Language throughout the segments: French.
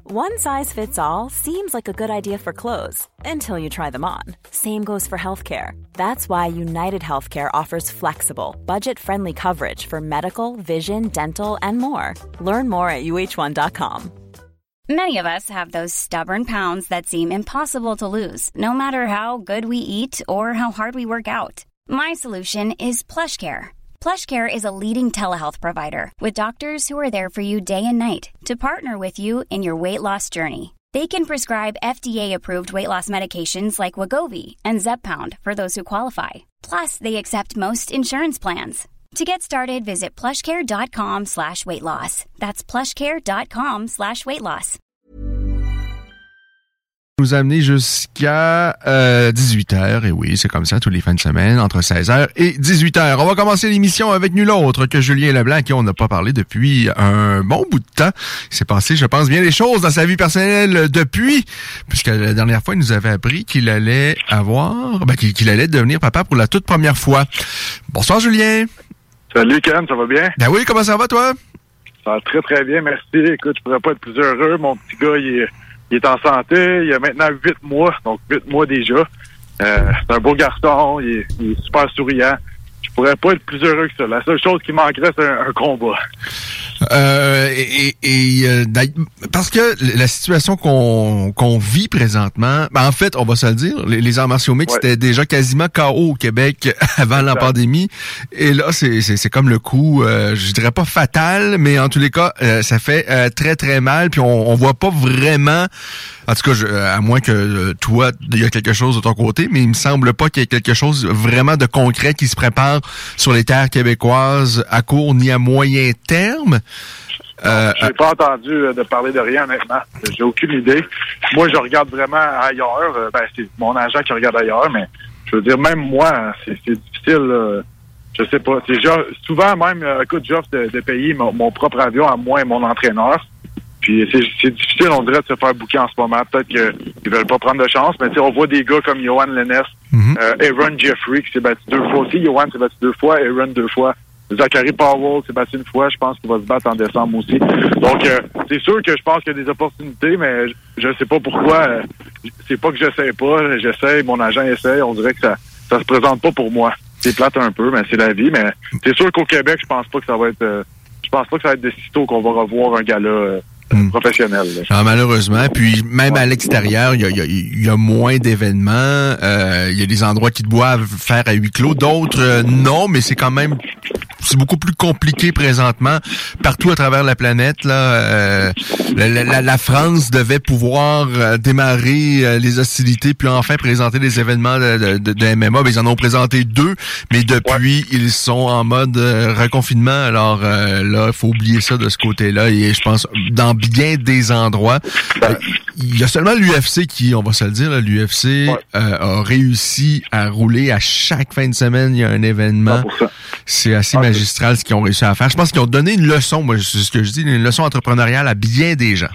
One size fits all seems like a good idea for clothes until you try them on. Same goes for healthcare. That's why United Healthcare offers flexible, budget-friendly coverage for medical, vision, dental, and more. Learn more at uh1.com. Many of us have those stubborn pounds that seem impossible to lose, no matter how good we eat or how hard we work out. My solution is PlushCare. PlushCare is a leading telehealth provider with doctors who are there for you day and night to partner with you in your weight loss journey. They can prescribe FDA-approved weight loss medications like Wegovy and Zepbound for those who qualify. Plus, they accept most insurance plans. To get started, visit plushcare.com/weightloss. That's plushcare.com/weightloss. Nous amener jusqu'à 18h. Et oui, c'est comme ça tous les fins de semaine, entre 16h et 18h. On va commencer l'émission avec nul autre que Julien Leblanc, à qui on n'a pas parlé depuis un bon bout de temps. Il s'est passé, je pense, bien des choses dans sa vie personnelle depuis, puisque la dernière fois, il nous avait appris qu'il allait qu'il allait devenir papa pour la toute première fois. Bonsoir, Julien. Salut, Ken, ça va bien? Ben oui, comment ça va, toi? Ça va très, très bien, merci. Écoute, je pourrais pas être plus heureux. Mon petit gars, il est en santé. Il a maintenant 8 mois, donc 8 mois déjà. C'est un beau garçon, il est super souriant. Je pourrais pas être plus heureux que ça. La seule chose qui manquerait, c'est un combat. Parce que la situation qu'on vit présentement, en fait, on va se le dire, les arts martiaux mixtes étaient déjà quasiment KO au Québec avant la pandémie. Et là, c'est comme le coup, je dirais pas fatal, mais en tous les cas, ça fait très, très mal. Puis on voit pas vraiment, en tout cas, à moins que toi, il y a quelque chose de ton côté, mais il me semble pas qu'il y ait quelque chose vraiment de concret qui se prépare sur les terres québécoises à court ni à moyen terme. J'ai pas entendu de parler de rien, honnêtement. J'ai aucune idée. Moi, je regarde vraiment ailleurs. C'est mon agent qui regarde ailleurs, mais je veux dire, même moi, c'est difficile. Je sais pas. Souvent, même, écoute, j'offre de payer mon propre avion à moi et mon entraîneur. Puis c'est difficile, on dirait, de se faire booker en ce moment. Peut-être qu'ils veulent pas prendre de chance, mais on voit des gars comme Johan Lennes, Aaron Jeffrey qui s'est battu 2 fois aussi. Johan s'est battu 2 fois, Aaron 2 fois. Zachary Powell s'est battu 1 fois. Je pense qu'il va se battre en décembre aussi. Donc, c'est sûr que je pense qu'il y a des opportunités, mais je sais pas pourquoi. C'est pas que j'essaie pas. J'essaie, mon agent essaie. On dirait que ça se présente pas pour moi. C'est plate un peu, mais c'est la vie. Mais c'est sûr qu'au Québec, je pense pas que ça va être de sitôt qu'on va revoir un gala professionnel. Malheureusement. Puis même à l'extérieur, il y a moins d'événements. Il y a des endroits qui doivent faire à huis clos, d'autres non, mais c'est quand même beaucoup plus compliqué présentement partout à travers la planète. Là, la France devait pouvoir démarrer les hostilités puis enfin présenter des événements de MMA. Ben, ils en ont présenté 2, mais depuis ils sont en mode reconfinement. Alors là, il faut oublier ça de ce côté-là. Et je pense dans bien des endroits. Il y a seulement l'UFC qui, on va se le dire, l'UFC a réussi à rouler à chaque fin de semaine. Il y a un événement. 100%. C'est assez magistral ce qu'ils ont réussi à faire. Je pense qu'ils ont donné une leçon, moi, c'est ce que je dis, une leçon entrepreneuriale à bien des gens.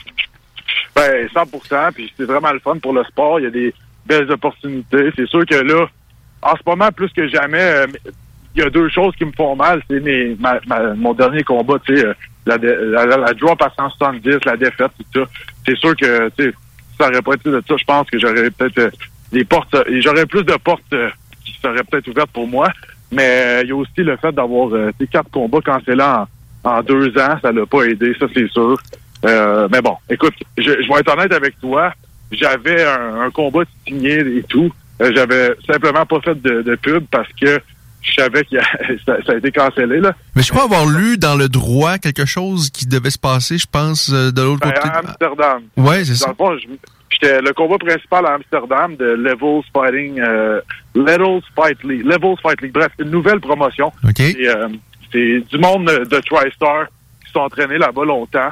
100%. Puis c'est vraiment le fun pour le sport. Il y a des belles opportunités. C'est sûr que là, en ce moment, plus que jamais, il y a 2 choses qui me font mal. C'est mon dernier combat, tu sais, la drop à 170, la défaite, tout ça. C'est sûr que, tu sais, ça aurait pas été de ça. Je pense que j'aurais peut-être des portes, j'aurais plus de portes qui seraient peut-être ouvertes pour moi. Mais il y a aussi le fait d'avoir 4 combats cancellés en 2 ans. Ça l'a pas aidé, ça c'est sûr. Mais bon, écoute, je vais être honnête avec toi. J'avais un combat signé et tout. J'avais simplement pas fait de pub parce que je savais que ça a été cancellé, là. Mais je crois avoir lu dans le droit quelque chose qui devait se passer, je pense, de l'autre côté. À Amsterdam. Ouais, c'est ça. Dans le fond, j'étais le combat principal à Amsterdam de Levels Fight League. Bref, une nouvelle promotion. Okay. C'est du monde de TriStar qui sont entraînés là-bas longtemps.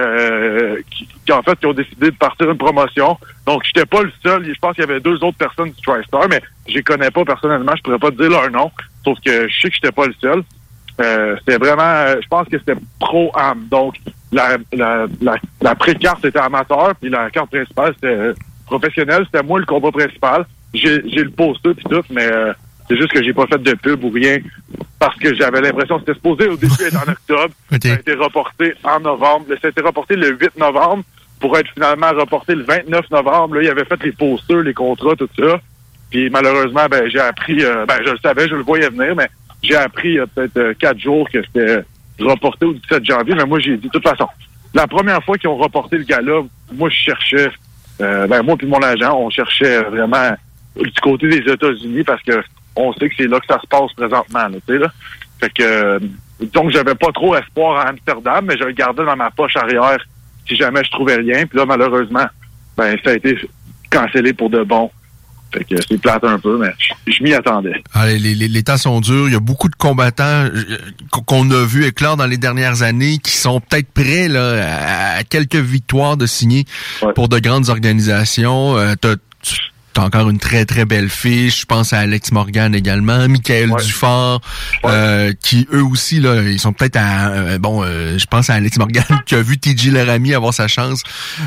Qui ont décidé de partir une promotion. Donc, j'étais pas le seul. Je pense qu'il y avait 2 autres personnes du TriStar, mais je les connais pas personnellement. Je pourrais pas te dire leur nom. Sauf que je sais que j'étais pas le seul. C'était vraiment, je pense que c'était pro-am. Donc, la pré-carte était amateur, puis la carte principale c'était professionnelle. C'était moi le combat principal. J'ai le poster puis tout, mais c'est juste que j'ai pas fait de pub ou rien parce que j'avais l'impression que c'était supposé au début être en octobre. Okay. Ça a été reporté en novembre. Ça a été reporté le 8 novembre. pour être finalement reporté le 29 novembre. Là, il avait fait les posters, les contrats, tout ça. Puis malheureusement, j'ai appris, je le savais, je le voyais venir, mais j'ai appris il y a peut-être 4 jours que c'était reporté au 17 janvier. Mais moi, j'ai dit, de toute façon, la première fois qu'ils ont reporté le gala, moi, je cherchais, moi puis mon agent, on cherchait vraiment du côté des États-Unis parce que on sait que c'est là que ça se passe présentement, là, tu sais, là. Fait que, donc, j'avais pas trop espoir à Amsterdam, mais je le gardais dans ma poche arrière si jamais je trouvais rien. Puis là, malheureusement, ça a été cancellé pour de bon. Fait que c'est plate un peu, mais je m'y attendais. Allez, les temps sont durs. Il y a beaucoup de combattants qu'on a vus éclore dans les dernières années qui sont peut-être prêts là à quelques victoires de signer pour de grandes organisations. T'as encore une très, très belle fiche. Je pense à Alex Morgan également, Michael Dufort, qui eux aussi, là, ils sont peut-être à... je pense à Alex Morgan qui a vu TJ Laramie avoir sa chance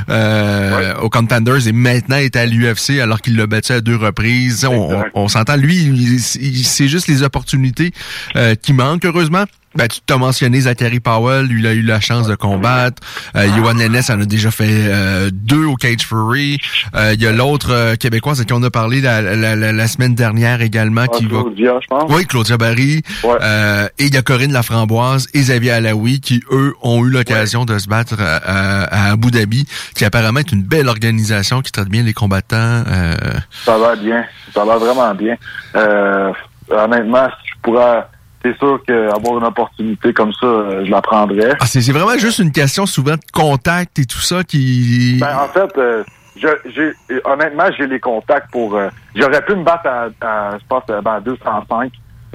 aux Contenders et maintenant est à l'UFC alors qu'il l'a battu à 2 reprises. On s'entend, lui, c'est juste les opportunités qui manquent, heureusement. Tu t'as mentionné Zachary Powell, lui, il a eu la chance de combattre. Yohan Lennes en a déjà fait 2 au Cage Fury. Il y a l'autre Québécoise à qui on a parlé la semaine dernière également. Claudia, je pense. Oui, Claudia Barry. Et il y a Corinne Laframboise et Xavier Alaoui qui, eux, ont eu l'occasion de se battre à Abu Dhabi, qui apparemment est une belle organisation qui traite bien les combattants. Ça va bien. Ça va vraiment bien. Honnêtement, si je pourrais... C'est sûr qu'avoir une opportunité comme ça, je la prendrais. Ah, c'est vraiment juste une question souvent de contact et tout ça qui... En fait, honnêtement, j'ai les contacts pour... j'aurais pu me battre à je pense, 205.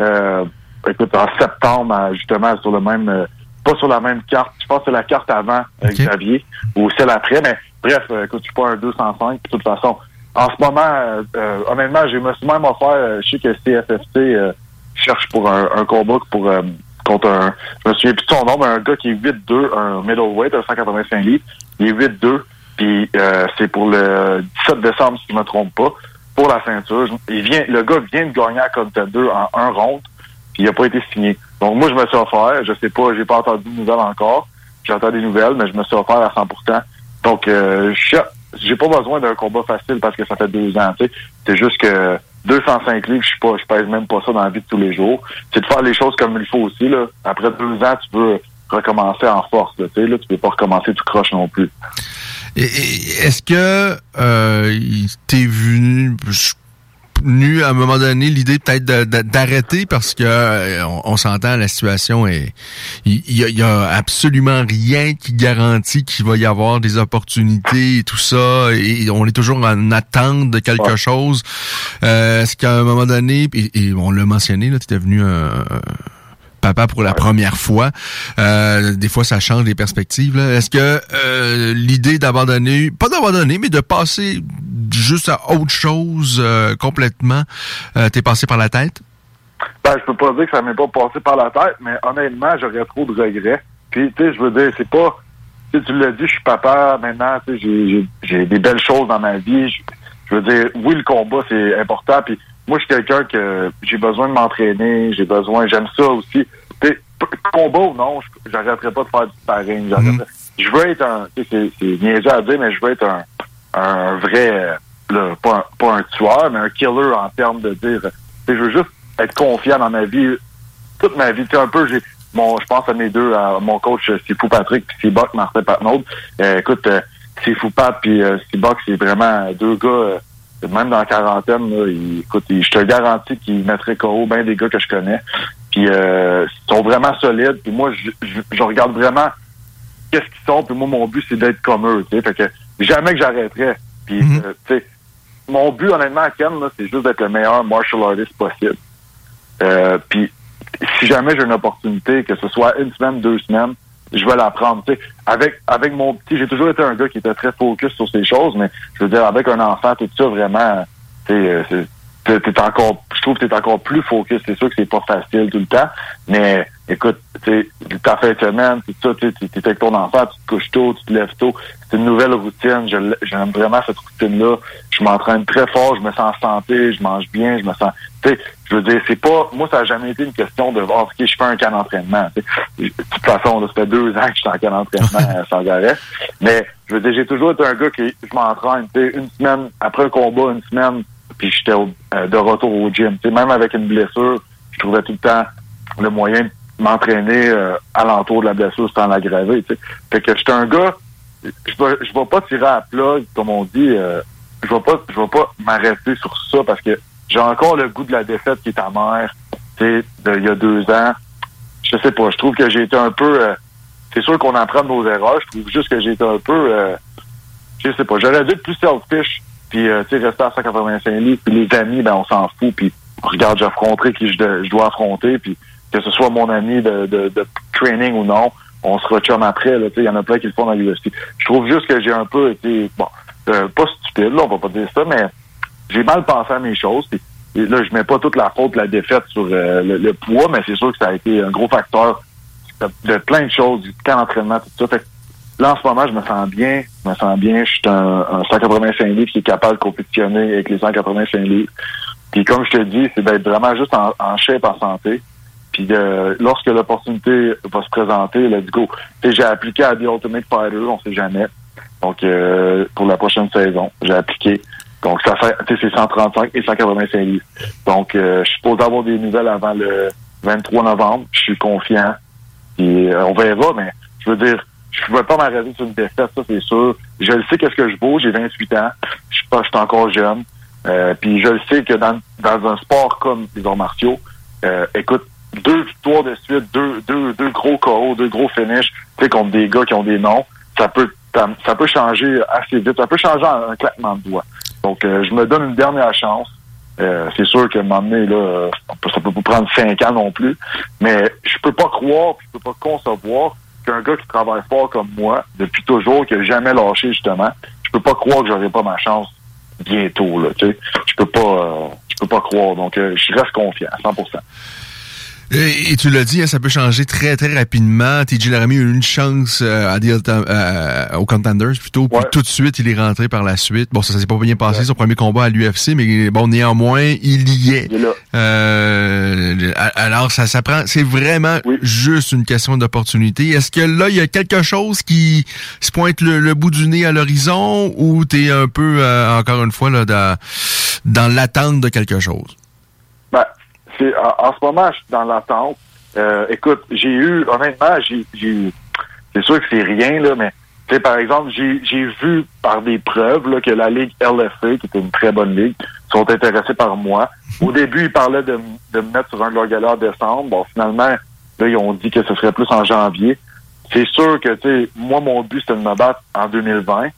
Écoute, en septembre, justement, sur le même... pas sur la même carte. Je pense que c'est la carte avant Xavier ou celle après. Mais bref, écoute, je suis pas un 205 de toute façon. En ce moment, honnêtement, je me suis même offert... je sais que CFFC... cherche pour un combat contre un... Je me souviens plus de son nom, mais un gars qui est 8'2", un middleweight, un 185 livres. Il est 8'2", puis c'est pour le 17 décembre, si je me trompe pas, pour la ceinture. Le gars vient de gagner à Contender en 1 round, puis il a pas été signé. Donc moi, je me suis offert, je sais pas, j'ai pas entendu de nouvelles encore. J'entends des nouvelles, mais je me suis offert à 100%. Donc, j'ai pas besoin d'un combat facile parce que ça fait 2 ans, tu sais. C'est juste que 205 livres, je pèse même pas ça dans la vie de tous les jours. C'est de faire les choses comme il faut aussi, là. Après 2 ans, tu veux recommencer en force, là, tu sais, là. Tu peux pas recommencer tout croche non plus. Et est-ce que t'es venu à un moment donné l'idée peut-être d'arrêter parce que on s'entend, la situation est il y a absolument rien qui garantit qu'il va y avoir des opportunités et tout ça et on est toujours en attente de quelque chose. Est-ce qu'à un moment donné et on l'a mentionné là, tu étais venu papa pour la première fois. Des fois, ça change les perspectives. Là. Est-ce que l'idée d'abandonner, pas d'abandonner, mais de passer juste à autre chose complètement, t'es passé par la tête? Je peux pas dire que ça m'est pas passé par la tête, mais honnêtement, j'aurais trop de regrets. Puis, tu sais, je veux dire, c'est pas... Tu l'as dit, je suis papa, maintenant, tu sais, j'ai des belles choses dans ma vie. Je veux dire, oui, le combat, c'est important, puis moi, je suis quelqu'un que j'ai besoin de m'entraîner, j'aime ça aussi. T'sais, combat ou non, j'arrêterai pas de faire du sparring. Je veux être c'est niaiseux à dire, mais je veux être un vrai, pas un tueur, mais un killer en termes de dire, je veux juste être confiant dans ma vie, toute ma vie. Un peu, je pense à mes deux, à mon coach, c'est Fou Patrick, puis c'est Buck Martin Patnaud. Écoute, c'est Fou Pat, puis c'est Buck, c'est vraiment 2 gars, même dans la quarantaine, là, je te garantis qu'ils mettraient KO bien des gars que je connais. Puis ils sont vraiment solides. Puis moi, je regarde vraiment qu'est-ce qu'ils sont. Puis moi, mon but, c'est d'être comme eux. Fait que jamais que j'arrêterais. Puis mon but, honnêtement, à Ken, là, c'est juste d'être le meilleur martial artist possible. Puis si jamais j'ai une opportunité, que ce soit 1 semaine, 2 semaines, je vais la prendre. Avec mon petit, j'ai toujours été un gars qui était très focus sur ces choses, mais je veux dire, avec un enfant, tout ça, vraiment, je trouve que t'es encore plus focus. C'est sûr que c'est pas facile tout le temps, mais écoute, tu sais, ta fin de semaine, tout ça, tu es avec ton enfant, tu te couches tôt, tu te lèves tôt. C'est une nouvelle routine. J'aime vraiment cette routine-là. Je m'entraîne très fort, je me sens en santé, je mange bien, je me sens... Tu sais, je veux dire, c'est pas... Moi, ça n'a jamais été une question de OK, je fais un camp d'entraînement. De toute façon, là, ça fait 2 ans que je suis en camp d'entraînement sans arrêt. Mais, je veux dire, j'ai toujours été un gars qui... Je m'entraîne, tu sais, une semaine, après un combat, une semaine, puis j'étais de retour au gym. Tu sais, même avec une blessure, je trouvais tout le temps le moyen de m'entraîner alentour de la blessure sans l'aggraver. Tu sais. Fait que j'étais un gars... Je vais pas tirer à plat, comme on dit. Je vais pas m'arrêter sur ça parce que j'ai encore le goût de la défaite qui est amère, tu sais, il y a 2 ans. Je sais pas. Je trouve que j'ai été un peu. C'est sûr qu'on apprend de nos erreurs. Je trouve juste que j'ai été un peu. Je sais pas. J'aurais dû être plus selfish. Puis tu sais, rester à 185 livres. Puis les amis, ben on s'en fout. Puis regarde, j'ai affronté qui je dois affronter. Puis que ce soit mon ami de training ou non. On se rechum après, là, tu sais, il y en a plein qui le font dans l'UFC. Je trouve juste que j'ai un peu été, pas stupide, là, on va pas dire ça, mais j'ai mal pensé à mes choses. Puis, là, je mets pas toute la faute de la défaite sur le poids, mais c'est sûr que ça a été un gros facteur de plein de choses, du camp d'entraînement, tout ça. Fait que là, en ce moment, je me sens bien. Je suis un 185 livres qui est capable de compétitionner avec les 185 livres. Puis comme je te dis, c'est d'être vraiment juste en shape, en santé. Puis lorsque l'opportunité va se présenter, let's go. T'sais, j'ai appliqué à The Ultimate Fighter, on sait jamais. Donc pour la prochaine saison, j'ai appliqué. Donc ça fait, c'est 135 et 185 livres. Donc je suis supposé avoir des nouvelles avant le 23 novembre. Je suis confiant. Puis on verra, mais je veux dire, je ne vais pas m'arrêter sur une défaite, ça c'est sûr. Je le sais qu'est-ce que je vaux, j'ai 28 ans. Je suis encore jeune. Puis je le sais que dans un sport comme les arts martiaux, écoute, 2 victoires de suite, deux gros KO, 2 gros finishes, tu sais, contre des gars qui ont des noms, ça peut changer assez vite. Ça peut changer en un claquement de doigts. Donc, je me donne une dernière chance. C'est sûr qu'à un moment donné, là, ça peut pas prendre 5 ans non plus. Mais je peux pas croire, puis je peux pas concevoir qu'un gars qui travaille fort comme moi, depuis toujours, qui a jamais lâché, justement, je peux pas croire que j'aurai pas ma chance bientôt, là, tu sais. Je peux pas croire. Donc, je reste confiant, à 100%. Et tu l'as dit, hein, ça peut changer très, très rapidement. TJ Laramie a eu une chance aux Contenders, plutôt. Puis tout de suite, il est rentré par la suite. Bon, ça s'est pas bien passé, son premier combat à l'UFC, mais bon, néanmoins, il y est. Il est là. Alors, ça prend... C'est vraiment juste une question d'opportunité. Est-ce que là, il y a quelque chose qui se pointe le bout du nez à l'horizon, ou t'es un peu, encore une fois, là, dans l'attente de quelque chose? En ce moment, je suis dans l'attente. Écoute, honnêtement, c'est sûr que c'est rien, là, mais, tu sais, par exemple, j'ai vu par des preuves, là, que la Ligue LFA, qui était une très bonne ligue, sont intéressés par moi. Au début, ils parlaient de me mettre sur un de leurs galas en décembre. Bon, finalement, là, ils ont dit que ce serait plus en janvier. C'est sûr que, tu sais, moi, mon but, c'était de me battre en 2020.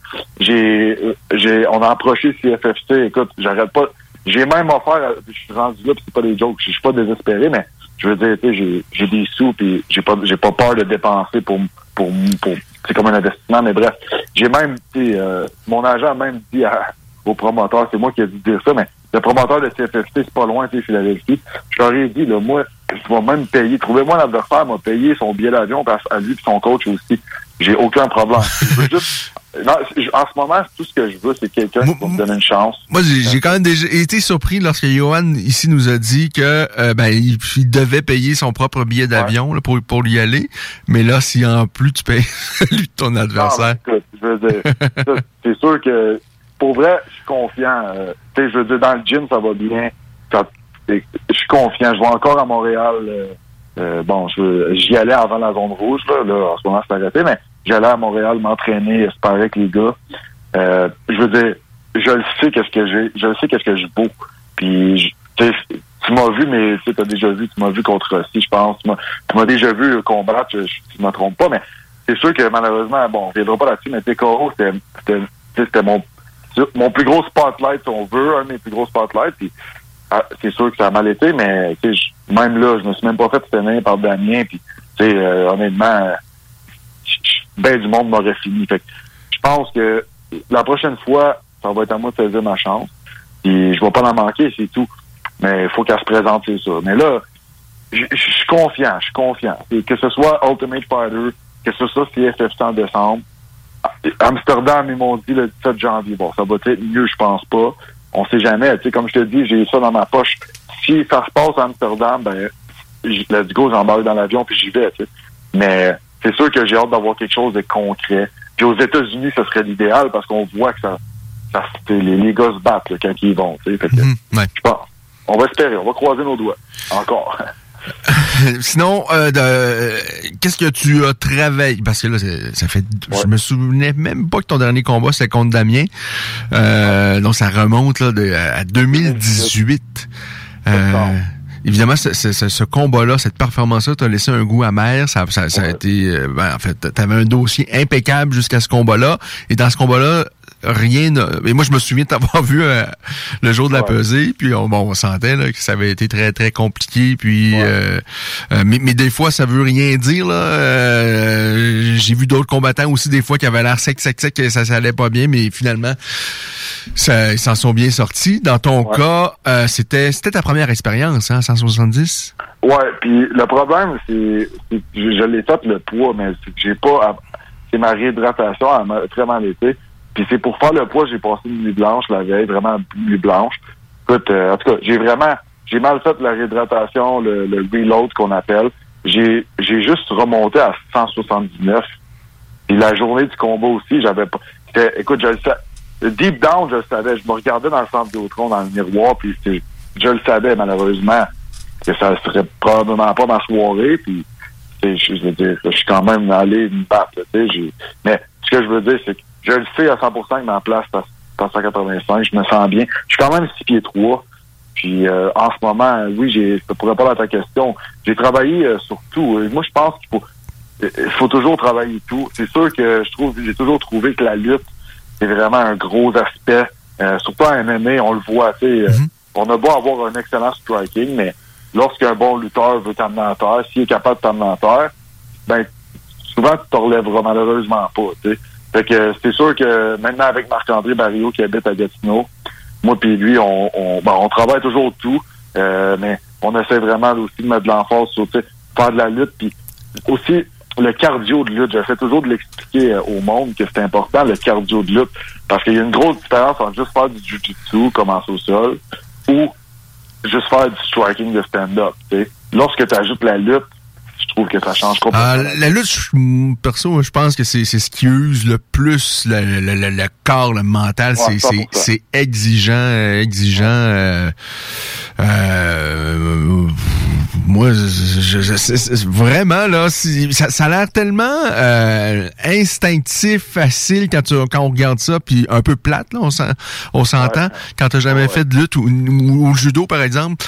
On a approché CFFC. Écoute, j'arrête pas. J'ai même offert, je suis rendu là, puis c'est pas des jokes, je suis pas désespéré, mais je veux dire, tu sais, j'ai des sous, puis j'ai pas peur de dépenser pour c'est comme un investissement, mais bref, j'ai même, tu sais, mon agent a même dit au promoteur, c'est moi qui ai dû dire ça, mais le promoteur de CFFC, c'est pas loin, tu sais, Philadelphie. Je leur ai dit, là, moi, je vais même payer, trouvez-moi un adversaire, m'a payé son billet d'avion à lui et son coach aussi. J'ai aucun problème. Je veux juste, non, en ce moment, tout ce que je veux, c'est quelqu'un qui va me donner une chance. Moi, j'ai quand même déjà été surpris lorsque Johan ici nous a dit que il devait payer son propre billet d'avion là, pour y aller. Mais là, si en plus tu payes lui ton adversaire. Non, écoute, je veux dire, c'est sûr que pour vrai, je suis confiant. Tu sais, je veux dire, dans le gym, ça va bien. Je suis confiant. Je vais encore à Montréal. J'y allais avant la zone rouge, là en ce moment, c'est arrêté, mais j'allais à Montréal m'entraîner, espérer avec les gars. Je veux dire, je le sais qu'est-ce que je vaux. Puis, tu m'as vu, mais tu m'as vu contre Rossi, je pense. Tu m'as déjà vu combattre, je me trompe pas, mais c'est sûr que malheureusement, bon, on reviendra pas là-dessus, mais TKO, c'était mon plus gros spotlight, si on veut, un de mes plus gros spotlights. Puis, c'est sûr que ça a mal été, mais même là, je me suis même pas fait tenir par Damien. Puis, honnêtement, ben du monde m'aurait fini. Fait que je pense que la prochaine fois, ça va être à moi de saisir ma chance. Puis je vais pas la manquer, c'est tout. Mais il faut qu'elle se présente, c'est ça. Mais là, je suis confiant. Et que ce soit Ultimate Fighter, que ce soit CFFC en décembre, Amsterdam, ils m'ont dit le 17 janvier. Bon, ça va être mieux, je pense pas. On sait jamais. Tu sais, comme je te dis, j'ai ça dans ma poche. Si ça se passe à Amsterdam, ben, let's go, j'embarque dans l'avion puis j'y vais, tu sais. Mais c'est sûr que j'ai hâte d'avoir quelque chose de concret. Puis aux États-Unis, ce serait l'idéal parce qu'on voit que ça les gars se battent là, quand ils vont, tu sais. Fait que, je pense. On va espérer, on va croiser nos doigts. Encore. Sinon, qu'est-ce que tu as travaillé? Parce que là, ça fait... Je me souvenais même pas que ton dernier combat, c'était contre Damien. Donc, ça remonte là, à 2018. Évidemment, ce combat-là, cette performance-là t'a laissé un goût amer. Ça a été... en fait, t'avais un dossier impeccable jusqu'à ce combat-là. Et dans ce combat-là, rien et moi je me souviens de t'avoir vu le jour de la pesée, puis on sentait là, que ça avait été très très compliqué, puis mais des fois ça veut rien dire là. J'ai vu d'autres combattants aussi des fois qui avaient l'air sec que ça allait pas bien, mais finalement ils s'en sont bien sortis. Dans ton cas, c'était ta première expérience, hein, 170. Ouais, puis le problème c'est je l'ai fait le poids, mais c'est que j'ai pas c'est ma réhydratation, elle m'a très mal été. Puis c'est pour faire le poids, j'ai passé une nuit blanche la veille, vraiment une nuit blanche. Écoute, en tout cas, j'ai mal fait la réhydratation, le reload qu'on appelle. J'ai juste remonté à 179. Puis la journée du combat aussi, j'avais pas... Écoute, je le sais. Deep down, je le savais. Je me regardais dans le centre Vidéotron, dans le miroir, puis je le savais, malheureusement, que ça serait probablement pas ma soirée. Puis, je veux dire, je suis quand même allé me battre, tu sais. Mais ce que je veux dire, c'est que je le sais à 100% que ma place passe à 185. Je me sens bien. Je suis quand même 6 pieds 3. Puis en ce moment, oui, je pourrais pas à ta question. J'ai travaillé sur tout. Moi, je pense qu'il faut toujours travailler tout. C'est sûr que j'ai toujours trouvé que la lutte, c'est vraiment un gros aspect. Surtout en MMA, on le voit. On a beau avoir un excellent striking, mais lorsqu'un bon lutteur veut t'amener en terre, s'il est capable de t'amener en terre, ben souvent tu te relèveras malheureusement pas. T'sais. Fait que c'est sûr que maintenant avec Marc-André Barrio qui habite à Gatineau, moi puis lui, on travaille toujours tout, mais on essaie vraiment aussi de mettre de l'emphase sur faire de la lutte, puis aussi le cardio de lutte. J'essaie toujours de l'expliquer au monde que c'est important, le cardio de lutte, parce qu'il y a une grosse différence entre juste faire du jiu-jitsu, commencer au sol, ou juste faire du striking de stand-up. T'sais. Lorsque tu ajoutes la lutte, je trouve que ça change complètement. La lutte, perso, je pense que c'est ce qui use le plus le corps, le mental. C'est exigeant. Moi, vraiment là, ça a l'air tellement instinctif, facile quand on regarde ça, puis un peu plate là, on s'entend quand t'as jamais fait de lutte ou le judo par exemple.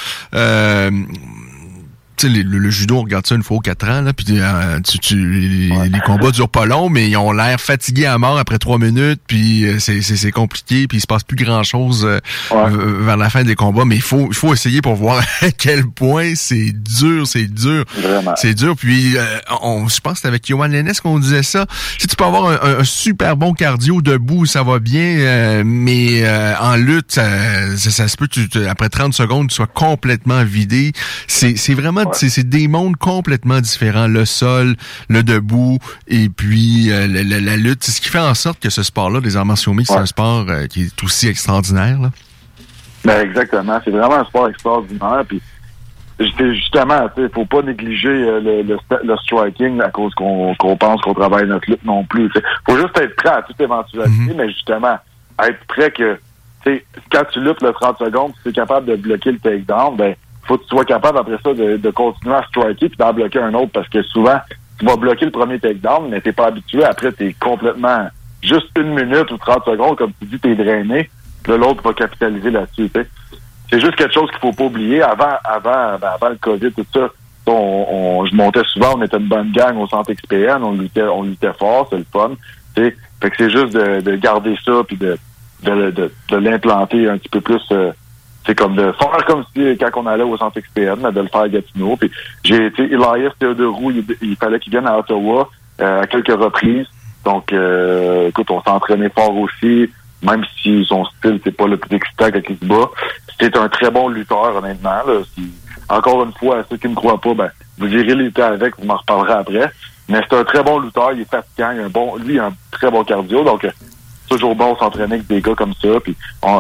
Le judo, on regarde ça une fois aux 4 ans, là, puis les combats durent pas long, mais ils ont l'air fatigués à mort après 3 minutes, puis c'est compliqué, puis il se passe plus grand-chose vers la fin des combats, mais il faut essayer pour voir à quel point c'est dur. Vraiment. C'est dur, puis je pense que c'est avec Yohan Lennes qu'on disait ça. Si tu peux avoir un super bon cardio debout, ça va bien, mais en lutte, ça se peut après 30 secondes, tu sois complètement vidé. C'est vraiment c'est des mondes complètement différents. Le sol, le debout, et puis la lutte. C'est ce qui fait en sorte que ce sport-là, les arts martiaux mixtes, c'est un sport qui est aussi extraordinaire. Là. Ben exactement. C'est vraiment un sport extraordinaire. Puis justement, faut pas négliger le striking à cause qu'on pense qu'on travaille notre lutte non plus. T'sais. Faut juste être prêt à toute éventualité, mais justement, être prêt que quand tu luttes le 30 secondes, tu es capable de bloquer le takedown, ben faut que tu sois capable après ça de continuer à striker puis d'en bloquer un autre, parce que souvent tu vas bloquer le premier takedown, mais t'es pas habitué. Après, t'es complètement juste 1 minute ou 30 secondes, comme tu dis, t'es drainé. Puis l'autre va capitaliser là-dessus. T'sais. C'est juste quelque chose qu'il faut pas oublier. Avant le COVID, tout ça, je montais souvent, on était une bonne gang au centre XPN, on luttait fort, c'est le fun. T'sais. Fait que c'est juste de garder ça puis de l'implanter un petit peu plus. C'est comme de faire comme si quand on allait au centre XPN, de le faire à Gatineau. Puis j'ai été Elias Théodorou, il fallait qu'il vienne à Ottawa à quelques reprises. Donc écoute, on s'entraînait fort aussi, même si son style c'est pas le plus excitant quand il se bat. C'est un très bon lutteur, honnêtement. Là. encore une fois, ceux qui ne me croient pas, ben, vous irez lutter avec, vous m'en reparlerez après. Mais c'est un très bon lutteur, il est fatigant, il a un très bon cardio, donc toujours bon s'entraîner avec des gars comme ça. Puis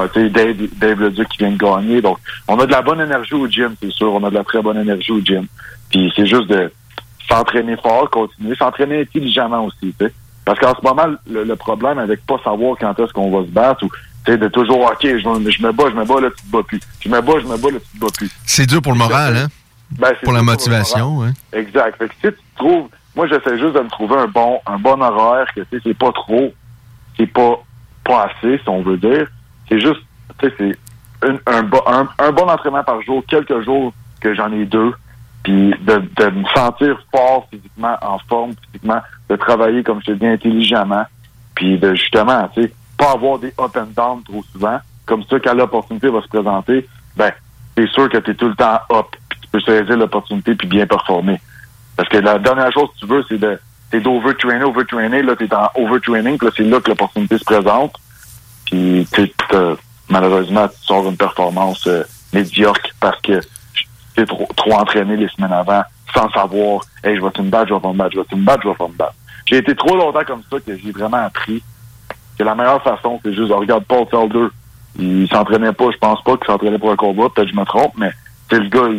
Dave Leduc qui vient de gagner, donc on a de la bonne énergie au gym, c'est sûr, on a de la très bonne énergie au gym. Puis c'est juste de s'entraîner fort, continuer, s'entraîner intelligemment aussi, tu sais. Parce qu'en ce moment, le problème avec pas savoir quand est-ce qu'on va se battre, ou tu sais, de toujours, OK, je me bats, là, tu te bats plus. Je me bats, là, tu te bats plus. C'est dur pour le moral, hein? Ben, pour la motivation, hein? Exact. Fait que si tu trouves, moi, j'essaie juste de me trouver un bon horaire, que, tu sais, c'est pas trop, c'est pas assez, si on veut dire. C'est juste, tu sais, c'est un bon entraînement par jour, quelques jours que j'en ai 2, puis de me sentir fort physiquement, en forme physiquement, de travailler, comme je te dis, intelligemment, puis de justement, tu sais, pas avoir des up and down trop souvent. Comme ça, quand l'opportunité va se présenter, ben, c'est sûr que tu es tout le temps up, puis tu peux saisir l'opportunité puis bien performer. Parce que la dernière chose que tu veux, c'est d'overtrainer, là, t'es en overtraining, puis là, c'est là que l'opportunité se présente. Puis, malheureusement, tu sors une performance médiocre parce que t'es trop entraîné les semaines avant, sans savoir, hey, je vais-tu me battre, je vais pas me battre. J'ai été trop longtemps comme ça que j'ai vraiment appris que la meilleure façon, c'est juste, regarde Paul Felder, il s'entraînait pas, je pense pas qu'il s'entraînait pour un combat, peut-être que je me trompe, mais c'est le gars,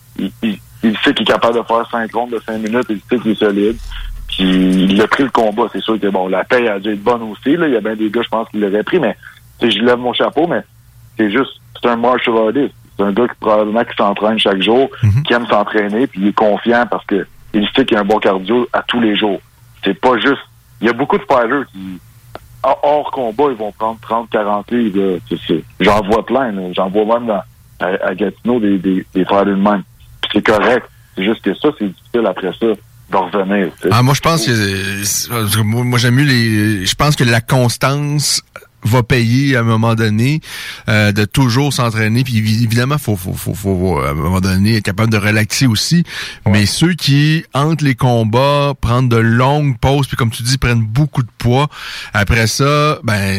il sait qu'il est capable de faire 5 rondes de 5 minutes, il sait qu'il est solide, puis il a pris le combat, c'est sûr que bon, la paye a dû être bonne aussi, là, il y a bien des gars, je pense, qui l'auraient pris, mais je lève mon chapeau, mais c'est juste, c'est un martial artist, c'est un gars qui probablement qui s'entraîne chaque jour, qui aime s'entraîner, puis il est confiant parce que il sait qu'il a un bon cardio à tous les jours. C'est pas juste, il y a beaucoup de fighters qui hors combat, ils vont prendre 30-40 livres. J'en vois plein. Là. J'en vois même à Gatineau des fighters de même. Puis c'est correct. C'est juste que ça, c'est difficile après ça de revenir. T'sais. Ah, moi, je pense que moi j'aime mieux je pense que la constance va payer à un moment donné de toujours s'entraîner, puis évidemment faut à un moment donné être capable de relaxer aussi, mais ceux qui entre les combats prennent de longues pauses, puis comme tu dis prennent beaucoup de poids, après ça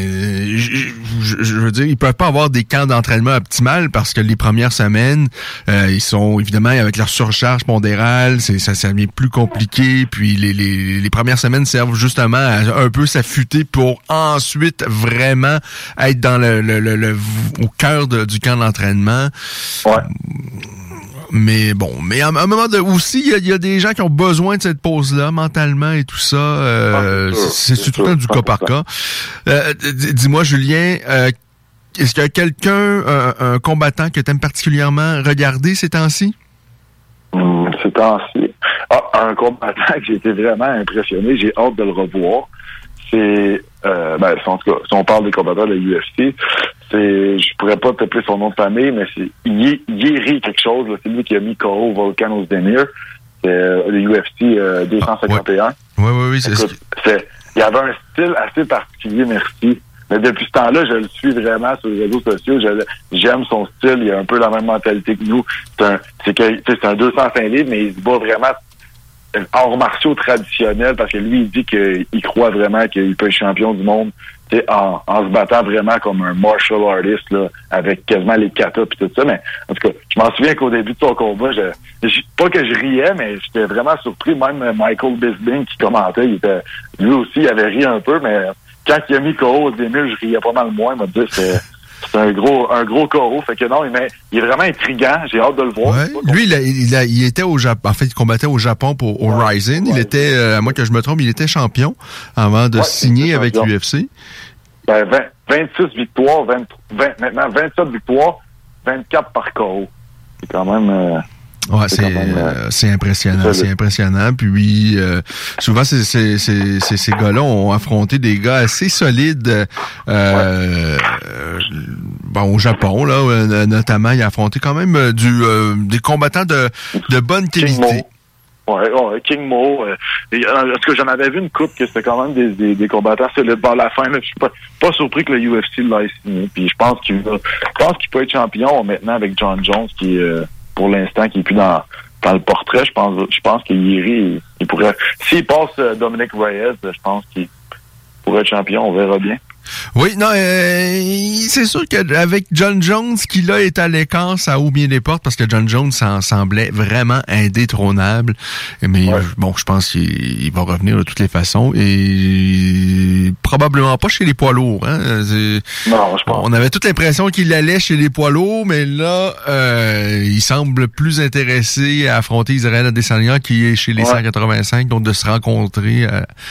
je veux dire, ils peuvent pas avoir des camps d'entraînement optimales parce que les premières semaines ils sont évidemment avec leur surcharge pondérale, ça devient plus compliqué, puis les premières semaines servent justement à un peu s'affûter pour ensuite vraiment être dans au cœur du camp d'entraînement. Ouais. Mais bon, à un moment aussi, il y a des gens qui ont besoin de cette pause-là, mentalement et tout ça. C'est tout le temps du cas par cas. Dis-moi, Julien, est-ce qu'il y a quelqu'un, un combattant que tu aimes particulièrement regarder ces temps-ci? Ces temps-ci? Un combattant que j'ai été vraiment impressionné, j'ai hâte de le revoir. C'est en tout cas, si on parle des combattants de l'UFC, je pourrais pas t'appeler son nom de famille, mais c'est Yeri quelque chose, là, c'est lui qui a mis KO Volkan Ozdemir, c'est le UFC 251. Oui, il y avait un style assez particulier, merci. Mais depuis ce temps-là, je le suis vraiment sur les réseaux sociaux. J'aime son style, il a un peu la même mentalité que nous. C'est un 205 livres, mais il se bat vraiment arts martiaux traditionnels, parce que lui, il dit qu'il croit vraiment qu'il peut être champion du monde, en se battant vraiment comme un martial artist, là, avec quasiment les katas et tout ça. Mais en tout cas, je m'en souviens qu'au début de son combat, pas que je riais, mais j'étais vraiment surpris. Même Michael Bisping qui commentait, lui aussi, il avait ri un peu, mais quand il a mis KO Ozdemir, je riais pas mal moins. Il m'a dit c'est un gros KO. Fait que non, il est vraiment intriguant. J'ai hâte de le voir. Ouais. Lui, il était au Japon. En fait, il combattait au Japon au Rising. Il était, à moins que je me trompe, il était champion avant de signer avec l'UFC. 26 victoires, maintenant 27 victoires, 24 par KO. C'est quand même... c'est impressionnant, c'est impressionnant. Puis souvent ces gars-là ont affronté des gars assez solides. Au Japon là, notamment, il a affronté quand même des combattants de bonne qualité. King Mo. En tout cas, j'en avais vu une coupe que c'était quand même des combattants solides. À la fin, là, je suis pas surpris que le UFC l'ait signé. Puis je pense qu'il peut être champion maintenant avec John Jones qui pour l'instant, qui est plus dans le portrait. Je pense que Yeri, il pourrait... S'il passe Dominic Reyes, je pense qu'il pourrait être champion. On verra bien. Oui, non, c'est sûr qu'avec John Jones, qui là est à l'écart, ça ouvre bien les portes parce que John Jones semblait vraiment indétrônable. Mais bon, je pense qu'il va revenir de toutes les façons et probablement pas chez les poids lourds. Hein? Non, je pense. On avait toute l'impression qu'il allait chez les poids lourds, mais là, il semble plus intéressé à affronter Israël Adesanya qui est chez les 185, donc de se rencontrer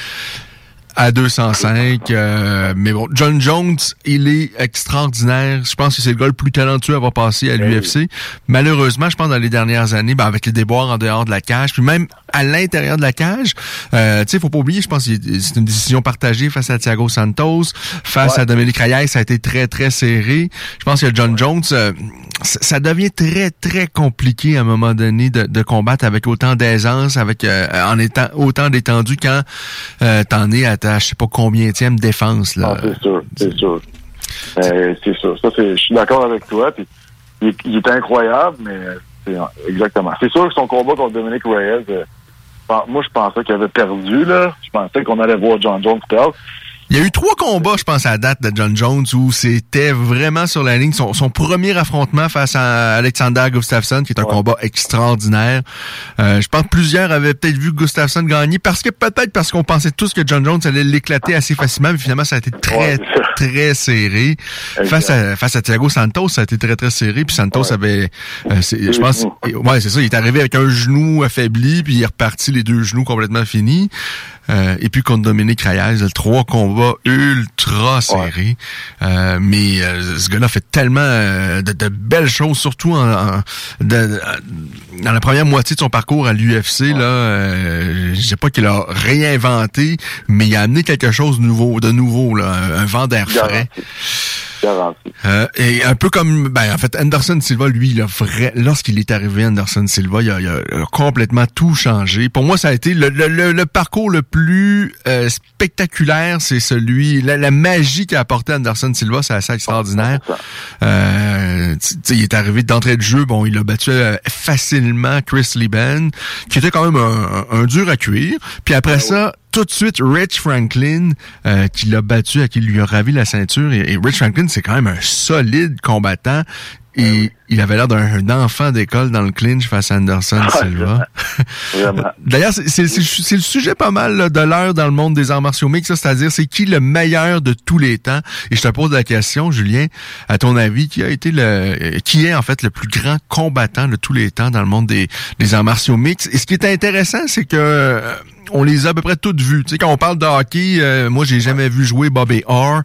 à 205, mais bon, John Jones, il est extraordinaire. Je pense que c'est le gars le plus talentueux à avoir passé à l'UFC. Malheureusement, je pense dans les dernières années, avec les déboires en dehors de la cage, puis même à l'intérieur de la cage, tu sais, faut pas oublier, je pense que c'est une décision partagée face à Thiago Santos, face à Dominique Reyes, ça a été très, très serré. Je pense que John Jones, ça devient très, très compliqué à un moment donné de combattre avec autant d'aisance, avec en étant autant détendu quand t'en es à je sais pas combienième défense, là. Ah, c'est sûr. C'est sûr. Ça, je suis d'accord avec toi. Puis, il est incroyable, mais exactement. C'est sûr que son combat contre Dominique Reyes, moi, je pensais qu'il avait perdu, là. Je pensais qu'on allait voir John Jones perdre. Il y a eu 3 combats, je pense, à la date de John Jones où c'était vraiment sur la ligne. Son premier affrontement face à Alexander Gustafsson, qui est un combat extraordinaire. Je pense que plusieurs avaient peut-être vu Gustafsson gagner parce qu'on pensait tous que John Jones allait l'éclater assez facilement, mais finalement, ça a été très, très serré. Face à Thiago Santos, ça a été très, très serré. Puis Santos avait, je pense, c'est ça, il est arrivé avec un genou affaibli, puis il est reparti les 2 genoux complètement finis. Et puis contre Dominique Reyes, 3 combats ultra serrés. Mais ce gars-là fait tellement de belles choses, surtout dans la première moitié de son parcours à l'UFC. Je sais pas qu'il a réinventé, mais il a amené quelque chose de nouveau, là, un vent d'air frais. Et un peu comme, en fait, Anderson Silva, lui, lorsqu'il est arrivé, Anderson Silva, il a complètement tout changé. Pour moi, ça a été le parcours le plus spectaculaire, c'est celui, la magie qu'a apporté Anderson Silva, c'est assez extraordinaire. Il est arrivé d'entrée de jeu, il a battu facilement Chris Lieben, qui était quand même un dur à cuire. Puis après ça, tout de suite, Rich Franklin, qui l'a battu, à qui lui a ravi la ceinture. Et Rich Franklin, c'est quand même un solide combattant. Et il avait l'air d'un enfant d'école dans le clinch face à Anderson Silva. D'ailleurs, c'est le sujet pas mal là, de l'heure dans le monde des arts martiaux mixtes, c'est-à-dire c'est qui le meilleur de tous les temps. Et je te pose la question, Julien, à ton avis, qui est en fait le plus grand combattant de tous les temps dans le monde des arts martiaux mixtes? Et ce qui est intéressant, c'est que on les a à peu près toutes vues. Tu sais, quand on parle de hockey, moi, j'ai jamais vu jouer Bobby Orr.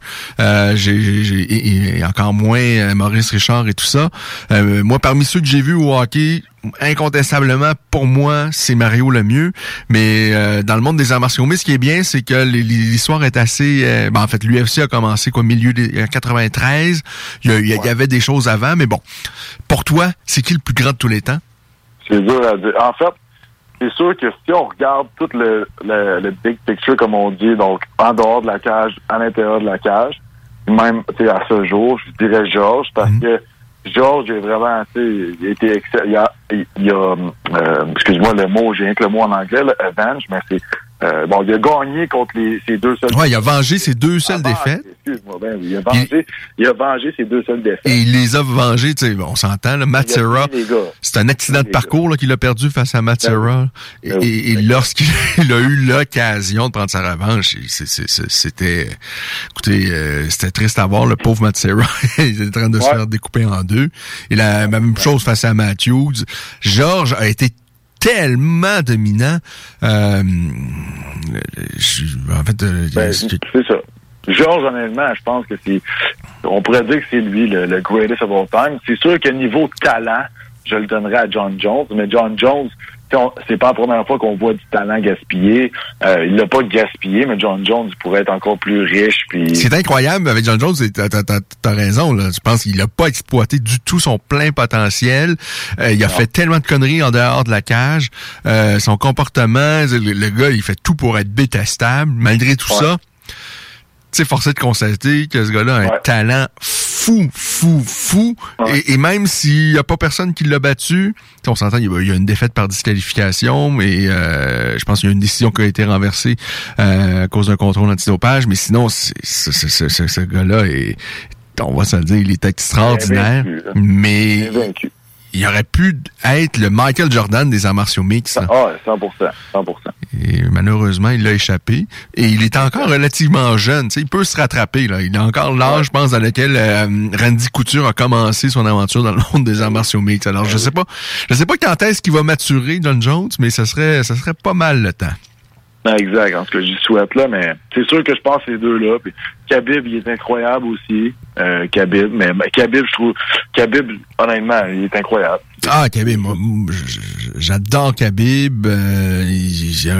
Et encore moins Maurice Richard et tout ça. Moi, parmi ceux que j'ai vus au hockey, incontestablement, pour moi, c'est Mario Lemieux. Mais dans le monde des arts martiaux mixtes, ce qui est bien, c'est que l'histoire est assez... en fait, l'UFC a commencé milieu des 93. Il y avait des choses avant, mais bon. Pour toi, c'est qui le plus grand de tous les temps? C'est dur à dire. En fait, c'est sûr que si on regarde tout le big picture, comme on dit, donc en dehors de la cage, à l'intérieur de la cage, même à ce jour, je dirais Georges, parce que Georges est vraiment, il a été excuse-moi le mot, j'ai rien que le mot en anglais, avenge, mais c'est il a gagné contre ses 2 seules. Ouais, il a vengé ses 2 seules défaites. Excuse-moi, il a vengé ses 2 seules défaites. Et il les a vengées, tu sais, on s'entend, là, Matt Serra, c'est un accident de parcours là, qu'il a perdu face à Matt Serra. Et lorsqu'il a eu l'occasion de prendre sa revanche, c'était triste à voir, le pauvre Matt Serra. Il était en train de se faire découper en 2. Et la même chose face à Matthews. Georges a été tellement dominant. En fait, c'est ça. Georges, honnêtement, je pense que on pourrait dire que c'est lui le greatest of all time. C'est sûr que niveau talent, je le donnerais à John Jones, mais John Jones, c'est pas la première fois qu'on voit du talent gaspillé. Il l'a pas gaspillé, mais John Jones pourrait être encore plus riche. Puis c'est incroyable avec John Jones, t'as raison, là. Je pense qu'il a pas exploité du tout son plein potentiel. Il a fait tellement de conneries en dehors de la cage. Son comportement, le gars, il fait tout pour être détestable. Malgré tout ça, tu sais, forcé de constater que ce gars-là a un talent fou fou. Ouais. Et même s'il y a pas personne qui l'a battu, on s'entend, il y a une défaite par disqualification, mais je pense qu'il y a une décision qui a été renversée à cause d'un contrôle antidopage, mais sinon, ce gars-là on va se le dire, il est extraordinaire, mais il aurait pu être le Michael Jordan des arts martiaux mixtes. Ah, 100%. Et malheureusement, il l'a échappé. Et il est encore relativement jeune. Il peut se rattraper. Là. Il a encore l'âge, je pense, dans lequel Randy Couture a commencé son aventure dans le monde des arts martiaux mixtes. Alors, je sais pas quand est-ce qu'il va maturer, John Jones, mais ça serait pas mal le temps. Exact, en tout cas, j'y souhaite là, mais c'est sûr que je pense ces deux-là. Puis Khabib, il est incroyable aussi. Khabib, je trouve Khabib, honnêtement, il est incroyable. Ah, Khabib, moi, j'adore Khabib. Il a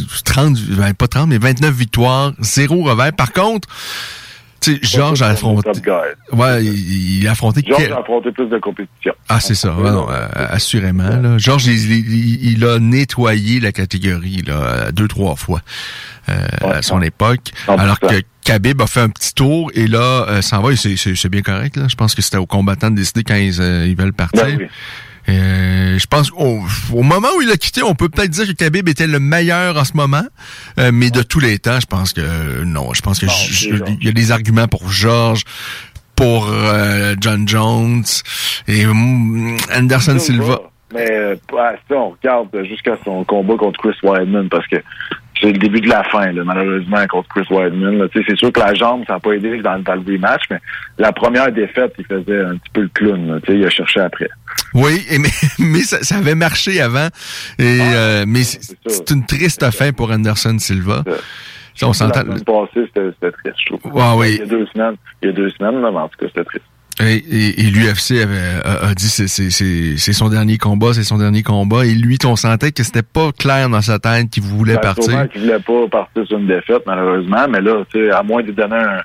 29 victoires, 0 revers. Par contre, tu sais, Georges a affronté. Ouais, il a affronté. Georges a affronté plus de compétition. Ah, c'est ça. Ouais, non, assurément. Là. Georges, il a nettoyé la catégorie là 2-3 fois à son époque. 100%. Alors que Khabib a fait un petit tour et là, s'en va. Et c'est bien correct. Là. Je pense que c'était aux combattants de décider quand ils veulent partir. Ben oui. Je pense qu'au moment où il a quitté, on peut peut-être dire que Khabib était le meilleur en ce moment, mais de tous les temps, je pense que non. Je pense que il y a des arguments pour Georges, pour John Jones et Anderson Silva. Mais si on regarde jusqu'à son combat contre Chris Weidman, parce que c'est le début de la fin, là, malheureusement, contre Chris Weidman. Là. C'est sûr que la jambe, ça n'a pas aidé dans le rematch, mais la première défaite, il faisait un petit peu le clown. Là, il a cherché après. Oui, mais ça avait marché avant. Et mais c'est une triste fin pour Anderson Silva. On s'entend. La semaine passée, c'était triste, je trouve. Oui. Il y a 2 semaines, là, mais en tout cas, c'était triste. Et l'UFC a dit c'est son dernier combat, et lui, on sentait que c'était pas clair dans sa tête qu'il voulait partir. Sûrement qu'il voulait pas partir sur une défaite, malheureusement, mais là, tu sais, à moins de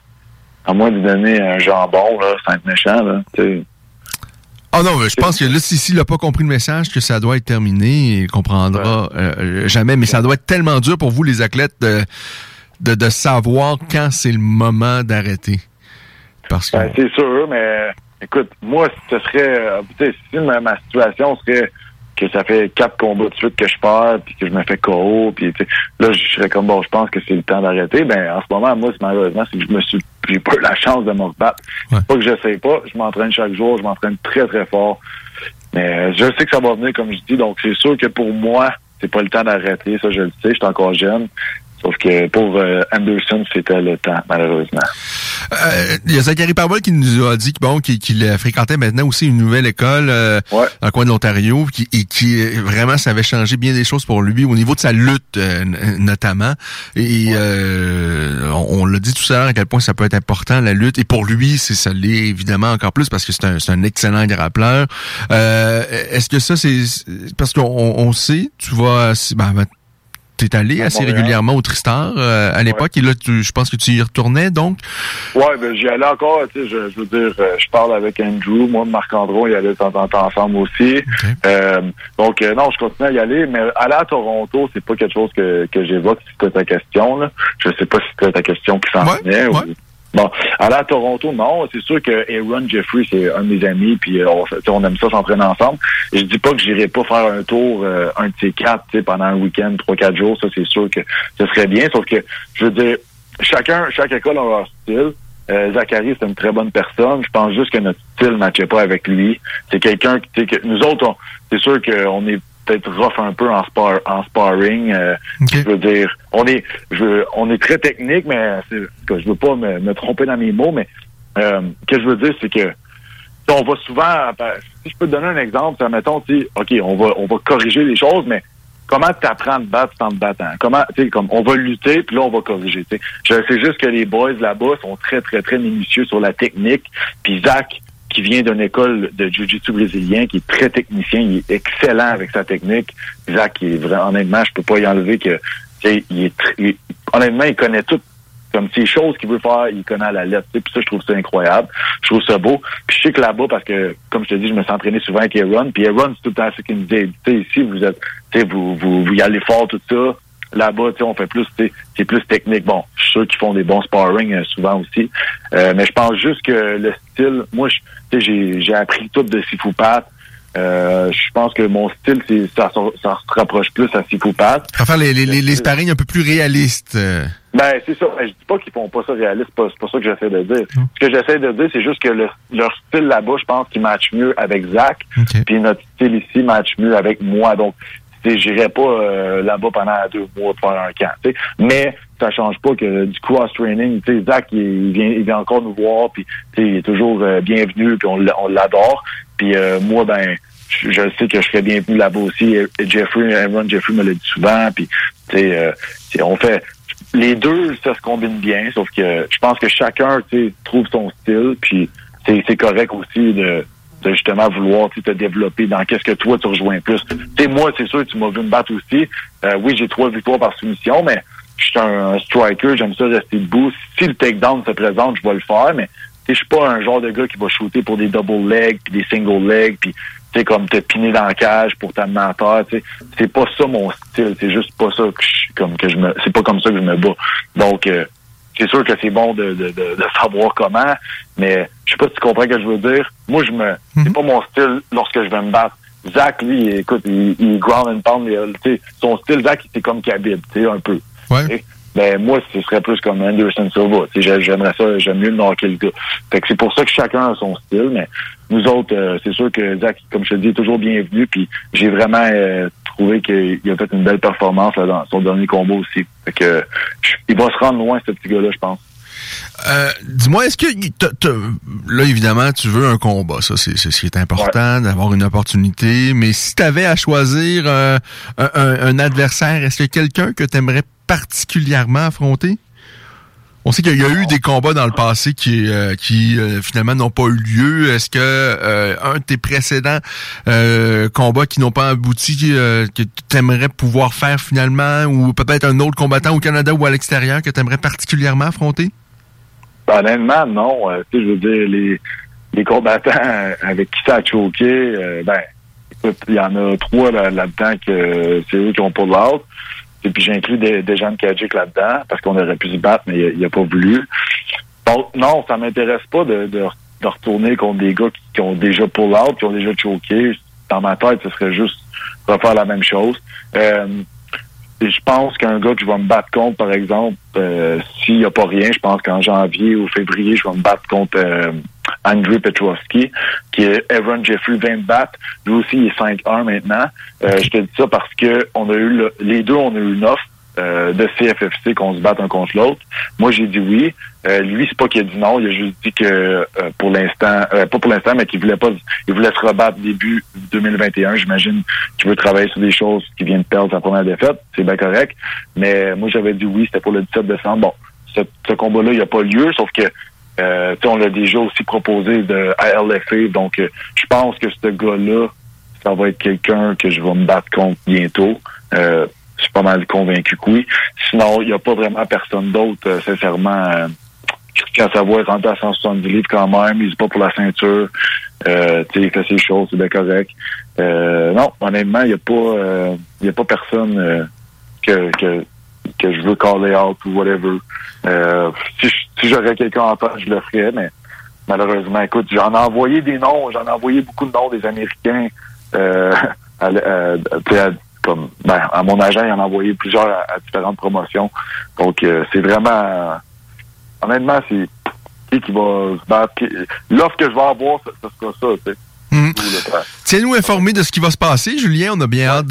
donner un jambon, là, sans être méchant, là, tu sais. Ah non, je pense que là, s'il n'a pas compris le message, que ça doit être terminé, il comprendra jamais, mais ça doit être tellement dur pour vous, les athlètes, de savoir quand c'est le moment d'arrêter. Parce que... c'est sûr, mais écoute, moi, ce serait, tu sais, si ma situation serait que ça fait 4 combats de suite que je perds, puis que je me fais KO, puis là, je serais comme, bon, je pense que c'est le temps d'arrêter. Ben, en ce moment, moi, malheureusement, c'est que j'ai pas eu la chance de me rebattre. Ouais. C'est pas que j'essaie pas, je m'entraîne chaque jour, je m'entraîne très, très fort. Mais je sais que ça va venir, comme je dis, donc c'est sûr que pour moi, c'est pas le temps d'arrêter, ça, je le sais, je suis encore jeune. Sauf que pour Anderson, c'était le temps, malheureusement. Il y a Zachary Powell qui nous a dit qu'il fréquentait maintenant aussi une nouvelle école dans le coin de l'Ontario et qui vraiment, ça avait changé bien des choses pour lui au niveau de sa lutte notamment. Et on l'a dit tout à l'heure à quel point ça peut être important, la lutte. Et pour lui, ça l'est évidemment encore plus parce que c'est un excellent grappleur. Est-ce que ça, c'est... Parce qu'on sait, tu vas... T'es allé assez régulièrement au Tristar à l'époque et là, je pense que tu y retournais, donc? Ouais, ben j'y allais encore, tu sais, je veux dire, je parle avec Andrew, moi, Marc-André, on y allait de temps en temps ensemble aussi. Okay. Donc, non, je continue à y aller, mais aller à Toronto, c'est pas quelque chose que j'évoque, si c'était ta question, là. Je sais pas si c'était ta question qui s'en venait ou... Bon, aller à Toronto, non. C'est sûr que Aaron Jeffrey, c'est un de mes amis, puis on aime ça s'entraîner ensemble. Et je dis pas que j'irai pas faire un tour, un de ces 4, tu sais, pendant un week-end, 3-4 jours. Ça, c'est sûr que ce serait bien. Sauf que, je veux dire, chaque école a leur style. Zachary, c'est une très bonne personne. Je pense juste que notre style ne matchait pas avec lui. C'est quelqu'un que nous autres, c'est sûr qu'on est peut-être rough un peu en sparring. Okay. Je veux dire, on est très technique, mais je veux pas me tromper dans mes mots, mais ce que je veux dire, c'est que on va souvent, si je peux te donner un exemple, mettons, OK, on va corriger les choses, mais comment t'apprends à te battre sans te battant? Comment, tu sais, comme on va lutter, puis là, on va corriger. Tu sais, je sais juste que les boys là-bas sont très, très, très minutieux sur la technique, puis Zach, qui vient d'une école de jiu-jitsu brésilien, qui est très technicien, il est excellent avec sa technique. Zach, il est vraiment, honnêtement, je peux pas y enlever que, honnêtement, il connaît tout, comme ces choses qu'il veut faire, il connaît à la lettre. Puis ça, je trouve ça incroyable. Je trouve ça beau. Puis je sais que là-bas, parce que, comme je te dis, je me suis entraîné souvent avec Aaron, puis Aaron, c'est tout le temps ce qu'il me dit. Tu sais, ici, vous êtes, tu sais, vous y allez fort, tout ça. là-bas, tu sais, on fait plus, c'est plus technique. Bon, je suis sûr qu'ils font des bons sparring souvent aussi. Mais je pense juste que le style, moi, j'ai appris tout de Sifu Pat. Je pense que mon style, ça se rapproche plus à Sifu Pat. Enfin, les sparring un peu plus réalistes. Ben, c'est ça. Je dis pas qu'ils font pas ça réaliste, c'est pas ça que j'essaie de dire. Ce que j'essaie de dire, c'est juste que leur style là-bas, je pense qu'il match mieux avec Zach. Okay. Puis notre style ici match mieux avec moi. Donc, j'irai pas là-bas pendant 2 mois pour faire un camp. T'sais. Mais ça change pas que du cross-training, Zach, il vient encore nous voir, puis il est toujours bienvenu, puis on l'adore. Puis moi, ben, je sais que je serais bienvenu là-bas aussi. Aaron Jeffrey me l'a dit souvent, puis on fait... Les deux, ça se combine bien, sauf que je pense que chacun trouve son style, puis c'est correct aussi de justement vouloir te développer dans qu'est-ce que toi tu rejoins plus. Moi, c'est sûr que tu m'as vu me battre aussi. Oui, j'ai 3 victoires par soumission, mais je suis un striker, j'aime ça rester debout. Si le takedown se présente, je vais le faire, mais je suis pas un genre de gars qui va shooter pour des double legs, puis des single legs, puis comme te piner dans la cage pour t'amener à terre, c'est pas ça mon style, c'est juste pas ça c'est pas comme ça que je me bats. Donc c'est sûr que c'est bon de savoir comment, mais je sais pas si tu comprends ce que je veux dire. Moi c'est pas mon style lorsque je vais me battre. Zach, lui, écoute, il ground and pound, son style, Zach, c'est comme Khabib, un peu. Ouais. Ben moi, ce serait plus comme Anderson Silva. J'aimerais ça, j'aime mieux le knocker le gars. Fait que c'est pour ça que chacun a son style, mais nous autres, c'est sûr que Zach, comme je te dis, est toujours bienvenu, puis j'ai vraiment trouvé qu'il a fait une belle performance là, dans son dernier combat aussi. Fait que il va se rendre loin, ce petit gars-là, je pense. Dis-moi, est-ce que là, évidemment, tu veux un combat, ça, c'est ce qui est important, d'avoir une opportunité, mais si tu avais à choisir un adversaire, est-ce qu'il y a quelqu'un que tu aimerais particulièrement affronter? On sait qu'il y a eu des combats dans le passé qui finalement n'ont pas eu lieu. Est-ce que un de tes précédents combats qui n'ont pas abouti, que tu aimerais pouvoir faire finalement, ou peut-être un autre combattant au Canada ou à l'extérieur que tu aimerais particulièrement affronter? Honnêtement, non. Je veux dire, les combattants avec qui ça a choqué, écoute, il y en a 3 là-dedans que c'est eux qui ont pull out. Et puis j'inclus Dejan Kadjic là-dedans, parce qu'on aurait pu se battre, mais il a pas voulu. Donc, non, ça m'intéresse pas de retourner contre des gars qui ont déjà pull out, qui ont déjà choqué. Dans ma tête, ce serait juste refaire la même chose. Et je pense qu'un gars que je vais me battre contre, par exemple, s'il n'y a pas rien, je pense qu'en janvier ou février, je vais me battre contre Andrew Petrovski, qui est Aaron Jeffrey vient de battre. Lui aussi, il est 5-1 maintenant. Je te dis ça parce que les deux, on a eu une offre de CFFC qu'on se batte un contre l'autre. Moi, j'ai dit oui. Lui, c'est pas qu'il a dit non, il a juste dit que pour l'instant, pas pour l'instant, mais qu'il voulait se rebattre début 2021. J'imagine qu'il veut travailler sur des choses qu'il vient de perdre sa première défaite. C'est bien correct. Mais moi, j'avais dit oui, c'était pour le 17 décembre. Bon, ce combat-là, il n'a pas lieu, sauf que on l'a déjà aussi proposé à LFA. Donc, je pense que ce gars-là, ça va être quelqu'un que je vais me battre contre bientôt. Je suis pas mal convaincu que oui. Sinon, il n'y a pas vraiment personne d'autre, sincèrement. Christian Savoie est rentré à 170 livres quand même. Il se bat pour la ceinture. Il fait ses choses, c'est bien correct. Non, honnêtement, il n'y a pas personne que je veux caller out ou whatever. Si j'aurais quelqu'un en tête, je le ferais, mais malheureusement, écoute, j'en ai envoyé des noms, j'en ai envoyé beaucoup de noms des Américains à mon agent, il en a envoyé plusieurs à différentes promotions. Donc, c'est vraiment... honnêtement, c'est qui va se battre. L'offre que je vais avoir, ce sera ça, tu sais. Tiens-nous informés de ce qui va se passer, Julien. On a bien hâte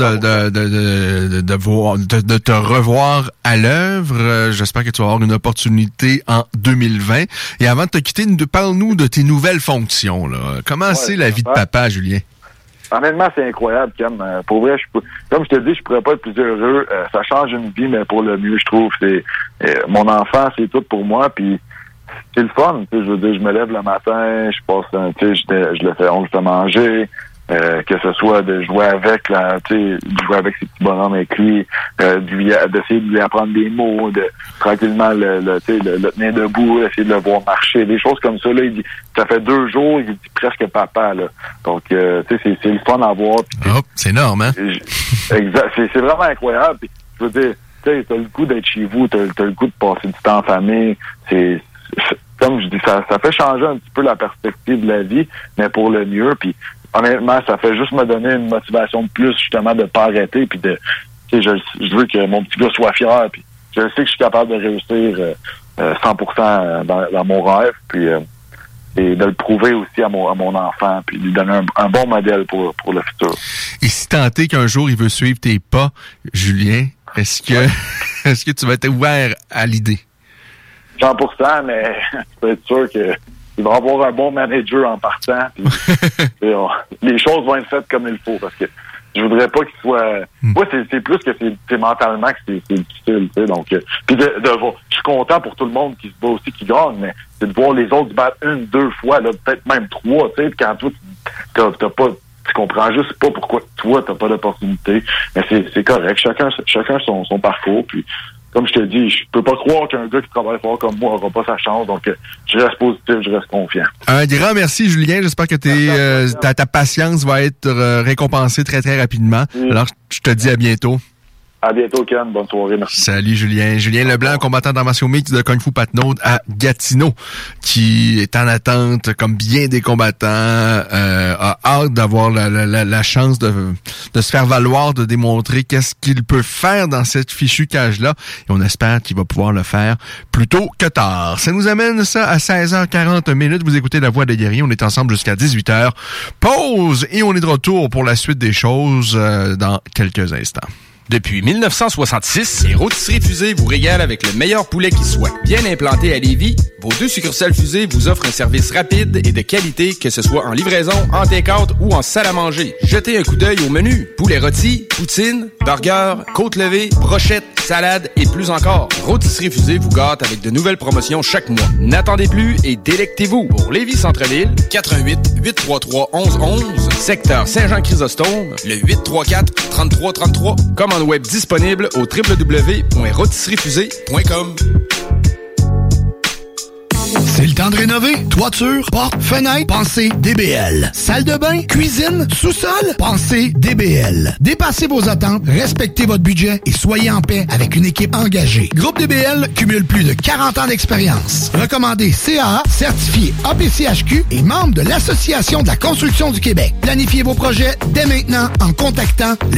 de te revoir à l'œuvre. J'espère que tu vas avoir une opportunité en 2020. Et avant de te quitter, parle-nous de tes nouvelles fonctions, là. Comment c'est la vie de papa, Julien? Honnêtement, c'est incroyable, Cam. Pour vrai, comme je te dis, je pourrais pas être plus heureux. Ça change une vie, mais pour le mieux, je trouve. C'est mon enfant, c'est tout pour moi. Puis c'est le fun. Je veux dire, je me lève le matin, je passe, je le fais, on le fait manger. Que ce soit de jouer avec de jouer avec ses petits bonhommes avec lui, d'essayer de lui apprendre des mots, de tranquillement le tenir debout, essayer de le voir marcher, des choses comme ça. Là, il dit, ça fait 2 jours, il dit presque papa, là. Donc, c'est le fun à voir. C'est énorme, hein? Exact. C'est vraiment incroyable. Puis, je veux dire, sais, t'as le goût d'être chez vous, t'as le goût de passer du temps en famille. C'est comme je dis, ça fait changer un petit peu la perspective de la vie, mais pour le mieux. Puis honnêtement, ça fait juste me donner une motivation de plus, justement, de pas arrêter, puis de, tu sais, je veux que mon petit gars soit fier, puis je sais que je suis capable de réussir 100% dans mon rêve, puis et de le prouver aussi à mon enfant, puis lui donner un bon modèle pour le futur. Et si tant est qu'un jour il veut suivre tes pas, Julien, est-ce que tu vas être ouvert à l'idée? 100%, mais tu peux être sûr que il va avoir un bon manager en partant, puis les choses vont être faites comme il faut, parce que je voudrais pas qu'il soit... Moi, c'est plus que c'est mentalement que c'est difficile, tu sais, donc... puis je suis content pour tout le monde qui se bat aussi, qui gagne, mais c'est de voir les autres se battre 1, 2 fois, là, peut-être même 3, tu sais, quand toi, t'as pas... Tu comprends juste pas pourquoi toi, t'as pas d'opportunité, mais c'est correct, chacun son parcours, puis... Comme je te dis, je peux pas croire qu'un gars qui travaille fort comme moi aura pas sa chance. Donc, je reste positif, je reste confiant. Un grand merci, Julien. J'espère que ta patience va être récompensée très, très rapidement. Oui. Alors, je te dis à bientôt. À bientôt, Ken. Bonne soirée. Merci. Salut, Julien. Julien Leblanc, combattant d'arts martiaux mixtes de Kung Fu Patnaud à Gatineau, qui est en attente, comme bien des combattants, a hâte d'avoir la chance de se faire valoir, de démontrer qu'est-ce qu'il peut faire dans cette fichue cage-là. Et on espère qu'il va pouvoir le faire plus tôt que tard. Ça nous amène ça à 16h40. Vous écoutez La Voix des guerriers. On est ensemble jusqu'à 18h. Pause et on est de retour pour la suite des choses dans quelques instants. Depuis 1966, les Rôtisseries Fusées vous régalent avec le meilleur poulet qui soit. Bien implanté à Lévis, vos 2 succursales Fusées vous offrent un service rapide et de qualité, que ce soit en livraison, en take-out ou en salle à manger. Jetez un coup d'œil au menu. Poulet rôti, poutine, burger, côte levée, brochette, salade et plus encore. Rôtisseries Fusées vous gâte avec de nouvelles promotions chaque mois. N'attendez plus et délectez-vous. Pour Lévis Centre-Ville, 88 833 1111, secteur Saint-Jean-Chrysostome, le 834 3333. Commande web disponible au www.rôtisseriefusée.com. C'est le temps de rénover. Toiture, porte, fenêtre, pensez DBL. Salle de bain, cuisine, sous-sol, pensez DBL. Dépassez vos attentes, respectez votre budget et soyez en paix avec une équipe engagée. Groupe DBL cumule plus de 40 ans d'expérience. Recommandé CAA, certifié APCHQ et membre de l'Association de la construction du Québec. Planifiez vos projets dès maintenant en contactant le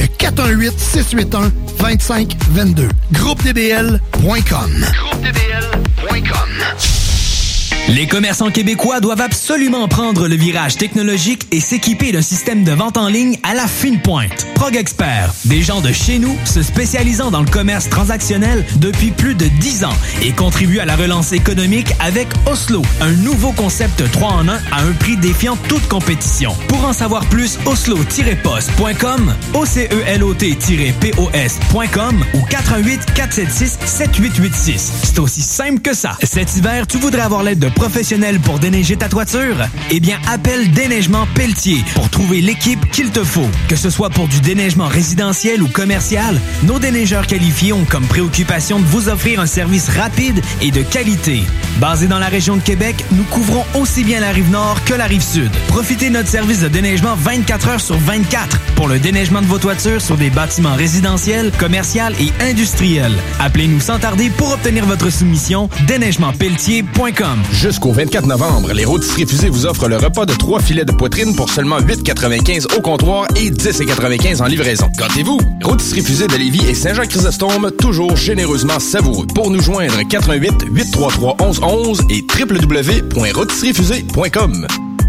418-681-2522. GroupeDBL.com. GroupeDBL.com. Les commerçants québécois doivent absolument prendre le virage technologique et s'équiper d'un système de vente en ligne à la fine pointe. ProgExpert, des gens de chez nous se spécialisant dans le commerce transactionnel depuis plus de 10 ans et contribuent à la relance économique avec Oslo, un nouveau concept 3-en-1 à un prix défiant toute compétition. Pour en savoir plus, oslo-post.com, OCELOT-POS.com ou 418-476-7886. C'est aussi simple que ça. Cet hiver, tu voudrais avoir l'aide de professionnels pour déneiger ta toiture? Eh bien, appelle Déneigement Pelletier pour trouver l'équipe qu'il te faut. Que ce soit pour du déneigement résidentiel ou commercial, nos déneigeurs qualifiés ont comme préoccupation de vous offrir un service rapide et de qualité. Basé dans la région de Québec, nous couvrons aussi bien la Rive-Nord que la Rive-Sud. Profitez de notre service de déneigement 24 heures sur 24 pour le déneigement de vos toitures sur des bâtiments résidentiels, commerciaux et industriels. Appelez-nous sans tarder pour obtenir votre soumission. Déneigementpelletier.com. Jusqu'au 24 novembre, les Rôtisseries Fusées vous offrent le repas de 3 filets de poitrine pour seulement 8,95 au comptoir et 10,95 en livraison. Gâtez-vous! Rôtisseries Fusées de Lévis et Saint-Jean-Chrysostome, toujours généreusement savoureux. Pour nous joindre, 88 833 1111 et www.rôtisseriefusées.com.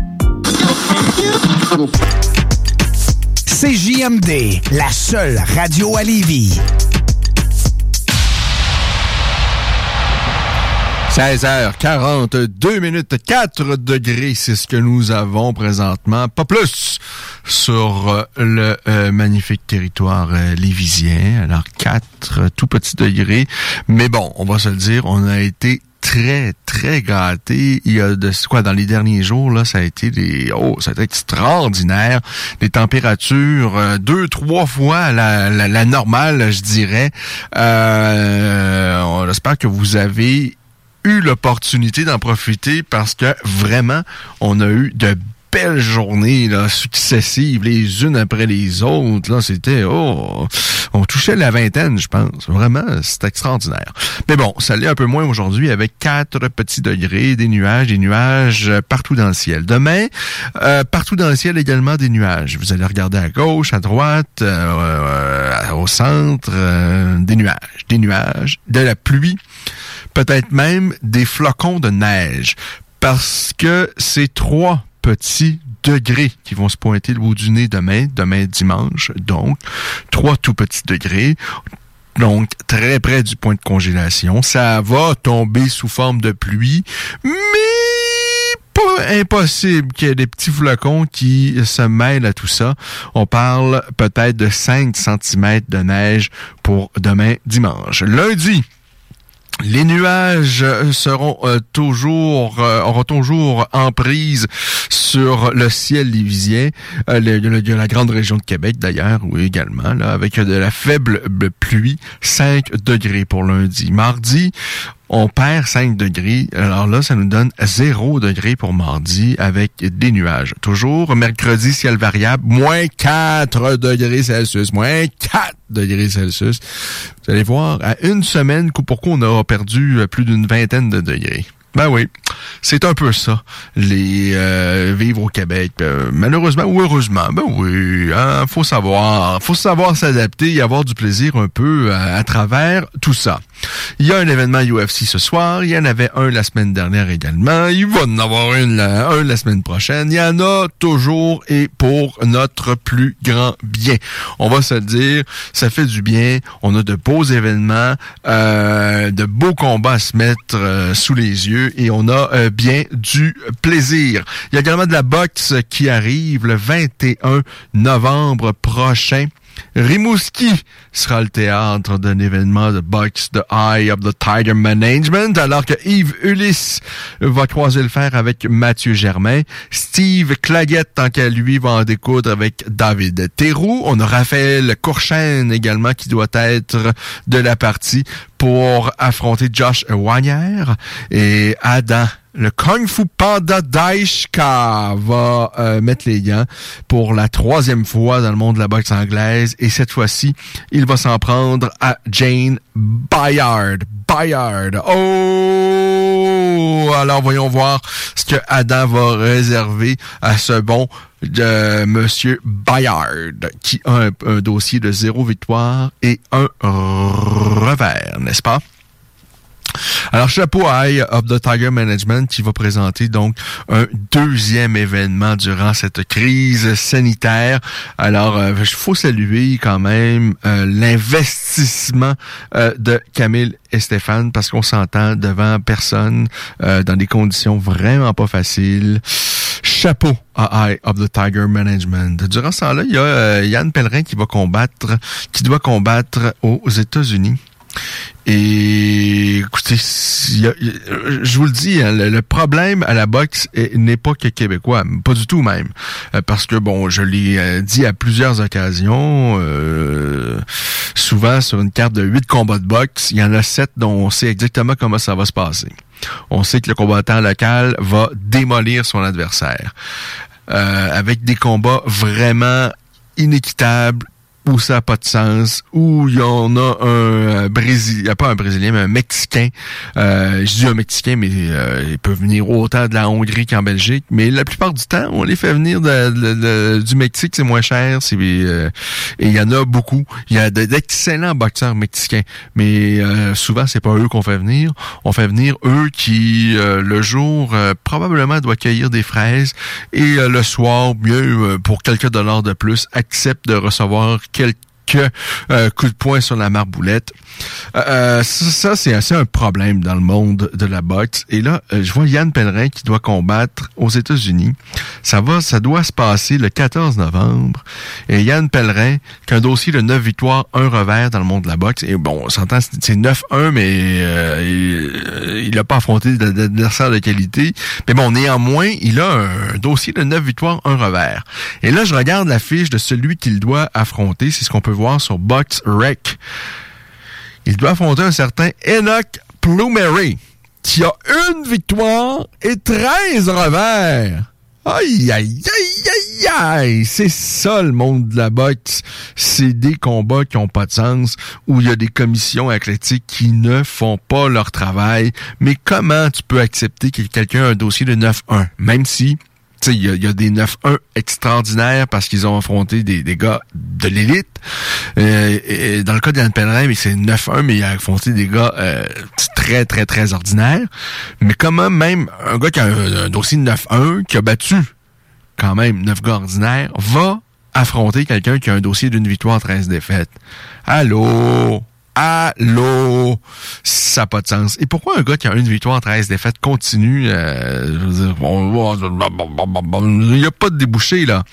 CJMD, la seule radio à Lévis. 16h42, 4 degrés, c'est ce que nous avons présentement, pas plus, sur le magnifique territoire lévisien. Alors 4 tout petits degrés, mais bon, on va se le dire, on a été très, très gâtés. Il y a dans les derniers jours, là, ça a été extraordinaire. Les températures, 2-3 fois la normale, je dirais. On espère que vous avez eu l'opportunité d'en profiter parce que vraiment, on a eu de belles journées là, successives, les unes après les autres. Là, c'était... on touchait la vingtaine, je pense. Vraiment, c'est extraordinaire. Mais bon, ça l'est un peu moins aujourd'hui avec 4 petits degrés, des nuages partout dans le ciel. Demain, partout dans le ciel également des nuages. Vous allez regarder à gauche, à droite, au centre, des nuages, de la pluie, peut-être même des flocons de neige. Parce que c'est 3 petits degrés qui vont se pointer le bout du nez demain dimanche. Donc, 3 tout petits degrés. Donc, très près du point de congélation. Ça va tomber sous forme de pluie, mais pas impossible qu'il y ait des petits flocons qui se mêlent à tout ça. On parle peut-être de 5 cm de neige pour demain dimanche. Lundi, les nuages auront toujours emprise sur le ciel lévisien, de la grande région de Québec d'ailleurs, oui également, là, avec de la faible pluie, 5 degrés pour lundi. Mardi, on perd 5 degrés. Alors là, ça nous donne 0 degrés pour mardi avec des nuages. Toujours mercredi, ciel variable, moins 4 degrés Celsius. Moins 4 degrés Celsius. Vous allez voir, à une semaine, coup pour coup, on aura perdu plus d'une vingtaine de degrés. Ben oui, c'est un peu ça, les vivre au Québec. Malheureusement ou heureusement, ben oui, hein, faut savoir s'adapter et avoir du plaisir un peu à travers tout ça. Il y a un événement UFC ce soir, il y en avait un la semaine dernière également, il va en avoir un la semaine prochaine, il y en a toujours et pour notre plus grand bien. On va se le dire, ça fait du bien, on a de beaux événements, de beaux combats à se mettre sous les yeux et on a bien du plaisir. Il y a également de la boxe qui arrive le 21 novembre prochain. Rimouski sera le théâtre d'un événement de boxe de Eye of the Tiger Management, alors que Yves Ulysse va croiser le fer avec Mathieu Germain. Steve Claguette, tant qu'à lui, va en découdre avec David Théroux. On a Raphaël Courchaine également qui doit être de la partie pour affronter Josh Wagner. Et Adam, le Kung Fu Panda Daishka, va mettre les gants pour la 3e fois dans le monde de la boxe anglaise. Et cette fois-ci, il va s'en prendre à Jane Bayard. Oh! Alors, voyons voir ce que Adam va réserver à ce bon Monsieur Bayard, qui a un dossier de 0 victoire et 1 revers, n'est-ce pas? Alors, chapeau à Eye of the Tiger Management qui va présenter donc un 2e événement durant cette crise sanitaire. Alors, il faut saluer quand même l'investissement de Camille et Stéphane parce qu'on s'entend devant personne dans des conditions vraiment pas faciles. Chapeau à Eye of the Tiger Management. Durant ce temps-là, il y a Yann Pellerin qui doit combattre aux États-Unis. Et écoutez, je vous le dis, hein, le problème à la boxe n'est pas que québécois, pas du tout même. Parce que, bon, je l'ai dit à plusieurs occasions, souvent sur une carte de 8 combats de boxe, il y en a 7 dont on sait exactement comment ça va se passer. On sait que le combattant local va démolir son adversaire. Avec des combats vraiment inéquitables, où ça n'a pas de sens, où il y en a un Brésilien, pas un Brésilien, mais un Mexicain. Je dis un Mexicain, mais il peut venir autant de la Hongrie qu'en Belgique. Mais la plupart du temps, on les fait venir du Mexique, c'est moins cher. Et il y en a beaucoup. Il y a d'excellents boxeurs mexicains. Mais souvent, c'est pas eux qu'on fait venir. On fait venir eux qui, le jour, probablement doivent cueillir des fraises. Et le soir, bien, pour quelques dollars de plus, acceptent de recevoir quelques coups de poing sur la marboulette. Ça, c'est assez un problème dans le monde de la boxe. Et là, je vois Yann Pellerin qui doit combattre aux États-Unis. Ça doit se passer le 14 novembre. Et Yann Pellerin, qui a un dossier de 9 victoires, 1 revers dans le monde de la boxe. Et bon, on s'entend, c'est 9-1, mais il n'a pas affronté d'adversaire de qualité. Mais bon, néanmoins, il a un dossier de 9 victoires, 1 revers. Et là, je regarde la fiche de celui qu'il doit affronter. C'est ce qu'on peut voir sur BoxRec. Il doit affronter un certain Enoch Plumeri, qui a 1 victoire et 13 revers. Aïe, aïe, aïe, aïe, aïe! C'est ça, le monde de la boxe. C'est des combats qui ont pas de sens, où il y a des commissions athlétiques qui ne font pas leur travail. Mais comment tu peux accepter que quelqu'un a un dossier de 9-1? Même si, tu sais, il y a des 9-1 extraordinaires parce qu'ils ont affronté des gars de l'élite. Et dans le cas d'Yann Pellerin, c'est 9-1, mais il a affronté des gars très, très, très ordinaires. Mais comment même un gars qui a un dossier de 9-1, qui a battu quand même 9 gars ordinaires, va affronter quelqu'un qui a un dossier d'une victoire 13 défaites? Allô? Ça n'a pas de sens. Et pourquoi un gars qui a une victoire 13 défaites continue? Je veux dire, il n'y a pas de débouché, là.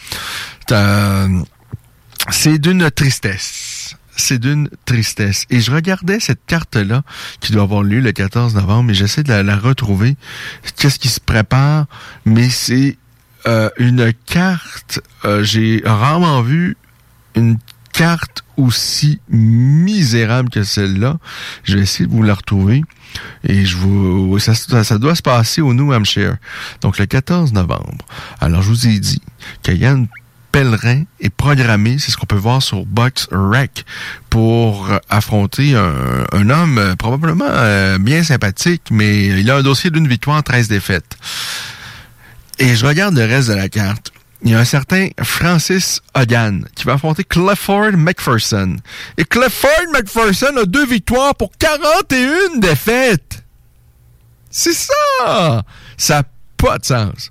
C'est d'une tristesse. C'est d'une tristesse. Et je regardais cette carte-là, qui doit avoir lieu le 14 novembre, et j'essaie de la retrouver. Qu'est-ce qui se prépare? Mais c'est une carte... j'ai rarement vu une carte aussi misérable que celle-là. Je vais essayer de vous la retrouver. Et ça doit se passer au New Hampshire. Donc, le 14 novembre. Alors, je vous ai dit que Yann Pellerin est programmé, c'est ce qu'on peut voir sur BoxRec, pour affronter un homme probablement bien sympathique, mais il a un dossier d'une victoire, 13 défaites. Et je regarde le reste de la carte. Il y a un certain Francis Hogan qui va affronter Clifford McPherson. Et Clifford McPherson a 2 victoires pour 41 défaites. C'est ça! Ça n'a pas de sens.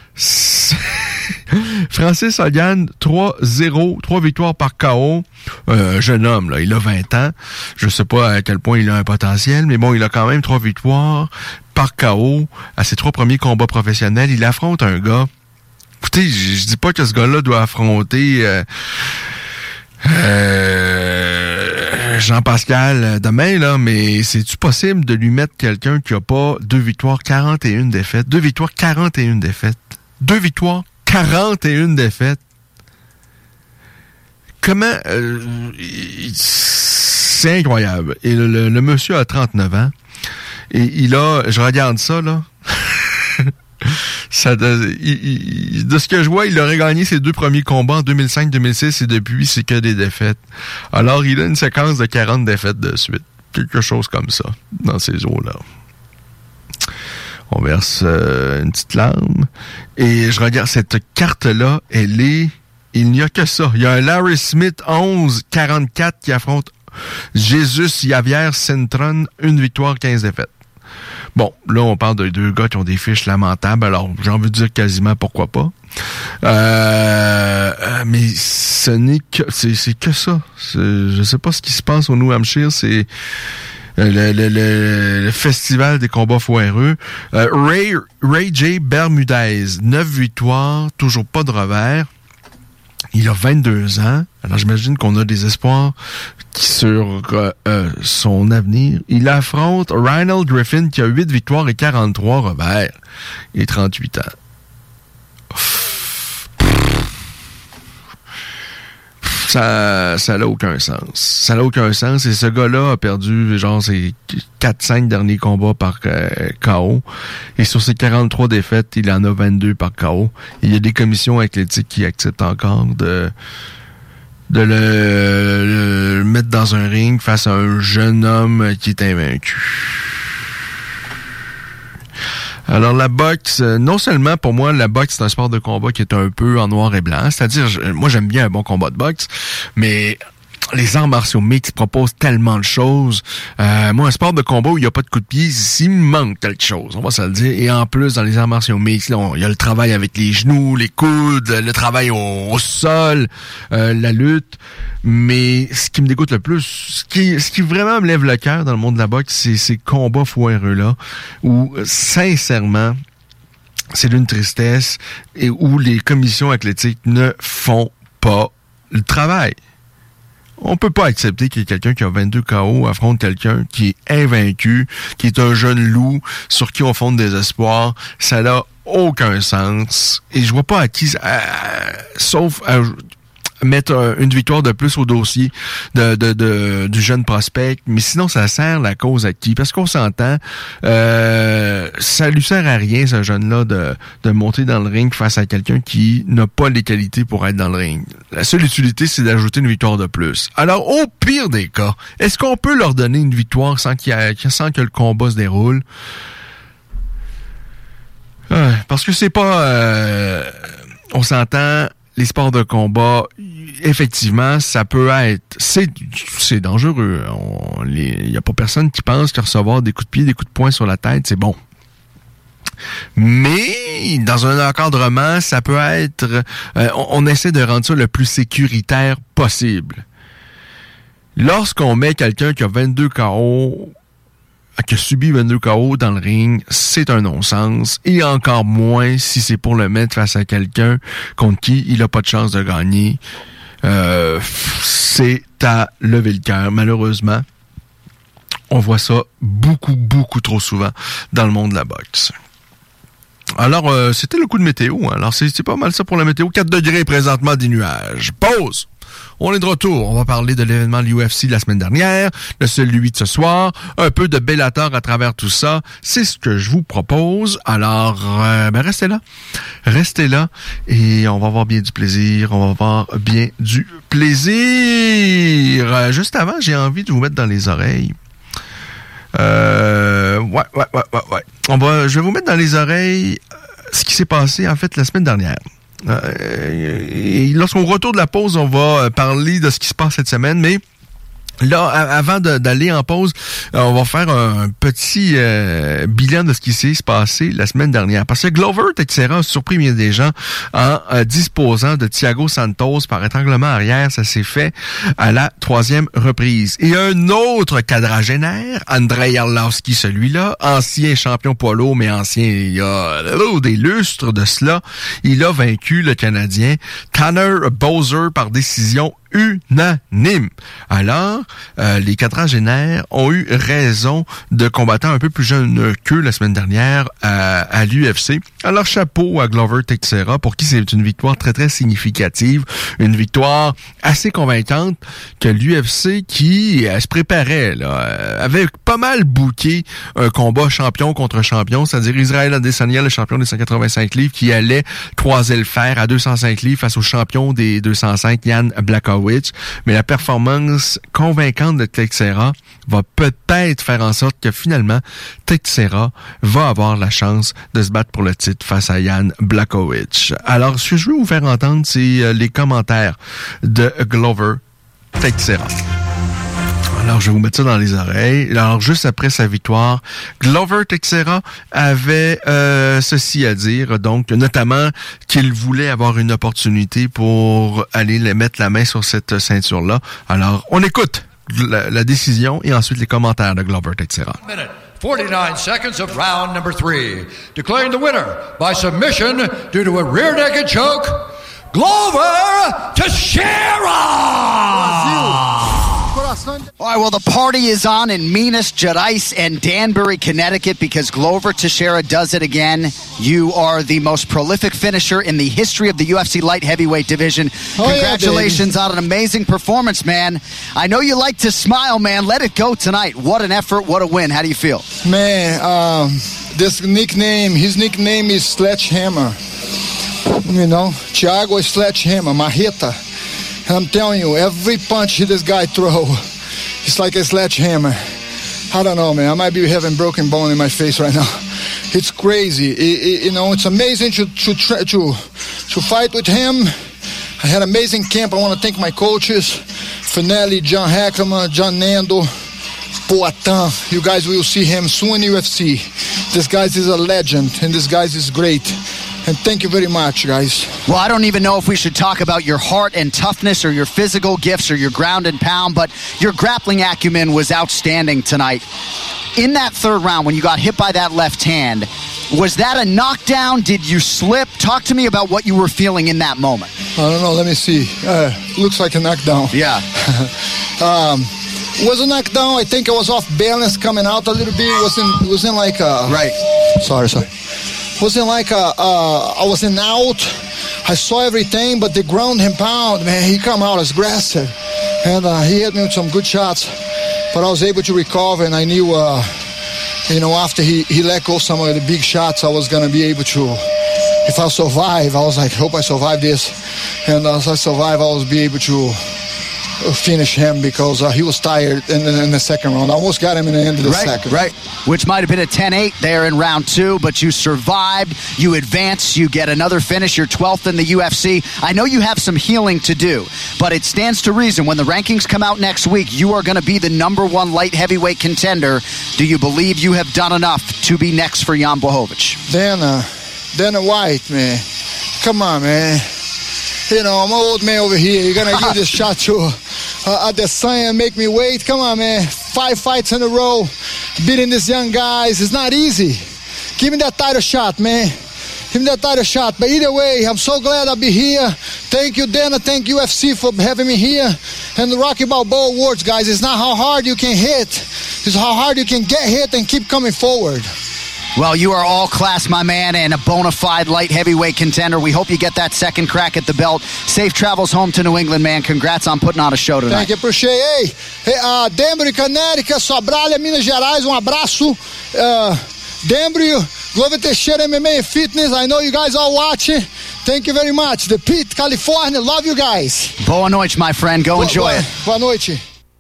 Francis Hogan, 3-0, 3 victoires par KO. Jeune homme, là, il a 20 ans. Je sais pas à quel point il a un potentiel, mais bon, il a quand même 3 victoires par KO à ses 3 premiers combats professionnels. Il affronte un gars. Écoutez, je dis pas que ce gars-là doit affronter Jean-Pascal demain, là, mais c'est-tu possible de lui mettre quelqu'un qui a pas 2 victoires, 41 défaites? 2 victoires, 41 défaites. 2 victoires, 41 défaites. Comment... c'est incroyable. Et le monsieur a 39 ans. Et je regarde ça, là... de ce que je vois, il aurait gagné ses 2 premiers combats en 2005-2006 et depuis, c'est que des défaites. Alors, il a une séquence de 40 défaites de suite. Quelque chose comme ça, dans ces eaux-là. On verse une petite larme. Et je regarde cette carte-là, il n'y a que ça. Il y a un Larry Smith 11-44 qui affronte Jesus Javier Cintron, 1 victoire, 15 défaites. Bon, là, on parle de 2 gars qui ont des fiches lamentables, alors j'ai envie de dire quasiment pourquoi pas. Mais ce n'est que... C'est que ça. Je sais pas ce qui se passe au New Hampshire, c'est le festival des combats foireux. Ray J. Bermudez, 9 victoires, toujours pas de revers. Il a 22 ans. Alors, j'imagine qu'on a des espoirs sur son avenir. Il affronte Reinald Griffin, qui a 8 victoires et 43 revers. Et 38 ans. Ça n'a aucun sens. Ça n'a aucun sens. Et ce gars-là a perdu, genre, ses 4-5 derniers combats par KO. Et sur ses 43 défaites, il en a 22 par KO. Et il y a des commissions athlétiques qui acceptent encore de le mettre dans un ring face à un jeune homme qui est invaincu. Alors, la boxe, non seulement pour moi, la boxe, c'est un sport de combat qui est un peu en noir et blanc. C'est-à-dire, moi, j'aime bien un bon combat de boxe, mais les arts martiaux mixtes proposent tellement de choses. Moi, un sport de combat où il n'y a pas de coup de pied, il me manque quelque chose, on va se le dire. Et en plus, dans les arts martiaux mixtes, il y a le travail avec les genoux, les coudes, le travail au sol, la lutte. Mais ce qui me dégoûte le plus, ce qui vraiment me lève le cœur dans le monde de la boxe, c'est ces combats foireux-là, où, sincèrement, c'est d'une tristesse, et où les commissions athlétiques ne font pas le travail. On peut pas accepter qu'il y ait quelqu'un qui a 22 KO affronte quelqu'un qui est invaincu, qui est un jeune loup, sur qui on fonde des espoirs. Ça n'a aucun sens. Et je vois pas à qui... sauf mettre une victoire de plus au dossier du jeune prospect. Mais sinon, ça sert la cause à qui? Parce qu'on s'entend, ça lui sert à rien, ce jeune-là, de monter dans le ring face à quelqu'un qui n'a pas les qualités pour être dans le ring. La seule utilité, c'est d'ajouter une victoire de plus. Alors, au pire des cas, est-ce qu'on peut leur donner une victoire sans que le combat se déroule? Parce que c'est pas... on s'entend... Les sports de combat, effectivement, ça peut être... C'est dangereux. Il n'y a pas personne qui pense que recevoir des coups de pied, des coups de poing sur la tête, c'est bon. Mais, dans un encadrement, ça peut être... on essaie de rendre ça le plus sécuritaire possible. Lorsqu'on met quelqu'un qui a 22 KO... qui a subi 22 KO dans le ring, c'est un non-sens. Et encore moins si c'est pour le mettre face à quelqu'un contre qui il n'a pas de chance de gagner. C'est à lever le cœur. Malheureusement, on voit ça beaucoup, beaucoup trop souvent dans le monde de la boxe. Alors, c'était le coup de météo. Alors, c'est pas mal ça pour la météo. 4 degrés présentement, des nuages. Pause! On est de retour. On va parler de l'événement de l'UFC de la semaine dernière, de celui de ce soir, un peu de Bellator à travers tout ça. C'est ce que je vous propose. Alors, restez là. Restez là et on va avoir bien du plaisir. On va avoir bien du plaisir. Juste avant, j'ai envie de vous mettre dans les oreilles. Ouais. Je vais vous mettre dans les oreilles ce qui s'est passé, en fait, la semaine dernière. Et lorsqu'on retourne de la pause, on va parler de ce qui se passe cette semaine, mais là, avant d'aller en pause, on va faire un petit bilan de ce qui s'est passé la semaine dernière. Parce que Glover Teixeira a surpris bien des gens en disposant de Thiago Santos par étranglement arrière. Ça s'est fait à la 3e reprise. Et un autre quadragénaire, Andrei Arlovski, celui-là, ancien champion poids lourd, mais ancien, il y a des lustres de cela, il a vaincu le Canadien Tanner Boser par décision unanime. Alors, les quadragénaires ont eu raison de combattants un peu plus jeunes qu'eux la semaine dernière à l'UFC. Alors, chapeau à Glover Teixeira, pour qui c'est une victoire très, très significative. Une victoire assez convaincante que l'UFC, qui se préparait, là, avait pas mal booké un combat champion contre champion, c'est-à-dire Israël Adesanya, le champion des 185 livres, qui allait croiser le fer à 205 livres face au champion des 205, Jan Blachowicz. Mais la performance convaincante de Teixeira va peut-être faire en sorte que finalement, Teixeira va avoir la chance de se battre pour le titre face à Jan Blachowicz. Alors, ce que je veux vous faire entendre, c'est les commentaires de Glover Teixeira. Alors, je vais vous mettre ça dans les oreilles. Alors, juste après sa victoire, Glover Teixeira avait ceci à dire, donc notamment qu'il voulait avoir une opportunité pour aller mettre la main sur cette ceinture-là. Alors, on écoute la décision et ensuite les commentaires de Glover Teixeira. 49 seconds of round number 3. Declaring the winner by submission due to a rear naked choke, Glover Teixeira! All right, well, the party is on in Minas Gerais and Danbury, Connecticut, because Glover Teixeira does it again. You are the most prolific finisher in the history of the UFC light heavyweight division. Congratulations on an amazing performance, man. I know you like to smile, man. Let it go tonight. What an effort. What a win. How do you feel? Man, his nickname is Sledgehammer. You know, Thiago is Sledgehammer, Marreta. I'm telling you, every punch this guy throw, it's like a sledgehammer. I don't know, man. I might be having broken bone in my face right now. It's crazy. It's amazing to fight with him. I had an amazing camp. I want to thank my coaches, Finelli, John Hackerman, John Nando, Poatan. You guys will see him soon in UFC. This guy is a legend, and this guy is great. And thank you very much, guys. Well, I don't even know if we should talk about your heart and toughness or your physical gifts or your ground and pound, but your grappling acumen was outstanding tonight. In that third round, when you got hit by that left hand, was that a knockdown? Did you slip? Talk to me about what you were feeling in that moment. I don't know. Let me see. Looks like a knockdown. Yeah. Was a knockdown. I think I was off balance coming out a little bit. It wasn't like a... Right. Sorry. Wasn't like I was in out. I saw everything, but the ground and pound, man, he come out as aggressive. And he hit me with some good shots, but I was able to recover, and I knew, after he let go some of the big shots, I was going to be able to, if I survive, I was like, hope I survive this. And as I survive, I will be able to finish him because he was tired in the second round. I almost got him in the end of the second. Right, which might have been a 10-8 there in round 2, but you survived, you advance, you get another finish, you're 12th in the UFC. I know you have some healing to do, but it stands to reason when the rankings come out next week, you are going to be the number 1 light heavyweight contender. Do you believe you have done enough to be next for Jan Blachowicz? Dana White, man. Come on, man. I'm an old man over here. You're going to give this shot to Adesanya and make me wait? Come on, man. 5 fights in a row, beating these young guys. It's not easy. Give me that title shot, man. Give me that title shot. But either way, I'm so glad I'll be here. Thank you, Dana. Thank UFC for having me here. And the Rocky Balboa Awards, guys, it's not how hard you can hit. It's how hard you can get hit and keep coming forward. Well, you are all class, my man, and a bona fide light heavyweight contender. We hope you get that second crack at the belt. Safe travels home to New England, man. Congrats on putting on a show tonight. Thank you, appreciate. Hey, Denver, Connecticut, Sobralha, Minas Gerais, abraço. Denver, Glover Teixeira, MMA and Fitness. I know you guys are watching. Thank you very much. The Pete, California. Love you guys. Boa noite, my friend. Go enjoy it. Boa noite.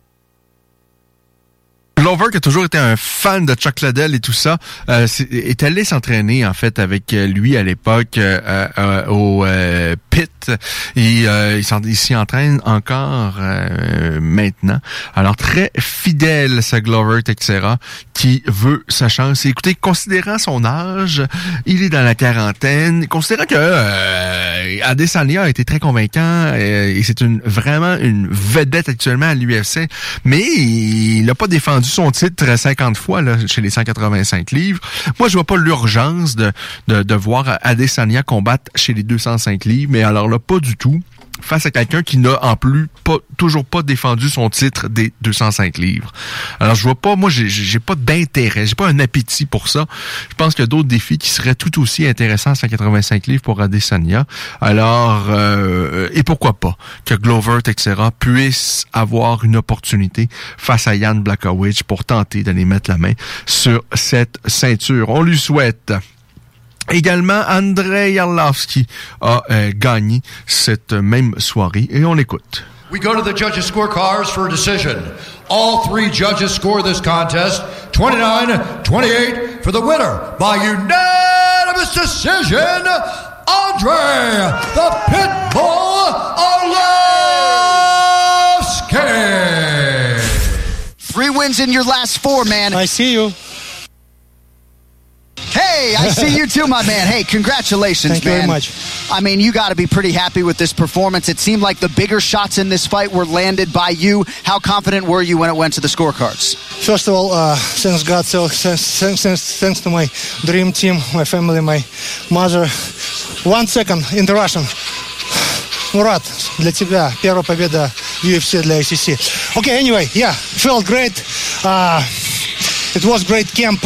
Glover, qui a toujours été un fan de Chuck Liddell et tout ça, est allé s'entraîner en fait avec lui à l'époque au Pit. Et il s'y entraîne encore maintenant. Alors très fidèle ce Glover Teixeira qui veut sa chance. Et écoutez, considérant son âge, il est dans la quarantaine. Considérant que Adesanya a été très convaincant et c'est vraiment une vedette actuellement à l'UFC, mais il n'a pas défendu son titre 50 fois là, chez les 185 livres. Moi, je vois pas l'urgence de voir Adesanya combattre chez les 205 livres, mais alors là, pas du tout. Face à quelqu'un qui n'a en plus toujours pas défendu son titre des 205 livres. Alors je vois pas, moi j'ai pas d'intérêt, j'ai pas un appétit pour ça. Je pense qu'il y a d'autres défis qui seraient tout aussi intéressants à 185 livres pour Adesanya. Alors et pourquoi pas que Glover Teixeira puisse avoir une opportunité face à Jan Blachowicz pour tenter d'aller mettre la main sur cette ceinture. On lui souhaite. Également, Andrei Arlovski a gagné cette même soirée et on l'écoute. We go to the judges' scorecards for a decision. All 3 judges score this contest 29-28 for the winner by unanimous decision, Andrei the Pitbull Arlovski. 3 wins in your last 4, man. I see you. Hey, I see you too, my man. Hey, congratulations, Thank man. you very much. I mean, you got to be pretty happy with this performance. It seemed like the bigger shots in this fight were landed by you. How confident were you when it went to the scorecards? First of all, thanks God, thanks to my dream team, my family, my mother. 1 second in the Russian. Murat, для тебя первая победа в UFC для ACC. Okay, anyway, yeah, felt great. It was great camp.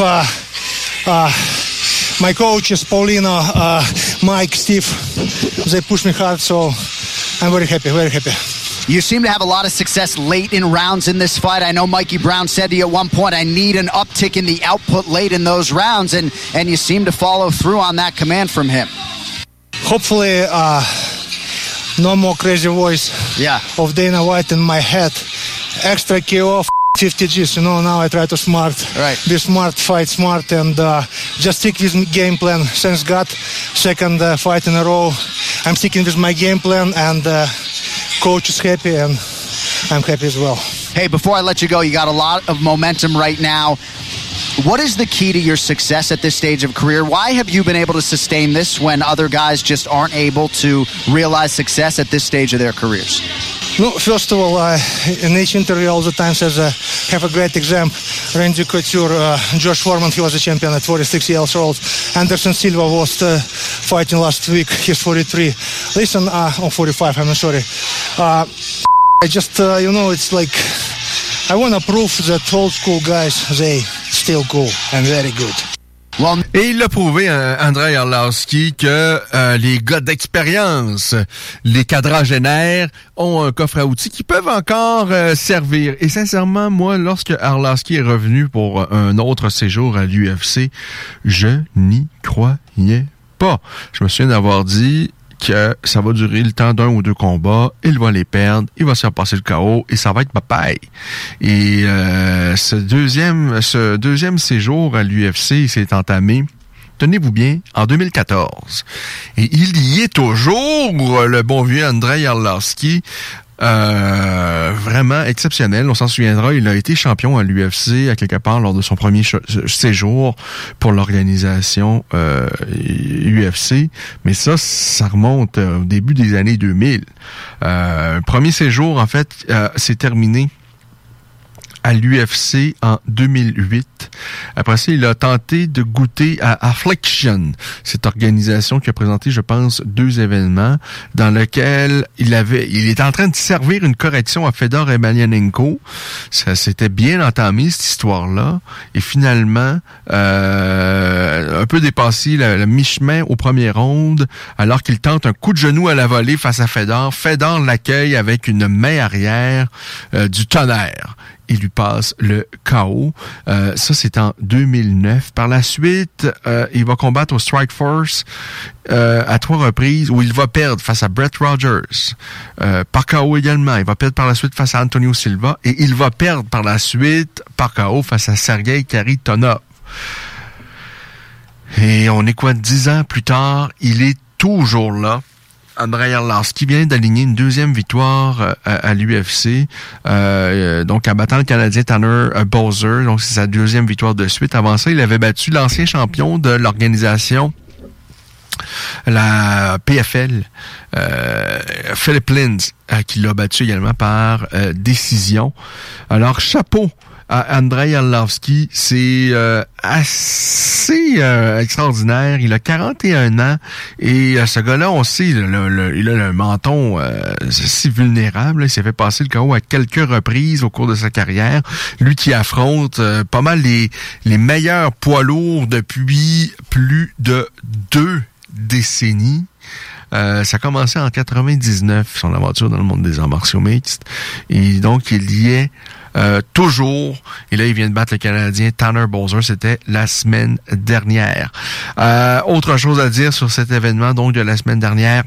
My coaches, Paulino, Mike, Steve, they pushed me hard, so I'm very happy, very happy. You seem to have a lot of success late in rounds in this fight. I know Mikey Brown said to you at one point, I need an uptick in the output late in those rounds, and you seem to follow through on that command from him. Hopefully, no more crazy voice of Dana White in my head. Extra KO, 50 Gs, now I try to be smart, fight smart, and just stick with game plan. Thanks God, second fight in a row. I'm sticking with my game plan, and coach is happy, and I'm happy as well. Hey, before I let you go, you got a lot of momentum right now. What is the key to your success at this stage of career? Why have you been able to sustain this when other guys just aren't able to realize success at this stage of their careers? No, first of all, in each interview all the time says, have a great example. Randy Couture, Josh Foreman, he was a champion at 46 years old. Anderson Silva was fighting last week, he's 43. Listen, 45, I'm sorry. I just, it's like, I want to prove that old school guys, they still cool and very good. Et il a prouvé, Andrei Arlovski, que les gars d'expérience, les quadragénaires, ont un coffre à outils qui peuvent encore servir. Et sincèrement, moi, lorsque Arlovski est revenu pour un autre séjour à l'UFC, je n'y croyais pas. Je me souviens d'avoir dit que ça va durer le temps d'un ou deux combats, il va les perdre, il va se faire passer le KO et ça va être bye-bye. Et ce deuxième séjour à l'UFC s'est entamé, tenez-vous bien, en 2014. Et il y est toujours, le bon vieux Andrei Arlovski, vraiment exceptionnel. On s'en souviendra, il a été champion à l'UFC à quelque part lors de son premier séjour pour l'organisation UFC. Mais ça remonte au début des années 2000. Premier séjour, en fait, s'est terminé à l'UFC en 2008. Après ça, il a tenté de goûter à Affliction, cette organisation qui a présenté, je pense, 2 événements dans lesquels il était en train de servir une correction à Fedor Emelianenko. Ça s'était bien entamé, cette histoire-là. Et finalement, un peu dépassé le mi-chemin au premier round, alors qu'il tente un coup de genou à la volée face à Fedor. Fedor l'accueille avec une main arrière du tonnerre. Il lui passe le KO. Ça, c'est en 2009. Par la suite, il va combattre au Strikeforce à 3 reprises où il va perdre face à Brett Rogers. Par KO également. Il va perdre par la suite face à Antonio Silva. Et il va perdre par la suite par KO face à Sergei Kharitonov. Et on est 10 ans plus tard, il est toujours là. Andrei Arlovski vient d'aligner une 2e victoire à l'UFC, donc en battant le Canadien Tanner Bowser, donc c'est sa 2e victoire de suite. Avant ça, il avait battu l'ancien champion de l'organisation, la PFL, Philip Lins, qui l'a battu également par décision. Alors, chapeau à Andrei Arlovski, c'est assez extraordinaire. Il a 41 ans et ce gars-là, on sait, il a le menton si vulnérable. Là. Il s'est fait passer le KO à quelques reprises au cours de sa carrière. Lui qui affronte pas mal les meilleurs poids lourds depuis plus de 2 décennies. Ça a commencé en 99, son aventure dans le monde des arts martiaux mixtes. Et donc, il y est toujours. Et là, il vient de battre le Canadien Tanner Bowser. C'était la semaine dernière. Autre chose à dire sur cet événement, donc, de la semaine dernière.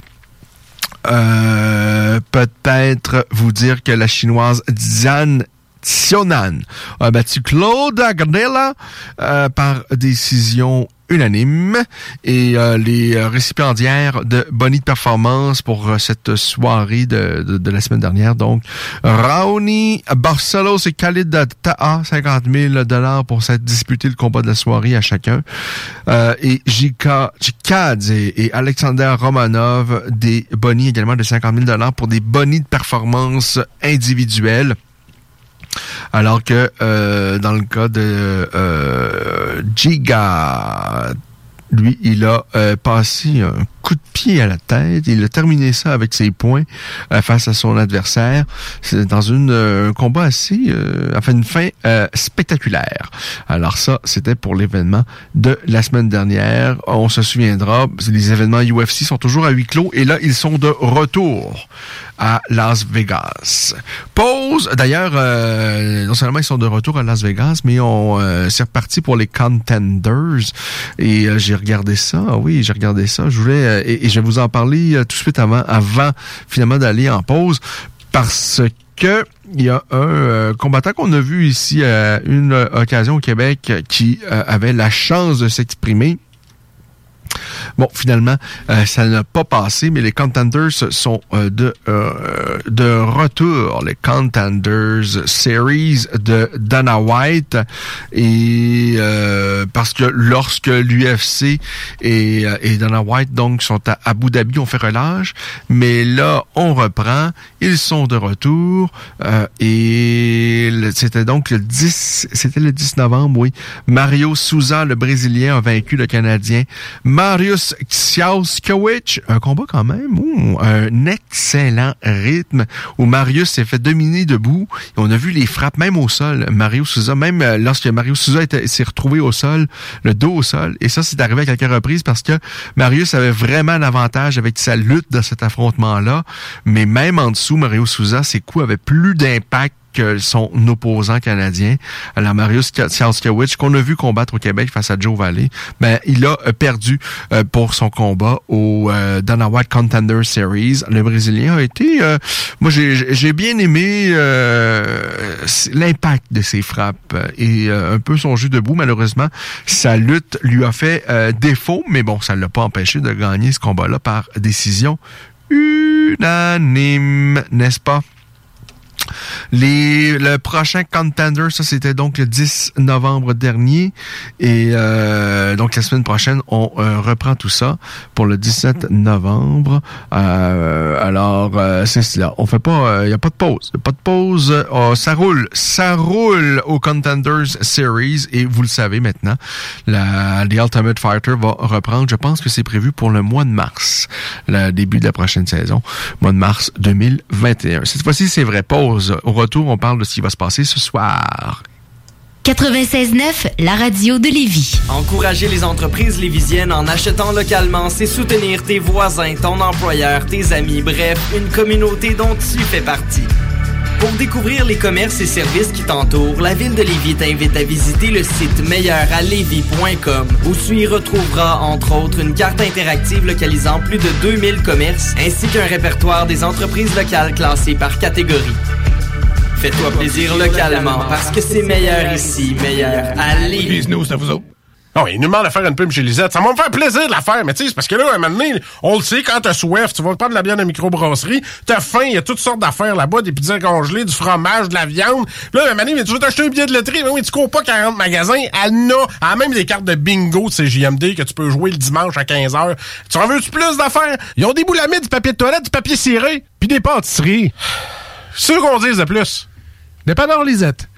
Peut-être vous dire que la Chinoise Zhan Xiaonan a battu Claude Agnella par décision unanime et les récipiendaires de Bonnie de performance pour cette soirée de la semaine dernière. Donc, Raoni Barcelos et Khalid Taha, $50,000 pour s'être disputé le combat de la soirée à chacun. Et Jikadze et Alexander Romanov, des Bonnie également de $50,000 pour des Bonnie de performance individuelles. Alors que dans le cas de Giga, lui, il a passé un coup de pied à la tête. Il a terminé ça avec ses poings face à son adversaire. C'est dans un combat assez... une fin spectaculaire. Alors ça, c'était pour l'événement de la semaine dernière. On se souviendra, les événements UFC sont toujours à huis clos et là, ils sont de retour à Las Vegas. Pause. D'ailleurs, non seulement ils sont de retour à Las Vegas, mais c'est reparti pour les Contenders. Et j'ai regardé ça. Oui, j'ai regardé ça. Je voulais et je vais vous en parler tout de suite avant finalement d'aller en pause, parce que il y a un combattant qu'on a vu ici à une occasion au Québec qui avait la chance de s'exprimer. Bon, finalement, ça n'a pas passé, mais les Contenders sont de retour. Les Contenders Series de Dana White. Et parce que lorsque l'UFC et Dana White donc sont à Abu Dhabi, on fait relâche. Mais là, on reprend. Ils sont de retour. Et c'était donc le 10 novembre, oui. Mario Souza, le Brésilien, a vaincu le Canadien Mariusz Ksiauskiewicz. Un combat quand même. Un excellent rythme où Mariusz s'est fait dominer debout. Et on a vu les frappes même au sol. Mario Souza, même lorsque Mario Souza s'est retrouvé au sol, le dos au sol. Et ça, c'est arrivé à quelques reprises parce que Mariusz avait vraiment l'avantage avec sa lutte dans cet affrontement-là. Mais même en dessous, Mario Souza, ses coups avaient plus d'impact que son opposant canadien. Alors, Mariusz Ksiauskiewicz, qu'on a vu combattre au Québec face à Joe Valley, ben, il a perdu pour son combat au Dana White Contender Series. Le Brésilien a été... moi, j'ai bien aimé l'impact de ses frappes et un peu son jeu debout. Malheureusement, sa lutte lui a fait défaut, mais bon, ça ne l'a pas empêché de gagner ce combat-là par décision unanime, n'est-ce pas? Le prochain Contender, ça c'était donc le 10 novembre dernier et donc la semaine prochaine on reprend tout ça pour le 17 novembre. Alors c'est cela. On fait pas, il y a pas de pause, ça roule au Contenders Series et vous le savez maintenant, The Ultimate Fighter va reprendre. Je pense que c'est prévu pour le mois de mars, le début de la prochaine saison, mois de mars 2021. Cette fois-ci c'est vrai. Pause. Au retour, on parle de ce qui va se passer ce soir. 96.9, la radio de Lévis. Encourager les entreprises lévisiennes en achetant localement, c'est soutenir tes voisins, ton employeur, tes amis, bref, une communauté dont tu fais partie. Pour découvrir les commerces et services qui t'entourent, la Ville de Lévis t'invite à visiter le site meilleuralevis.com où tu y retrouveras, entre autres, une carte interactive localisant plus de 2000 commerces ainsi qu'un répertoire des entreprises locales classées par catégorie. Fais-toi plaisir localement parce que c'est meilleur ici, meilleur à Lévis. Bisous, c'est à vous autres. Oh, il nous demande de faire une pub chez Lisette. Ça va me faire plaisir de la faire, mais tu sais, c'est parce que là, à un moment donné, on le sait, quand t'as soif, tu vas prendre de la bière de microbrasserie, t'as faim, il y a toutes sortes d'affaires là-bas, des pizzas congelées, du fromage, de la viande. Là, à un moment donné, tu veux t'acheter un billet de loterie, mais oui, tu cours pas 40 magasins, elle a même des cartes de bingo de CJMD que tu peux jouer le dimanche à 15h. Tu en veux-tu plus d'affaires? Ils ont des boulamides, du papier de toilette, du papier ciré, puis des pâtisseries. C'est sûr qu'on dise de plus. Dépanneur Lisette.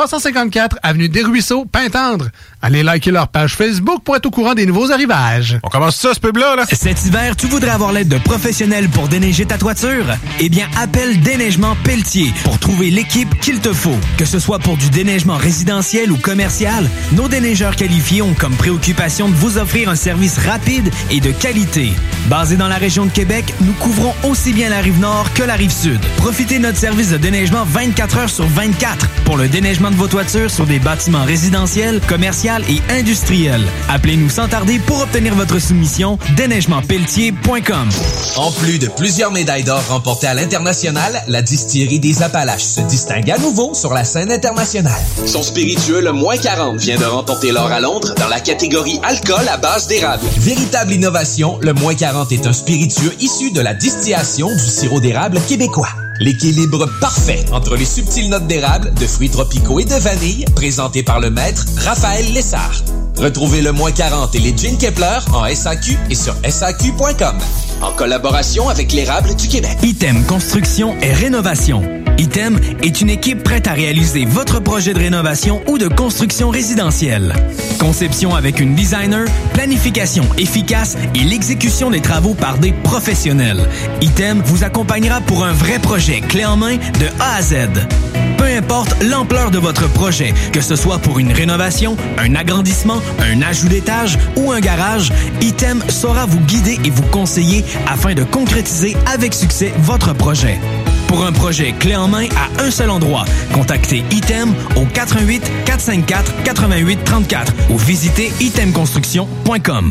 354 Avenue des Ruisseaux, Pintendre. Allez liker leur page Facebook pour être au courant des nouveaux arrivages. On commence ça, ce pub-là, là? Cet hiver, tu voudrais avoir l'aide de professionnels pour déneiger ta toiture? Eh bien, appelle Déneigement Pelletier pour trouver l'équipe qu'il te faut. Que ce soit pour du déneigement résidentiel ou commercial, nos déneigeurs qualifiés ont comme préoccupation de vous offrir un service rapide et de qualité. Basé dans la région de Québec, nous couvrons aussi bien la Rive-Nord que la Rive-Sud. Profitez de notre service de déneigement 24 heures sur 24 pour le déneigement de vos toitures sur des bâtiments résidentiels, commerciaux et industriels. Appelez-nous sans tarder pour obtenir votre soumission. Déneigementpelletier.com. En plus de plusieurs médailles d'or remportées à l'international, la distillerie des Appalaches se distingue à nouveau sur la scène internationale. Son spiritueux, le Moins 40, vient de remporter l'or à Londres dans la catégorie alcool à base d'érable. Véritable innovation, le Moins 40 est un spiritueux issu de la distillation du sirop d'érable québécois. L'équilibre parfait entre les subtiles notes d'érable, de fruits tropicaux et de vanille, présenté par le maître Raphaël Lessard. Retrouvez le Moins 40 et les Gin Kepler en SAQ et sur SAQ.com. En collaboration avec l'Érable du Québec. Item Construction et Rénovation. Item est une équipe prête à réaliser votre projet de rénovation ou de construction résidentielle. Conception avec une designer, planification efficace et l'exécution des travaux par des professionnels. Item vous accompagnera pour un vrai projet clé en main de A à Z. Peu importe l'ampleur de votre projet, que ce soit pour une rénovation, un agrandissement, un ajout d'étage ou un garage, Item saura vous guider et vous conseiller afin de concrétiser avec succès votre projet. Pour un projet clé en main à un seul endroit, contactez Item au 88 454 88 34 ou visitez itemconstruction.com.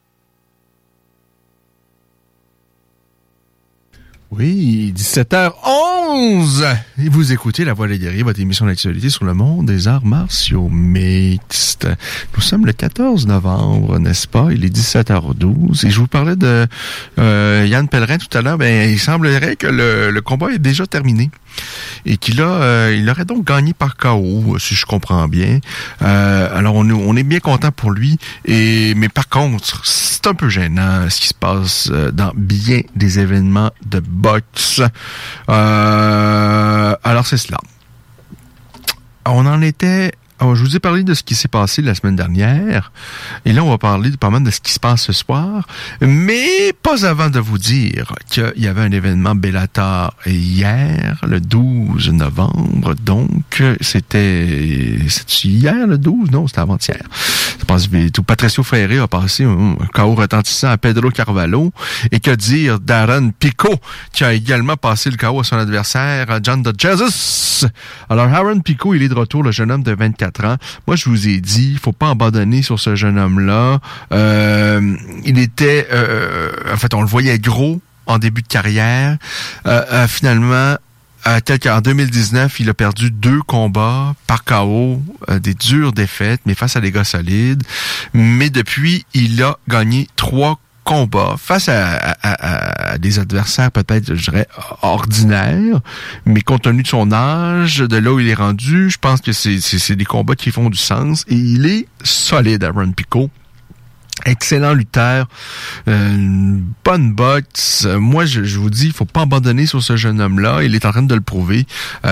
Oui, 17h11! Et vous écoutez La Voix des guerriers, votre émission d'actualité sur le monde des arts martiaux mixtes. Nous sommes le 14 novembre, n'est-ce pas? Il est 17h12. Et je vous parlais de Yann Pellerin tout à l'heure. Ben, il semblerait que le combat est déjà terminé. Et qu'il il aurait donc gagné par KO, si je comprends bien. Alors, on est bien content pour lui. Mais par contre, c'est un peu gênant ce qui se passe dans bien des événements de boxe. Alors, c'est cela. On en était Alors, je vous ai parlé de ce qui s'est passé la semaine dernière. Et là, on va parler pas mal de ce qui se passe ce soir. Mais pas avant de vous dire qu'il y avait un événement Bellator hier, le 12 novembre. Donc, c'était hier, le 12? Non, c'était avant-hier. Ça passe vite. Patricio Freire a passé un KO retentissant à Pedro Carvalho. Et que dire d'Aaron Pico, qui a également passé le KO à son adversaire, John de Jesus. Alors, Aaron Pico, il est de retour, le jeune homme de 24 ans. Moi, je vous ai dit, il faut pas abandonner sur ce jeune homme-là. Il était, en fait, on le voyait gros en début de carrière. Finalement, en 2019, il a perdu 2 combats par KO, des dures défaites, mais face à des gars solides. Mais depuis, il a gagné 3 combat face à des adversaires peut-être, je dirais, ordinaires, mais compte tenu de son âge, de là où il est rendu, je pense que c'est des combats qui font du sens, et il est solide, Aaron Pico. Excellent lutteur, une bonne boxe. Moi, je vous dis, il faut pas abandonner sur ce jeune homme-là. Il est en train de le prouver.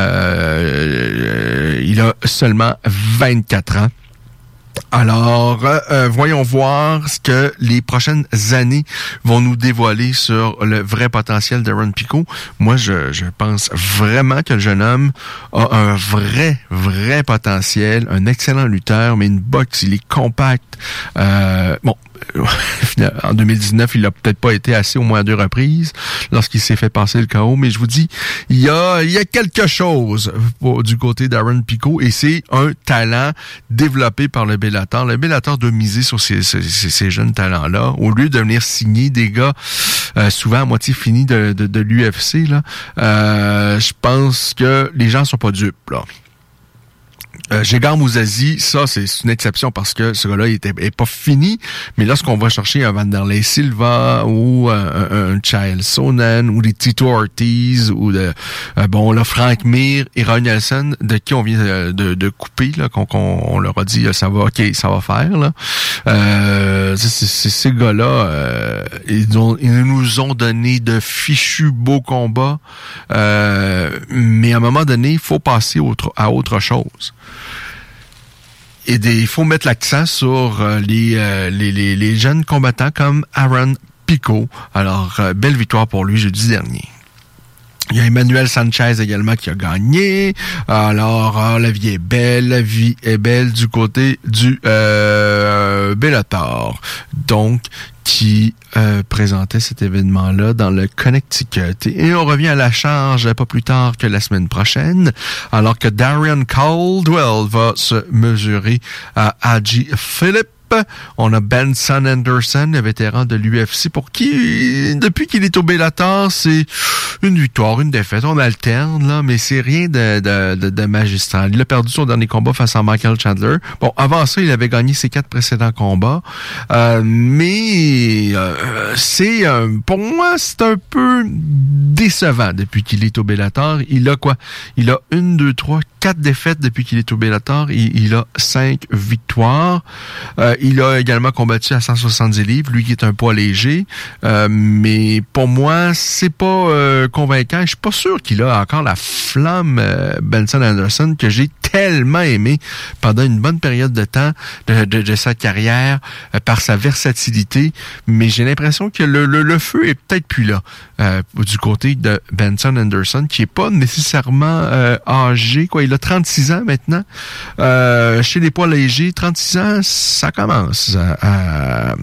Il a seulement 24 ans. Alors, voyons voir ce que les prochaines années vont nous dévoiler sur le vrai potentiel d'Aaron Pico. Moi, je pense vraiment que le jeune homme a un vrai potentiel, un excellent lutteur, mais une boxe, il est compact. Bon, en 2019, il a peut-être pas été assez au moins à 2 reprises lorsqu'il s'est fait passer le KO, mais je vous dis, il y a quelque chose du côté d'Aaron Pico, et c'est un talent développé par le Bellator. Le Bellator doit miser sur ces jeunes talents-là, au lieu de venir signer des gars souvent à moitié finis de l'UFC. Là, je pense que les gens sont pas dupes, là. Gegard Mousasi, ça, c'est une exception parce que ce gars-là, il est pas fini. Mais lorsqu'on va chercher un Vanderlei Silva ou un Chael Sonnen ou des Tito Ortiz ou Frank Mir et Roy Nelson, de qui on vient de couper, là, qu'on leur a dit, ça va faire, là. Ces gars-là, ils nous ont donné de fichus beaux combats. Mais à un moment donné, il faut passer à autre chose. Et il faut mettre l'accent sur les jeunes combattants comme Aaron Pico. Alors, belle victoire pour lui jeudi dernier. Il y a Emmanuel Sanchez également qui a gagné. Alors, la vie est belle du côté du Bellator. Donc, qui présentait cet événement-là dans le Connecticut. Et on revient à la charge pas plus tard que la semaine prochaine, alors que Darian Caldwell va se mesurer à Haji Philip. On a Benson Anderson, le vétéran de l'UFC, pour qui, depuis qu'il est au Bellator, c'est une victoire, une défaite. On alterne, là, mais c'est rien de magistral. Il a perdu son dernier combat face à Michael Chandler. Bon, avant ça, il avait gagné ses 4 précédents combats. Mais pour moi, c'est un peu décevant depuis qu'il est au Bellator. Il a quoi? Il a 4 défaites depuis qu'il est au Bellator. Il a 5 victoires. Il a également combattu à 170 livres, lui qui est un poids léger. Mais pour moi, c'est pas convaincant. Je suis pas sûr qu'il a encore la flamme Benson Anderson que j'ai tellement aimé pendant une bonne période de temps de sa carrière par sa versatilité. Mais j'ai l'impression que le feu est peut-être plus là du côté de Benson Anderson, qui est pas nécessairement âgé, quoi. Il a 36 ans maintenant. Chez les poids légers, 36 ans, ça commence à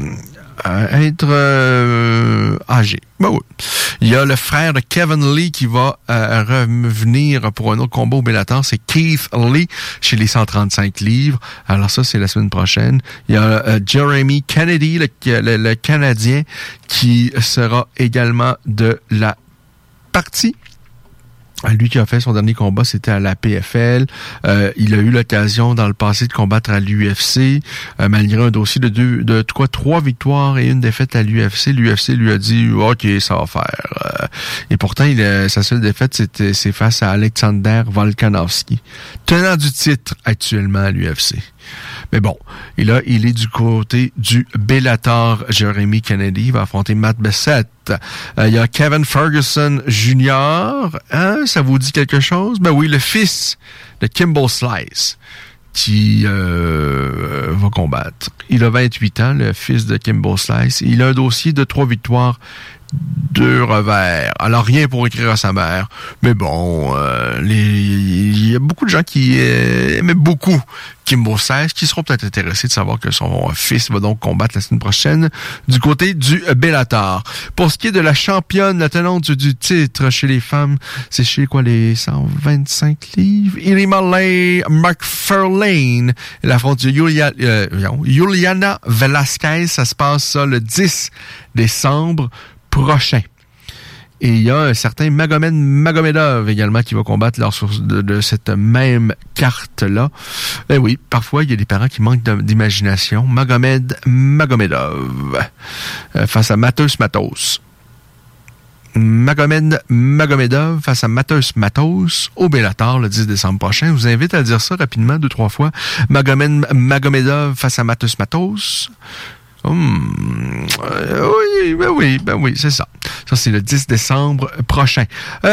être âgé. Ben oui. Il y a le frère de Kevin Lee qui va revenir pour un autre combat au Bellator. C'est Keith Lee chez les 135 livres. Alors ça, c'est la semaine prochaine. Il y a Jeremy Kennedy, le Canadien, qui sera également de la partie. Lui qui a fait son dernier combat, c'était à la PFL. Il a eu l'occasion dans le passé de combattre à l'UFC, malgré un dossier de 3 victoires et 1 défaite à l'UFC. L'UFC lui a dit « OK, ça va faire ». Et pourtant, sa seule défaite, c'est face à Alexander Volkanovski, tenant du titre actuellement à l'UFC. Mais bon, et là, il est du côté du Bellator. Jeremy Kennedy il va affronter Matt Bessette. Il y a Kevin Ferguson Jr. Hein, ça vous dit quelque chose? Ben oui, le fils de Kimbo Slice, qui va combattre. Il a 28 ans, le fils de Kimbo Slice. Il a un dossier de 3 victoires, 2 revers. Alors, rien pour écrire à sa mère. Mais bon, il y a beaucoup de gens qui aimaient beaucoup Kimbo Slice, qui seront peut-être intéressés de savoir que son fils va donc combattre la semaine prochaine du côté du Bellator. Pour ce qui est de la championne, la tenante du titre chez les femmes, c'est chez quoi, les 125 livres? Irima McFarlane. Elle affronte Juliana Velasquez. Ça se passe ça le 10 décembre prochain. Et il y a un certain Magomed Magomedov également qui va combattre lors de cette même carte-là. Eh oui, parfois, il y a des parents qui manquent d'imagination. Magomed Magomedov face à Matheus Matos. Magomed Magomedov face à Matheus Matos au Bellator le 10 décembre prochain. Je vous invite à dire ça rapidement 2-3 fois. Magomed Magomedov face à Matheus Matos. Oui, c'est ça. Ça, c'est le 10 décembre prochain.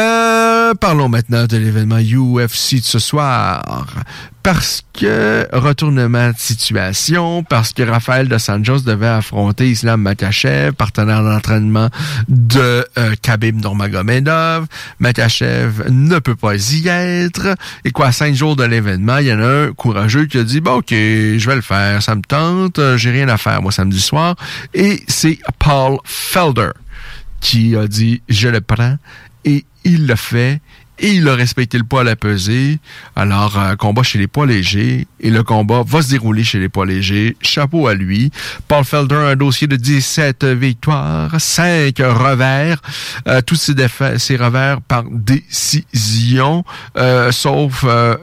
Parlons maintenant de l'événement UFC de ce soir. Parce que retournement de situation, parce que Rafael Dos Anjos devait affronter Islam Makhachev, partenaire d'entraînement de Khabib Nurmagomedov. Makhachev ne peut pas y être. Et quoi, à 5 jours de l'événement, il y en a un courageux qui a dit, bon, ok, je vais le faire, ça me tente, j'ai rien à faire, moi, samedi soir. Et c'est Paul Felder qui a dit, je le prends, et il le fait. Et il a respecté le poids à la pesée. Alors, combat chez les poids légers. Et le combat va se dérouler chez les poids légers. Chapeau à lui. Paul Felder a un dossier de 17 victoires, 5 revers. Tous ses revers par décision, sauf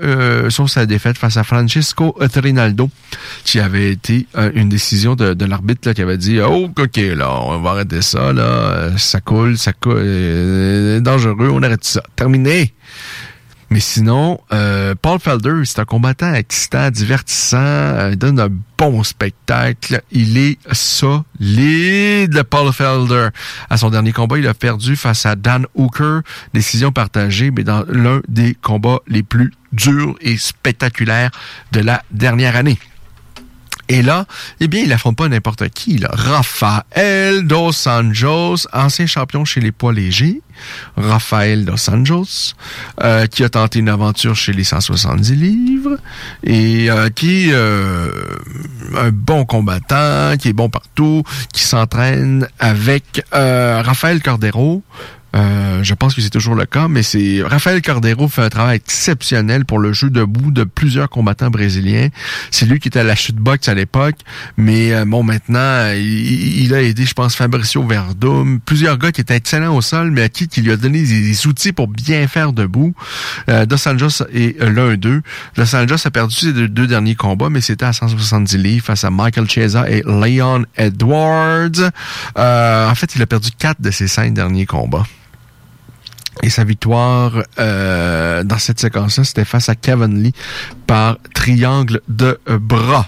sa défaite face à Francisco Trinaldo, qui avait été une décision de l'arbitre là, qui avait dit « Oh, ok, là, on va arrêter ça, là. Ça coule, dangereux, on arrête ça. Terminé. » Mais sinon, Paul Felder, c'est un combattant excitant, divertissant, il donne un bon spectacle. Il est solide, Paul Felder. À son dernier combat, il a perdu face à Dan Hooker, décision partagée, mais dans l'un des combats les plus durs et spectaculaires de la dernière année. Et là, eh bien, il affronte pas n'importe qui, là. Rafael Dos Anjos, ancien champion chez les poids légers. Rafael Dos Anjos, qui a tenté une aventure chez les 170 livres et qui est un bon combattant, qui est bon partout, qui s'entraîne avec Rafael Cordeiro. Je pense que c'est toujours le cas, mais Rafael Cordeiro fait un travail exceptionnel pour le jeu debout de plusieurs combattants brésiliens. C'est lui qui était à la chute boxe à l'époque, mais bon, maintenant, il a aidé, je pense, Fabricio Verdum, plusieurs gars qui étaient excellents au sol, mais à qui lui a donné des outils pour bien faire debout. Dos Anjos est l'un d'eux. Dos Anjos a perdu ses deux derniers combats, mais c'était à 170 livres face à Michael Chiesa et Leon Edwards. En fait, il a perdu 4 de ses 5 derniers combats. Et sa victoire dans cette séquence-là, c'était face à Kevin Lee par triangle de bras.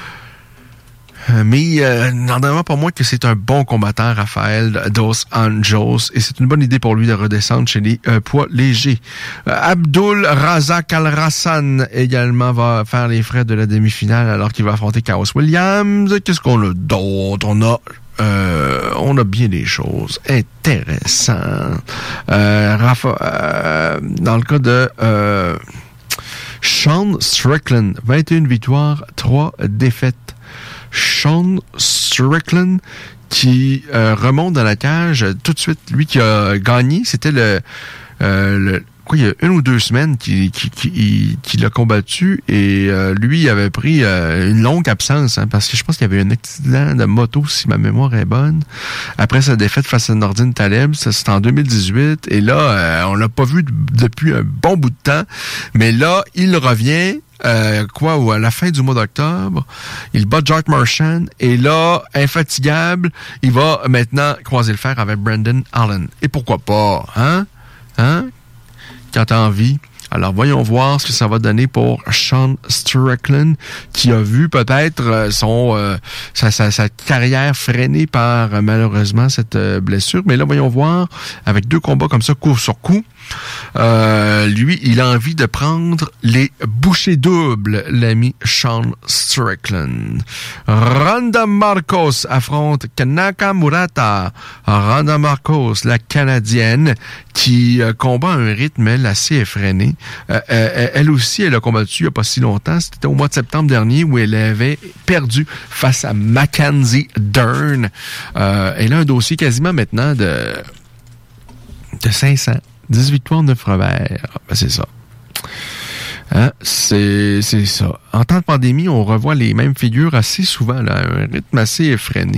Mais n'en demeure pas moins que c'est un bon combattant, Rafael Dos Anjos, et c'est une bonne idée pour lui de redescendre chez les poids légers. Abdul Razak Al-Rassan également va faire les frais de la demi-finale alors qu'il va affronter Chaos Williams. Qu'est-ce qu'on a d'autre? On a bien des choses intéressantes. Dans le cas de Sean Strickland, 21 victoires, 3 défaites. Sean Strickland qui remonte dans la cage tout de suite. Lui qui a gagné, c'était il y a 1 ou 2 semaines qu'il a combattu et lui il avait pris une longue absence parce que je pense qu'il y avait un accident de moto si ma mémoire est bonne. Après sa défaite face à Nordin Taleb, c'était en 2018 et là on l'a pas vu depuis un bon bout de temps, mais là il revient ou à la fin du mois d'octobre, il bat Jack Marchand et là, infatigable, il va maintenant croiser le fer avec Brendan Allen. Et pourquoi pas, hein? Quand t'as envie. Alors, voyons voir ce que ça va donner pour Sean Strickland, qui a vu peut-être sa carrière freinée par, malheureusement, cette blessure. Mais là, voyons voir, avec 2 combats comme ça, coup sur coup, Lui, il a envie de prendre les bouchées doubles, l'ami Sean Strickland. Ronda Marcos affronte Kanaka Murata. Ronda Marcos, la Canadienne, qui combat à un rythme assez effréné. Elle aussi, elle a combattu il n'y a pas si longtemps. C'était au mois de septembre dernier où elle avait perdu face à Mackenzie Dern. Elle a un dossier quasiment maintenant de 500. 18 victoires, 9 revers. Ben, c'est ça. Hein? C'est ça. En temps de pandémie, on revoit les mêmes figures assez souvent, là, un rythme assez effréné.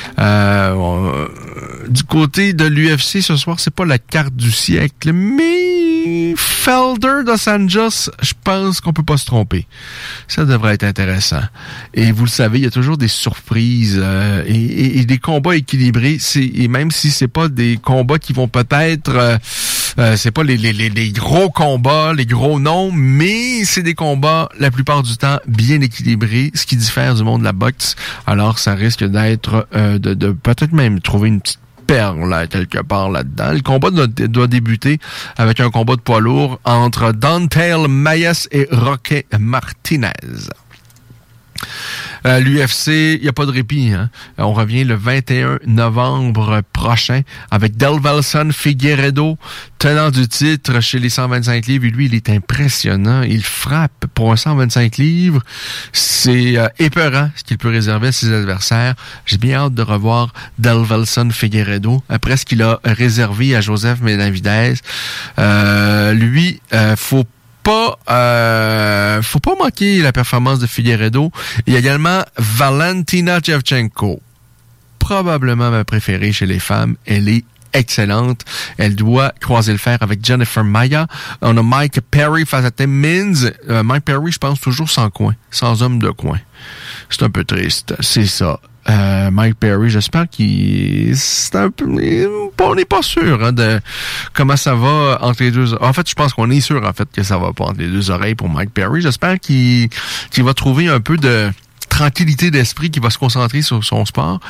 Du côté de l'UFC, ce soir, c'est pas la carte du siècle, mais Felder Dos Anjos, je pense qu'on peut pas se tromper. Ça devrait être intéressant. Et vous le savez, il y a toujours des surprises et des combats équilibrés. Et même si c'est pas des combats qui vont peut-être... c'est pas les gros combats, les gros noms, mais c'est des combats, la plupart du temps, bien équilibrés, ce qui diffère du monde de la boxe. Alors, ça risque d'être, de peut-être même trouver une petite perle, là, quelque part là-dedans. Le combat doit débuter avec un combat de poids lourd entre Don'Tale Mayes et Roque Martinez. L'UFC, il n'y a pas de répit. Hein? On revient le 21 novembre prochain avec Deiveson Figueiredo, tenant du titre chez les 125 livres. Et lui, il est impressionnant. Il frappe pour un 125 livres. C'est épeurant ce qu'il peut réserver à ses adversaires. J'ai bien hâte de revoir Deiveson Figueiredo après ce qu'il a réservé à Joseph Benavidez. Lui, faut pas manquer la performance de Figueiredo. Il y a également Valentina Shevchenko, probablement ma préférée chez les femmes. Elle est excellente. Elle doit croiser le fer avec Jennifer Maia. On a Mike Perry face à Tim Means. Mike Perry, je pense, toujours sans coin, sans homme de coin. C'est un peu triste, c'est ça. Mike Perry, j'espère c'est un peu, on n'est pas sûr hein, de comment ça va entre les deux. En fait, je pense qu'on est sûr en fait que ça va pas entre les deux oreilles pour Mike Perry. J'espère qu'il va trouver un peu de tranquillité d'esprit, qui va se concentrer sur son sport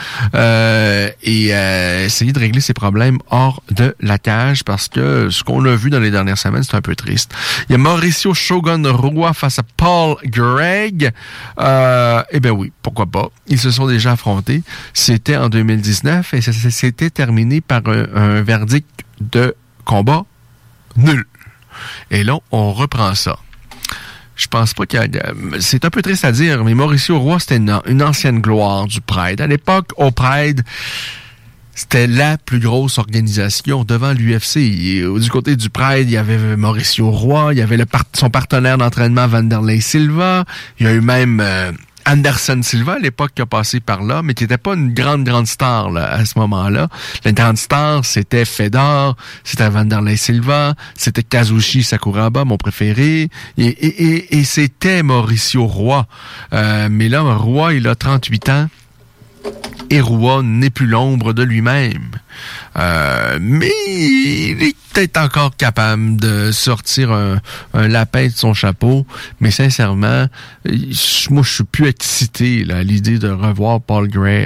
et essayer de régler ses problèmes hors de la cage, parce que ce qu'on a vu dans les dernières semaines, c'est un peu triste. Il y a Mauricio Shogun Roy face à Paul Gregg. Eh bien oui, pourquoi pas. Ils se sont déjà affrontés. C'était en 2019 et ça s'était terminé par un verdict de combat nul. Et là, on reprend ça. Je pense pas qu'il y a... C'est un peu triste à dire, mais Mauricio Roy, c'était une ancienne gloire du Pride. À l'époque, au Pride, c'était la plus grosse organisation devant l'UFC. Du côté du Pride, il y avait Mauricio Roy, il y avait son partenaire d'entraînement Vanderlei Silva, il y a eu même... Anderson Silva, à l'époque, qui a passé par là, mais qui n'était pas une grande star là, à ce moment-là. La grande star, c'était Fedor, c'était Vanderlei Silva, c'était Kazushi Sakuraba, mon préféré, et c'était Mauricio Roy. Mais là, Roy, il a 38 ans, et Roy n'est plus l'ombre de lui-même. Mais il est peut-être encore capable de sortir un lapin de son chapeau, mais sincèrement, moi je suis plus excité là, à l'idée de revoir Paul Gray,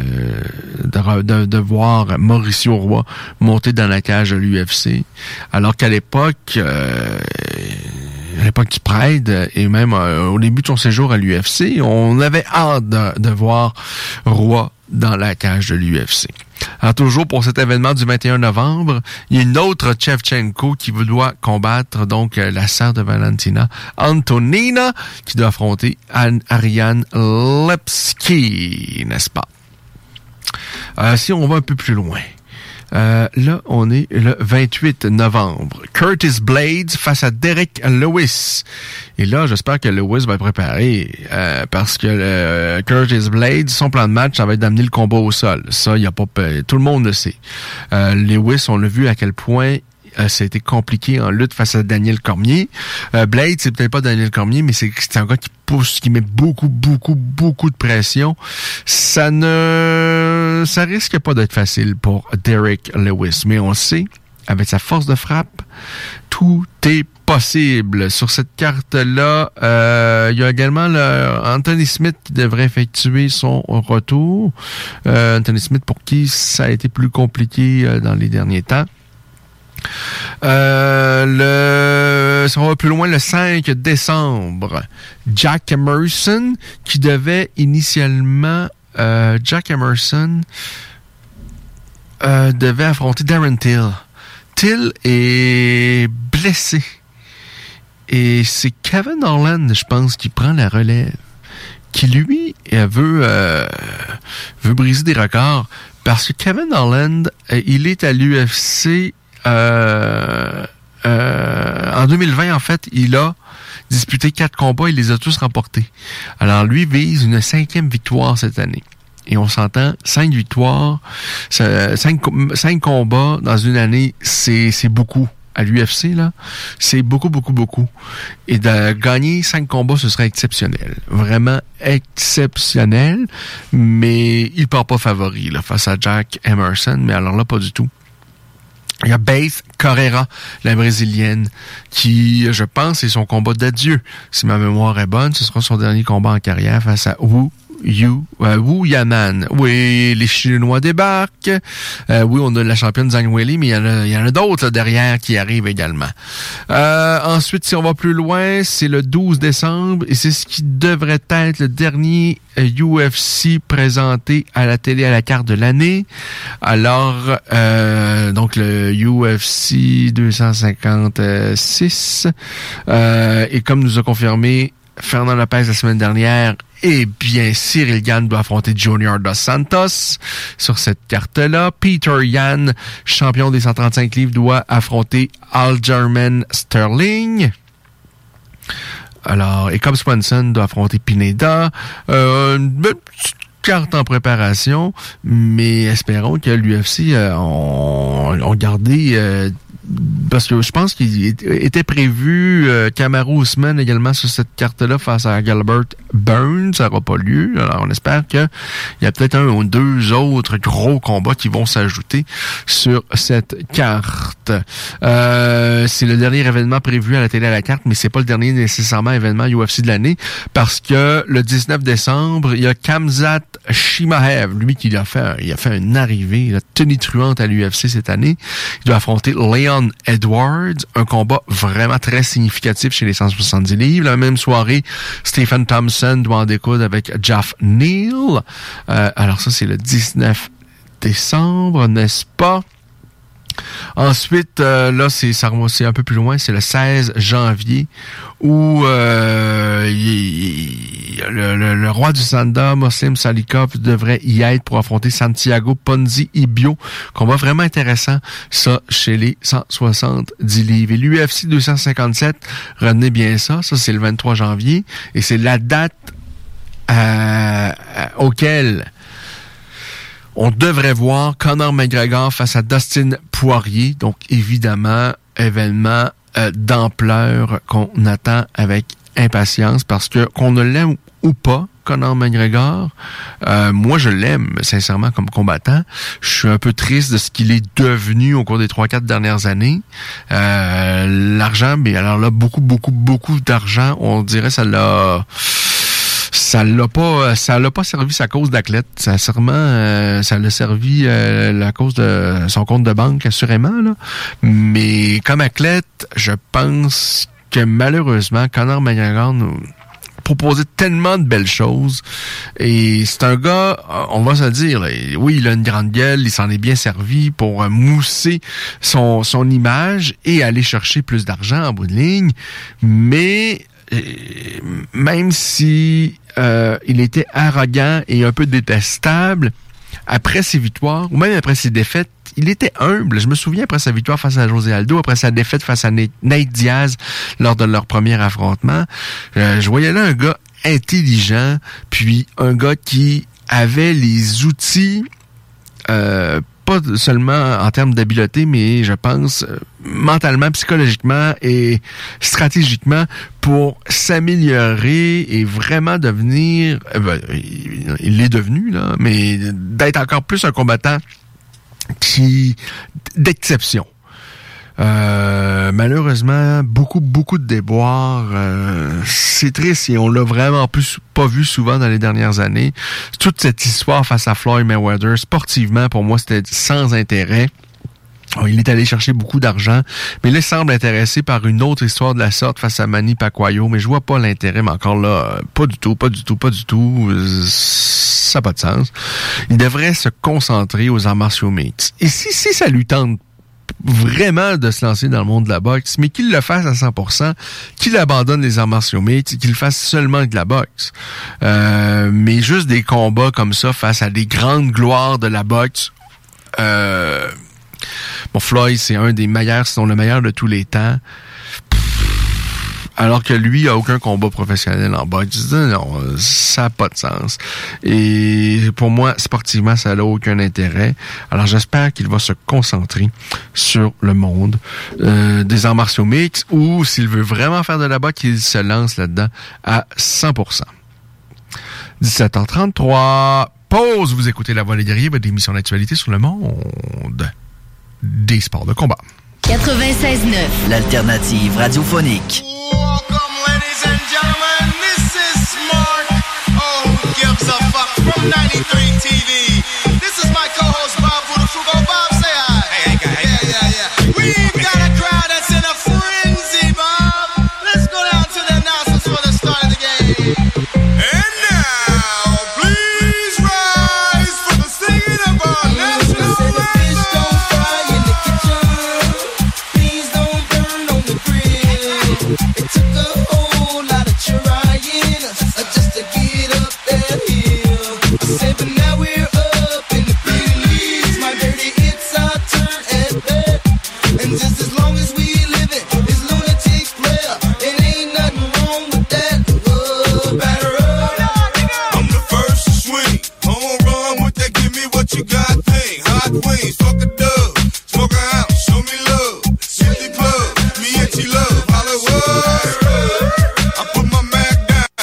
de voir Mauricio Roy monter dans la cage de l'UFC, alors qu'à l'époque du Pride, et même au début de son séjour à l'UFC, on avait hâte de voir Roy dans la cage de l'UFC. Alors toujours pour cet événement du 21 novembre, il y a une autre Shevchenko qui doit combattre donc la sœur de Valentina, Antonina, qui doit affronter Ariane Lipski, n'est-ce pas? Si on va un peu plus loin. Là, on est le 28 novembre. Curtis Blades face à Derek Lewis. Et là, j'espère que Lewis va être préparé parce que Curtis Blades, son plan de match, ça va être d'amener le combat au sol. Ça, il y a pas tout le monde le sait. Lewis, on l'a vu à quel point ça a été compliqué en lutte face à Daniel Cormier. Blade, c'est peut-être pas Daniel Cormier, mais c'est un gars qui pousse, qui met beaucoup de pression. Ça risque pas d'être facile pour Derek Lewis, mais on sait, avec sa force de frappe, tout est possible. Sur cette carte-là, il y a également Anthony Smith qui devrait effectuer son retour. Anthony Smith, pour qui ça a été plus compliqué dans les derniers temps. Si on va plus loin, le 5 décembre, Jack Emerson, qui devait initialement... Jack Emerson devait affronter Darren Till. Till est blessé. Et c'est Kevin Holland, je pense, qui prend la relève. Qui, lui, veut briser des records. Parce que Kevin Holland, il est à l'UFC... en 2020, en fait, il a disputé 4 combats, il les a tous remportés. Alors, lui vise une 5e victoire cette année. Et on s'entend, 5 victoires, 5 combats dans une année, c'est beaucoup. À l'UFC, là, c'est beaucoup. Et de gagner 5 combats, ce serait exceptionnel. Vraiment exceptionnel. Mais il part pas favori, là, face à Jack Emerson. Mais alors là, pas du tout. Il y a Beith Correia, la Brésilienne, qui, je pense, est son combat d'adieu. Si ma mémoire est bonne, ce sera son dernier combat en carrière face à Wu Yanan. Oui, les Chinois débarquent. Oui, on a la championne Zhang Weili, mais il y en a d'autres là, derrière qui arrivent également. Ensuite, si on va plus loin, c'est le 12 décembre et c'est ce qui devrait être le dernier UFC présenté à la télé à la carte de l'année. Alors, donc le UFC 256. Et comme nous a confirmé Fernand Lopez la semaine dernière, eh bien, Cyril Gane doit affronter Junior Dos Santos sur cette carte-là. Peter Yan, champion des 135 livres, doit affronter Aljamain Sterling. Alors, et Cub Swanson doit affronter Pineda. Une petite carte en préparation, mais espérons que l'UFC ont gardé... parce que je pense qu'il était prévu Kamaru Usman également sur cette carte-là face à Gilbert Burns. Ça n'aura pas lieu. Alors, on espère qu'il y a peut-être 1 ou 2 autres gros combats qui vont s'ajouter sur cette carte. C'est le dernier événement prévu à la télé à la carte, mais c'est pas le dernier nécessairement événement UFC de l'année parce que le 19 décembre, il y a Khamzat Chimaev, lui qui a fait une arrivée tonitruante à l'UFC cette année. Il doit affronter Leon Edwards, un combat vraiment très significatif chez les 170 livres. La même soirée, Stephen Thompson doit en découdre avec Geoff Neal. Alors ça, c'est le 19 décembre, n'est-ce pas? Ensuite, là, c'est un peu plus loin, c'est le 16 janvier où le roi du Sanda, Muslim Salikov, devrait y être pour affronter Santiago Ponzinibbio. Combat vraiment intéressant, ça, chez les 170 livres. Et l'UFC 257, retenez bien ça, c'est le 23 janvier, et c'est la date auquel on devrait voir Conor McGregor face à Dustin Poirier. Donc, évidemment, événement d'ampleur qu'on attend avec impatience parce que qu'on ne l'aime ou pas, Conor McGregor, moi, je l'aime, sincèrement, comme combattant. Je suis un peu triste de ce qu'il est devenu au cours des 3-4 dernières années. L'argent, mais alors là, beaucoup d'argent, on dirait ça l'a pas servi sa cause d'athlète. Ça l'a servi la cause de son compte de banque, assurément, là. Mais comme athlète, je pense que malheureusement, Conor McGregor nous proposait tellement de belles choses. Et c'est un gars, on va se le dire, là, oui, il a une grande gueule, il s'en est bien servi pour mousser son image et aller chercher plus d'argent en bout de ligne. Mais même si il était arrogant et un peu détestable, après ses victoires, ou même après ses défaites, il était humble. Je me souviens après sa victoire face à José Aldo, après sa défaite face à Nate Diaz lors de leur premier affrontement, je voyais là un gars intelligent, puis un gars qui avait les outils, pas seulement en termes d'habileté, mais je pense mentalement, psychologiquement et stratégiquement pour s'améliorer et vraiment devenir, il l'est devenu, là, mais d'être encore plus un combattant d'exception. Malheureusement, beaucoup de déboires. C'est triste et on l'a vraiment pas vu souvent dans les dernières années. Toute cette histoire face à Floyd Mayweather, sportivement, pour moi, c'était sans intérêt. Il est allé chercher beaucoup d'argent, mais là, il semble intéressé par une autre histoire de la sorte face à Manny Pacquiao, mais je vois pas l'intérêt, mais encore là, pas du tout. Ça n'a pas de sens. Il devrait se concentrer aux arts martiaux mixtes. Et si ça lui tente vraiment de se lancer dans le monde de la boxe, mais qu'il le fasse à 100%, qu'il abandonne les arts martiaux mixtes, qu'il fasse seulement de la boxe. Mais juste des combats comme ça face à des grandes gloires de la boxe, Floyd, c'est un des meilleurs, sinon le meilleur de tous les temps. Alors que lui, il a aucun combat professionnel en boxe. Non, ça n'a pas de sens. Et pour moi, sportivement, ça n'a aucun intérêt. Alors j'espère qu'il va se concentrer sur le monde des arts martiaux mixtes, ou s'il veut vraiment faire de la boxe, qu'il se lance là-dedans à 100%. 17h33, pause. Vous écoutez La Voix des guerriers, votre émission d'actualité sur le monde des sports de combat. 96.9, l'alternative radiophonique. Welcome, ladies and gentlemen, this is Mark. Oh, who gives a fuck from 93 TV. This is my co-host Bob Budafugo. Bob, say hi. Hey, yeah. We've got a crowd that's in a frenzy, Bob. Let's go down to the announcements for the start of the game. And now, please rise for the singing of our national anthem. It took a whole lot of trying just to get up that hill. I said, but now we're up in the big leagues. My dirty, it's our turn at bat. And just as long as we live it, it's lunatics player. It ain't nothing wrong with that. Batter up. I'm the first to swing. Home run with that, give me what you got thing. Hot wings, fuck a dub. Smoke a house, show me love. City club, me and T-Love. I put my Mac down.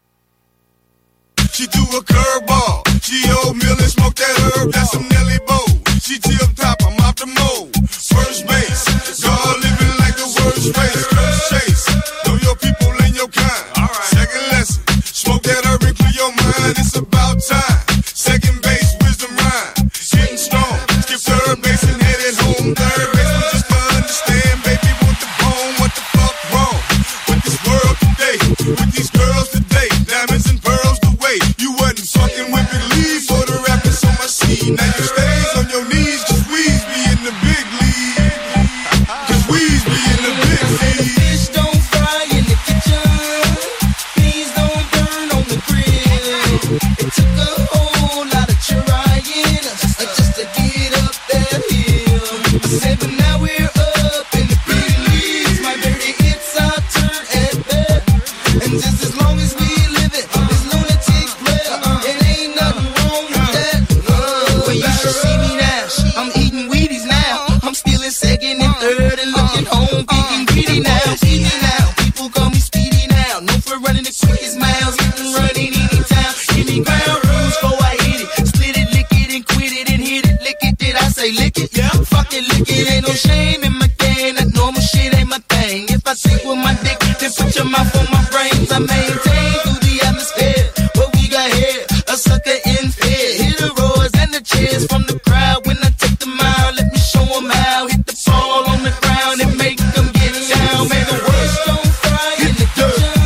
She threw a curveball. She oatmeal and smoked that herb. That's some Nelly Bow. She tip top, I'm off the mold. First base, y'all living like the worst race. First chase, know your people and your kind. Second lesson, smoke that herb and clear your mind. It's about time. Second base, wisdom rhyme. Getting strong, skip third base and headed home. Third base was just to understand, baby, want the bone, what the fuck wrong with this world today, with these girls today, diamonds and pearls the way you wasn't fucking with Big Lee for the rappers on my seat. Now you stays on your knees, cause we's be in the big league, cause we's be in the big league. Fish don't fry in the kitchen, beans don't burn on the grill. It took a whole lot of trying just to get up that hill. I said, but now we're up in the big leagues. My dirty, it's our turn at bat. And just as long as we live it, it's lunatics player. It ain't nothing wrong with that. Well, you should see me now. I'm eating Wheaties now. I'm stealing second and third and looking home, getting greedy now. Speedy now, people call me Speedy now. Known for running the quickest miles, hitting running anytime. Give me ground rules before I hit it. Split it, lick it, and quit it, and hit it, lick it. Did I say lick it? Yeah. Fuck it, lick it. Ain't no shame in my game. That normal shit ain't my thing. If I think with my dick, then put your mouth on my brains. I maintain through the atmosphere. What we got here, a sucker in fear. Hear the roars and the cheers from the crowd when I take them out. Let me show them how. Hit the ball on the ground and make them get down. Man, the worst don't fry in the kitchen.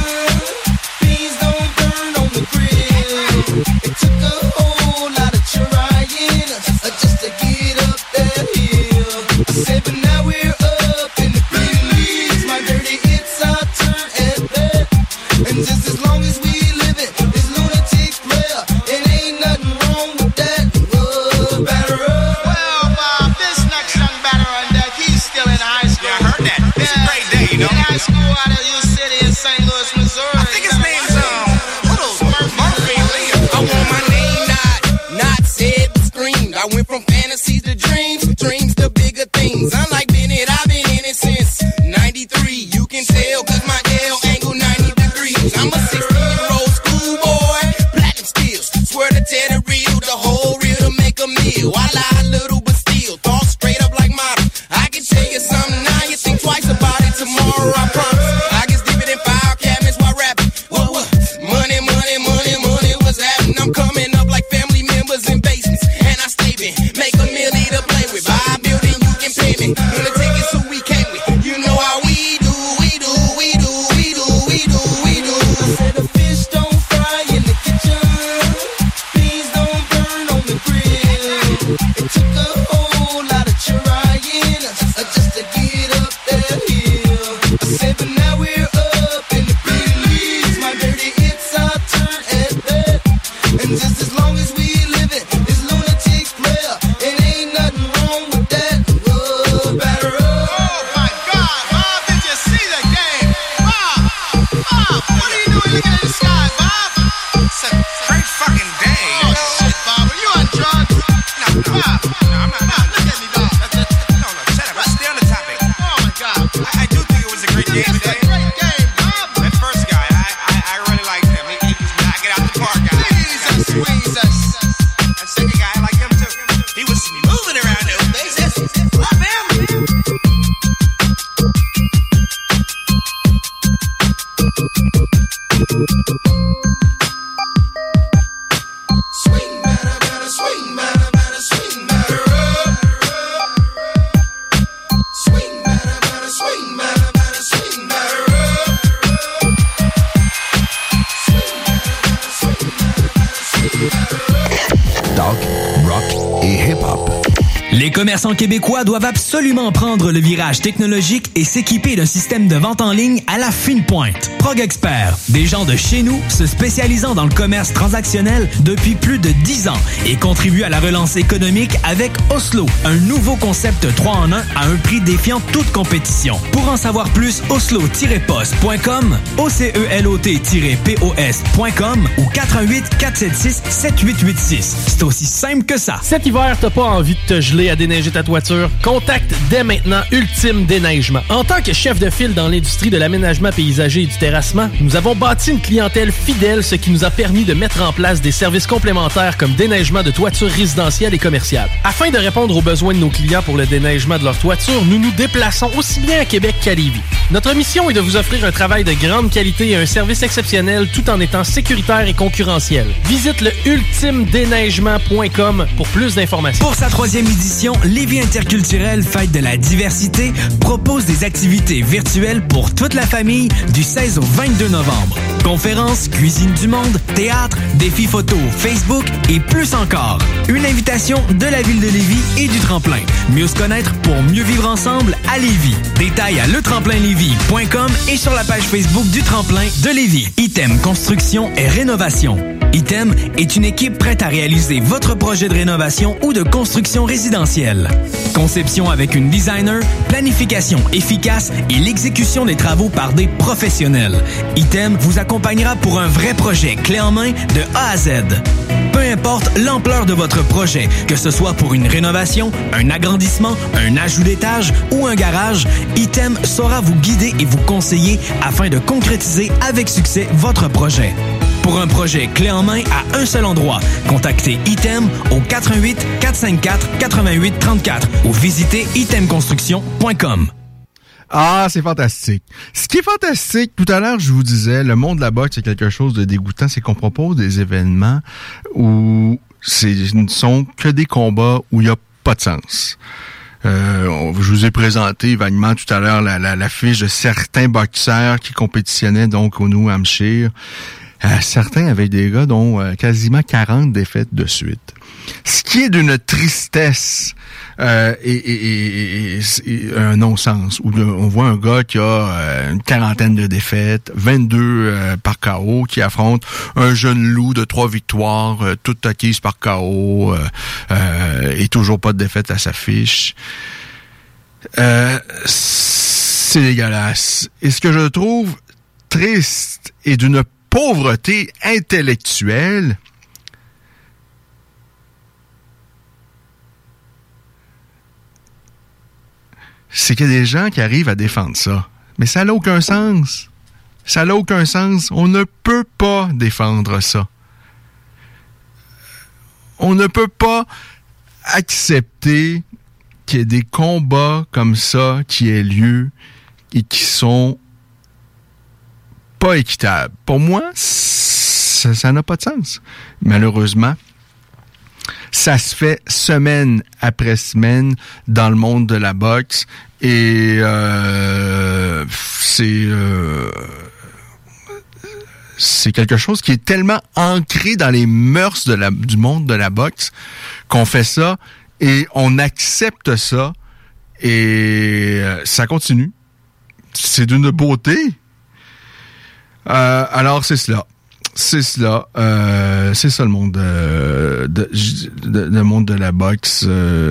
Beans don't burn on the grill. It took a whole lot of trying just to get up that hill. I said, but now we're up in the big leagues. My dirty, it's our turn at bat. And just as long as we live it, it's lunatics player. It ain't nothing wrong with that. Batter up. Well, Bob, this next young batter on deck, he's still in high school. Yeah, I heard that. It's a great day, you know. In high school out of U City in St. Louis, Missouri. I think his name's Murphy. I want my name not said but screamed. I went from fantasies to dreams to bigger things. Unlike Bennett, I've been in it since 93. You can tell cause my L angle 90 degrees. I'm a 16-year-old schoolboy, platinum skills. Swear to tell the real, the whole real to make a meal. I lie a little but still, talk straight up like model. I can tell you something now, you think twice about it tomorrow, I promise. I guess Les commerçants québécois doivent absolument prendre le virage technologique et s'équiper d'un système de vente en ligne à la fine pointe. Prog Expert, des gens de chez nous se spécialisant dans le commerce transactionnel depuis plus de 10 ans et contribuent à la relance économique avec Oslo, un nouveau concept 3 en 1 à un prix défiant toute compétition. Pour en savoir plus, oslo-post.com, OCELOT-POS.com ou 418-476-7886. C'est aussi simple que ça. Cet hiver, t'as pas envie de te geler à déneiger ta toiture? Contacte dès maintenant Ultime Déneigement. En tant que chef de file dans l'industrie de l'aménagement paysager et du terrassement, nous avons bâti une clientèle fidèle, ce qui nous a permis de mettre en place des services complémentaires comme déneigement de toitures résidentielles et commerciales. Afin de répondre aux besoins de nos clients pour le déneigement de leur toiture, nous nous déplaçons aussi bien à Québec qu'à Lévis. Notre mission est de vous offrir un travail de grande qualité et un service exceptionnel tout en étant sécuritaire et concurrentiel. Visite le ultimedéneigement.com pour plus d'informations. Pour sa 3e édition, Lévis Interculturel Fête de la diversité propose des activités virtuelles pour toute la famille du 16 au 22 novembre. Conférences, cuisine du monde, théâtre, défis photos, Facebook et plus encore. Une invitation de la ville de Lévis et du Tremplin. Mieux se connaître pour mieux vivre ensemble à Lévis. Détails à letremplinlévis.com et sur la page Facebook du Tremplin de Lévis. Item Construction et Rénovation. Item est une équipe prête à réaliser votre projet de rénovation ou de construction résidentielle. Conception avec une designer, planification efficace et l'exécution des travaux par des professionnels. Item vous accompagnera pour un vrai projet clé en main de A à Z. Peu importe l'ampleur de votre projet, que ce soit pour une rénovation, un agrandissement, un ajout d'étage ou un garage, Item saura vous guider et vous conseiller afin de concrétiser avec succès votre projet. Pour un projet clé en main à un seul endroit, contactez Item au 88 454 88 34 ou visitez itemconstruction.com. Ah, c'est fantastique. Ce qui est fantastique, tout à l'heure, je vous disais, le monde de la boxe, c'est quelque chose de dégoûtant, c'est qu'on propose des événements où ce ne sont que des combats où il n'y a pas de sens. Je vous ai présenté vaguement tout à l'heure la fiche de certains boxeurs qui compétitionnaient donc au New Hampshire. Certains avec des gars dont quasiment 40 défaites de suite. Ce qui est d'une tristesse et un non-sens. Où on voit un gars qui a une quarantaine de défaites, 22 par KO, qui affronte un jeune loup de 3 victoires, toutes acquises par KO, et toujours pas de défaite à sa fiche. C'est dégueulasse. Et ce que je trouve triste et d'une pauvreté intellectuelle, c'est qu'il y a des gens qui arrivent à défendre ça. Mais ça n'a aucun sens. Ça n'a aucun sens. On ne peut pas défendre ça. On ne peut pas accepter qu'il y ait des combats comme ça qui aient lieu et qui sont pas équitable. Pour moi, ça n'a pas de sens. Malheureusement, ça se fait semaine après semaine dans le monde de la boxe et c'est quelque chose qui est tellement ancré dans les mœurs du monde de la boxe qu'on fait ça et on accepte ça et ça continue. C'est d'une beauté. Alors c'est cela. C'est cela. C'est ça le monde le monde de la boxe.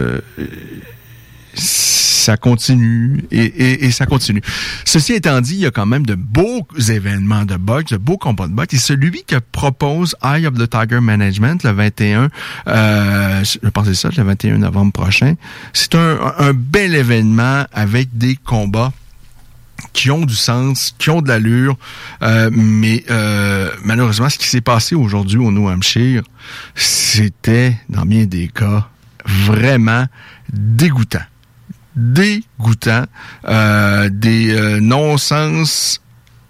Ça continue et ça continue. Ceci étant dit, il y a quand même de beaux événements de boxe, de beaux combats de boxe. Et celui que propose Eye of the Tiger Management le 21, je pense que c'est ça, le 21 novembre prochain. C'est un bel événement avec des combats qui ont du sens, qui ont de l'allure, mais malheureusement, ce qui s'est passé aujourd'hui au New Hampshire, c'était, dans bien des cas, vraiment dégoûtant. Des non-sens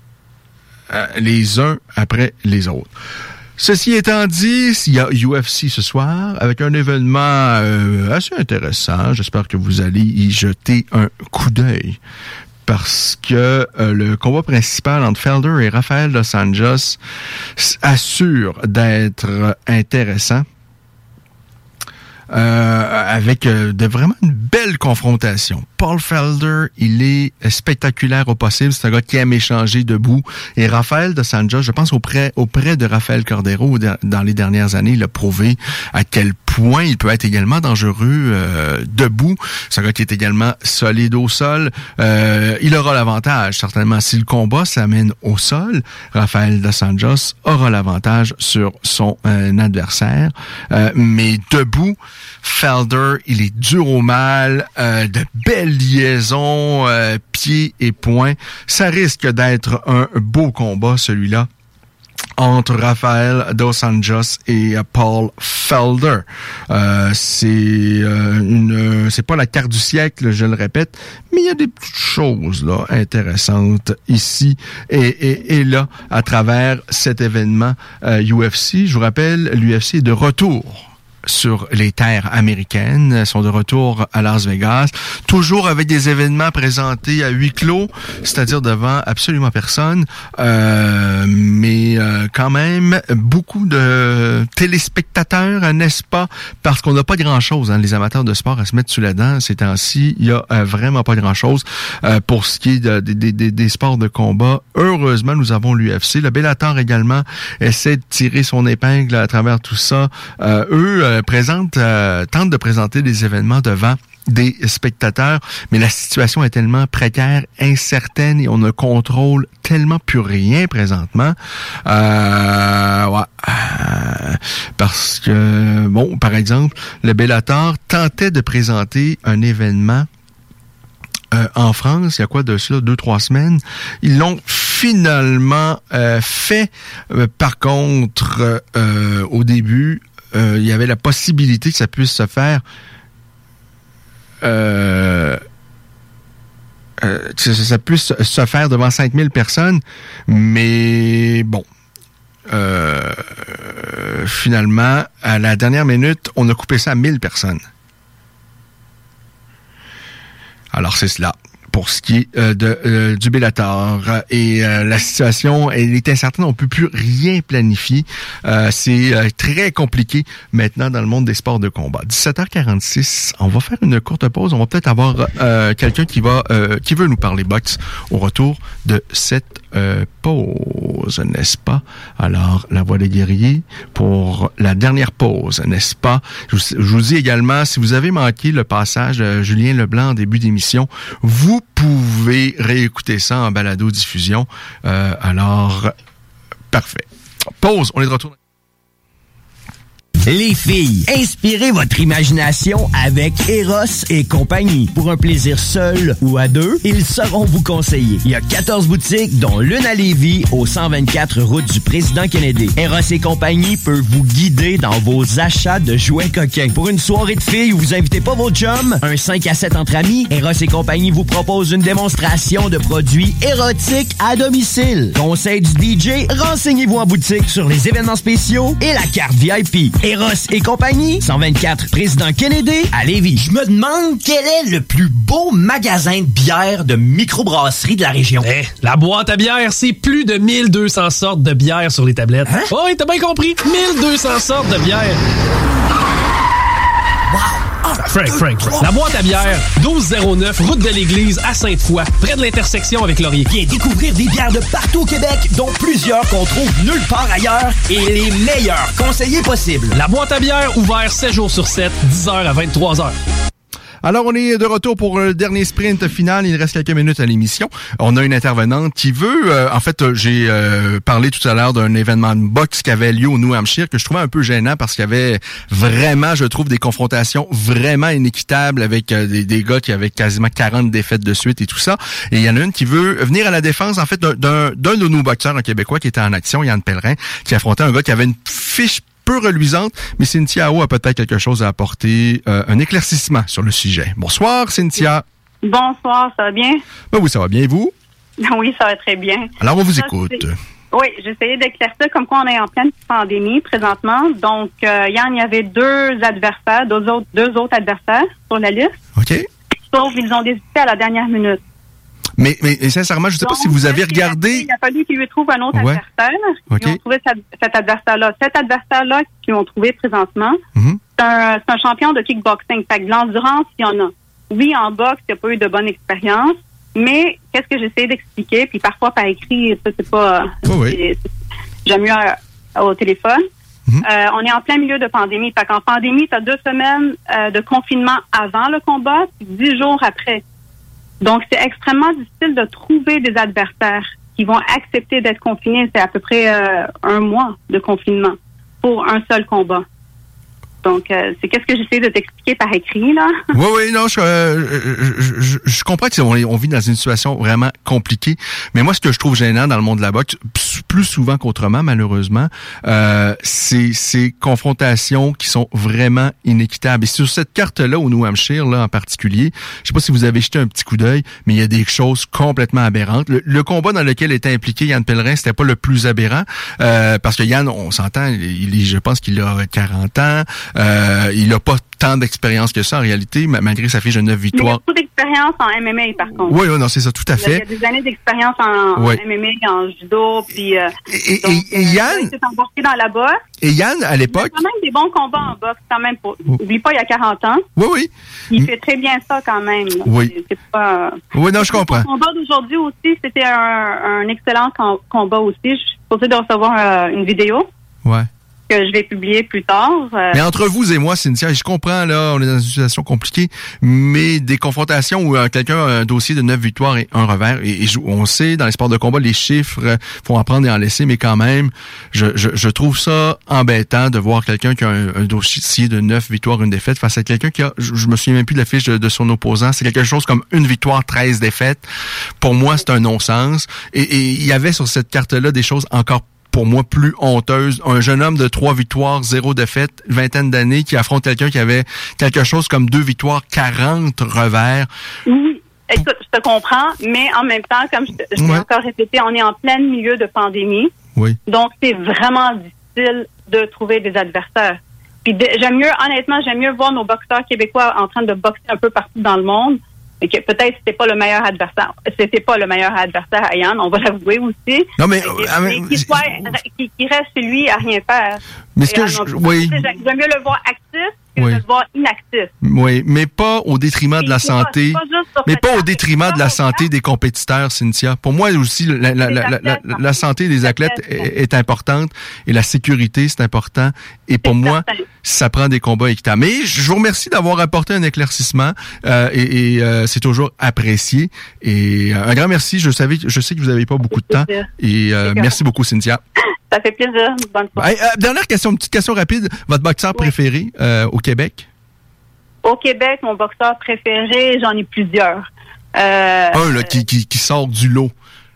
les uns après les autres. Ceci étant dit, il y a UFC ce soir avec un événement assez intéressant. J'espère que vous allez y jeter un coup d'œil parce que le combat principal entre Felder et Rafael dos Anjos assure d'être intéressant. Avec vraiment une belle confrontation. Paul Felder, il est spectaculaire au possible. C'est un gars qui aime échanger debout. Et Rafael dos Anjos, je pense auprès de Rafael Cordero, dans les dernières années, il a prouvé à quel point il peut être également dangereux debout. C'est un gars qui est également solide au sol. Il aura l'avantage, certainement. Si le combat s'amène au sol, Rafael dos Anjos aura l'avantage sur son adversaire. Mais debout, Felder, il est dur au mal, de belles liaisons, pieds et poings. Ça risque d'être un beau combat, celui-là, entre Rafael dos Anjos et Paul Felder. C'est pas la carte du siècle, je le répète, mais il y a des petites choses là intéressantes ici et là à travers cet événement UFC. Je vous rappelle, l'UFC est de retour sur les terres américaines, sont de retour à Las Vegas, toujours avec des événements présentés à huis clos, c'est-à-dire devant absolument personne, mais quand même beaucoup de téléspectateurs, n'est-ce pas? Parce qu'on n'a pas grand-chose, les amateurs de sport à se mettre sous la dent ces temps-ci, il y a vraiment pas grand-chose pour ce qui est des sports de combat. Heureusement, nous avons l'UFC. Le Bellator également essaie de tirer son épingle à travers tout ça. Tente de présenter des événements devant des spectateurs, mais la situation est tellement précaire, incertaine et on ne contrôle tellement plus rien présentement. Parce que, bon, par exemple, le Bellator tentait de présenter un événement en France, il y a quoi de cela, 2-3 semaines. Ils l'ont finalement fait. Par contre, au début, il y avait la possibilité que ça puisse se faire ça puisse se faire devant 5000 personnes, mais bon, finalement, à la dernière minute, on a coupé ça à 1000 personnes. Alors, c'est cela. Pour ce qui est du Bellator. Et la situation, elle est incertaine, on ne peut plus rien planifier. C'est très compliqué maintenant dans le monde des sports de combat. 17h46, on va faire une courte pause. On va peut-être avoir quelqu'un qui veut nous parler boxe au retour de cette pause, n'est-ce pas? Alors, la voix des guerriers pour la dernière pause, n'est-ce pas? Je vous dis également, si vous avez manqué le passage de Julien Leblanc en début d'émission, vous pouvez réécouter ça en balado-diffusion. Alors, parfait. Pause, on est de retour. Les filles, inspirez votre imagination avec Eros et compagnie. Pour un plaisir seul ou à deux, ils sauront vous conseiller. Il y a 14 boutiques, dont l'une à Lévis, au 124 route du Président Kennedy. Eros et compagnie peut vous guider dans vos achats de jouets coquins. Pour une soirée de filles où vous invitez pas vos chums, un 5 à 7 entre amis, Eros et compagnie vous propose une démonstration de produits érotiques à domicile. Conseil du DJ, renseignez-vous en boutique sur les événements spéciaux et la carte VIP. Eros et compagnie, 124 Président Kennedy à Lévis. Je me demande quel est le plus beau magasin de bière de microbrasserie de la région. La boîte à bière, c'est plus de 1200 sortes de bière sur les tablettes. Hein? Oh, oui, t'as bien compris. 1200 sortes de bière. Wow! Frank. La boîte à bière, 1209, route de l'église à Sainte-Foy, près de l'intersection avec Laurier. Viens découvrir des bières de partout au Québec, dont plusieurs qu'on trouve nulle part ailleurs et les meilleurs conseillers possibles. La boîte à bière, ouvert 7 jours sur 7, 10h à 23h. Alors, on est de retour pour le dernier sprint final. Il reste quelques minutes à l'émission. On a une intervenante qui veut... j'ai parlé tout à l'heure d'un événement de boxe qui avait lieu au New Hampshire que je trouvais un peu gênant parce qu'il y avait vraiment, je trouve, des confrontations vraiment inéquitables avec des gars qui avaient quasiment 40 défaites de suite et tout ça. Et il y en a une qui veut venir à la défense, en fait, d'un de nos boxeurs, un Québécois qui était en action, Yann Pellerin, qui affrontait un gars qui avait une fiche peu reluisante, mais Cynthia O a peut-être quelque chose à apporter, un éclaircissement sur le sujet. Bonsoir, Cynthia. Bonsoir, ça va bien? Ben oui, ça va bien, et vous? Oui, ça va très bien. Alors, on vous écoute. Oui, j'essayais d'éclaircir comme quoi on est en pleine pandémie présentement. Donc, Yann, il y avait deux autres adversaires sur la liste. OK. Sauf qu'ils ont désisté à la dernière minute. Mais sincèrement, je ne sais pas si vous avez regardé... Il a fallu qu'ils lui trouvent un autre adversaire. Okay. Ils ont trouvé cet adversaire-là. Cet adversaire-là qu'ils ont trouvé présentement, c'est un champion de kickboxing. Fait que de l'endurance, il y en a. Oui, en boxe, il n'a pas eu de bonne expérience, mais qu'est-ce que j'essaie d'expliquer, puis parfois par écrit, ça, c'est pas... J'aime mieux au téléphone. On est en plein milieu de pandémie. Fait qu'en pandémie, tu as 2 semaines de confinement avant le combat, puis 10 jours après. Donc, c'est extrêmement difficile de trouver des adversaires qui vont accepter d'être confinés. C'est à peu près 1 mois de confinement pour un seul combat. Donc, c'est qu'est-ce que j'essaie de t'expliquer par écrit, là? Oui, non, je comprends qu'on vit dans une situation vraiment compliquée. Mais moi, ce que je trouve gênant dans le monde de la boxe, plus souvent qu'autrement, malheureusement, c'est ces confrontations qui sont vraiment inéquitables. Et sur cette carte-là, au New Hampshire, là, en particulier, je sais pas si vous avez jeté un petit coup d'œil, mais il y a des choses complètement aberrantes. Le combat dans lequel était impliqué Yann Pellerin, c'était pas le plus aberrant, parce que Yann, on s'entend, je pense qu'il a 40 ans, il n'a pas tant d'expérience que ça en réalité, malgré sa fiche de 9 victoires. Mais il a beaucoup d'expérience en MMA, par contre. Oui, non, c'est ça, tout à fait. Il y a des années d'expérience en MMA, en judo, puis... et Yann... Il s'est embarqué dans la boxe. Et Yann, à l'époque... Il a quand même des bons combats en boxe, quand même. Oublie pas, il y a 40 ans. Oui. Il fait très bien ça, quand même. Oui. C'est pas... Oui, non, je comprends. Le combat d'aujourd'hui aussi, c'était un excellent combat aussi. Je suis supposée de recevoir une vidéo. Ouais. Que je vais publier plus tard. Mais entre vous et moi, Cynthia, je comprends, là, on est dans une situation compliquée, mais des confrontations où quelqu'un a un dossier de 9 victoires et 1 revers, et on sait, dans les sports de combat, les chiffres font en prendre et en laisser, mais quand même, je trouve ça embêtant de voir quelqu'un qui a un dossier de 9 victoires, 1 défaite, face à quelqu'un qui a, je me souviens même plus de la fiche de son opposant, c'est quelque chose comme 1 victoire, 13 défaites. Pour moi, c'est un non-sens. Et il y avait sur cette carte-là des choses encore pour moi, plus honteuse. Un jeune homme de 3 victoires, 0 défaite, 20 d'années, qui affronte quelqu'un qui avait quelque chose comme 2 victoires, 40 revers. Oui, écoute, je te comprends, mais en même temps, comme je l'ai encore répété, on est en plein milieu de pandémie. Oui. Donc, c'est vraiment difficile de trouver des adversaires. Puis honnêtement, j'aime mieux voir nos boxeurs québécois en train de boxer un peu partout dans le monde. Et que peut-être c'était pas le meilleur adversaire. C'était pas le meilleur adversaire à Yann, on va l'avouer aussi. Non, mais qu'il reste chez lui à rien faire. Mais j'aime mieux le voir actif que de le voir inactif. Oui, mais pas au détriment de la santé. Pas au détriment de la santé des compétiteurs, Cynthia. Pour moi aussi, la santé des athlètes est importante et la sécurité, c'est important. Et pour moi, ça prend des combats équitables. Mais je vous remercie d'avoir apporté un éclaircissement et c'est toujours apprécié. Et un grand merci. Je sais que vous n'avez pas beaucoup de temps. Et merci beaucoup, Cynthia. Ça fait plaisir. Bonne soirée. Dernière question, une petite question rapide. Votre boxeur préféré au Québec? Au Québec, mon boxeur préféré, j'en ai plusieurs. Qui sort du lot.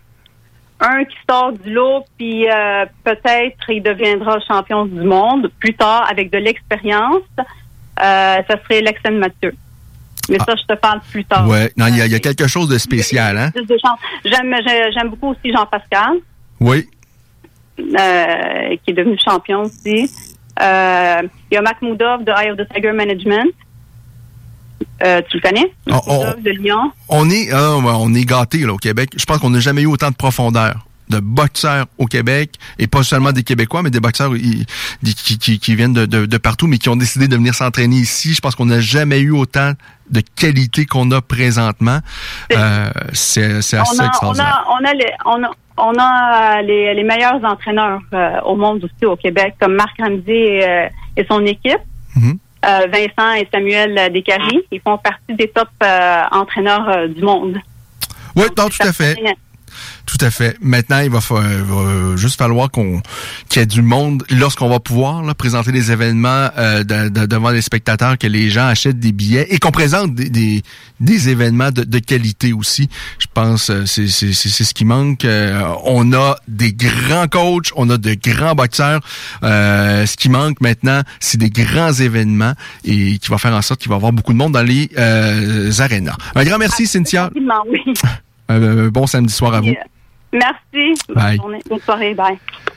Un qui sort du lot, puis peut-être il deviendra champion du monde plus tard avec de l'expérience. Ça serait Lexen Mathieu. Mais ça, je te parle plus tard. Ouais, non, il y a quelque chose de spécial, hein? J'aime beaucoup aussi Jean-Pascal. Oui. Qui est devenu champion aussi. Il y a Makhmoudov de Eye of the Tiger Management. Tu le connais? Makhmoudov de Lyon. On est gâtés là, au Québec. Je pense qu'on n'a jamais eu autant de profondeur de boxeurs au Québec, et pas seulement des Québécois, mais des boxeurs qui viennent de partout, mais qui ont décidé de venir s'entraîner ici. Je pense qu'on n'a jamais eu autant de qualité qu'on a présentement. C'est assez extraordinaire. On a les meilleurs entraîneurs au monde aussi au Québec, comme Marc Ramsey et son équipe. Vincent et Samuel Descaries. Ils font partie des top entraîneurs du monde. Oui, non, tout à fait. Tout à fait. Maintenant, il va juste falloir qu'il y ait du monde lorsqu'on va pouvoir là, présenter des événements devant les spectateurs, que les gens achètent des billets et qu'on présente des événements de qualité aussi. Je pense c'est ce qui manque. On a des grands coachs, on a de grands boxeurs. Ce qui manque maintenant, c'est des grands événements et qui va faire en sorte qu'il va y avoir beaucoup de monde dans les arénas. Un grand merci, Cynthia. Oui. Bon samedi soir à vous. Merci. Bye. Bonne journée. Bonne soirée. Bye.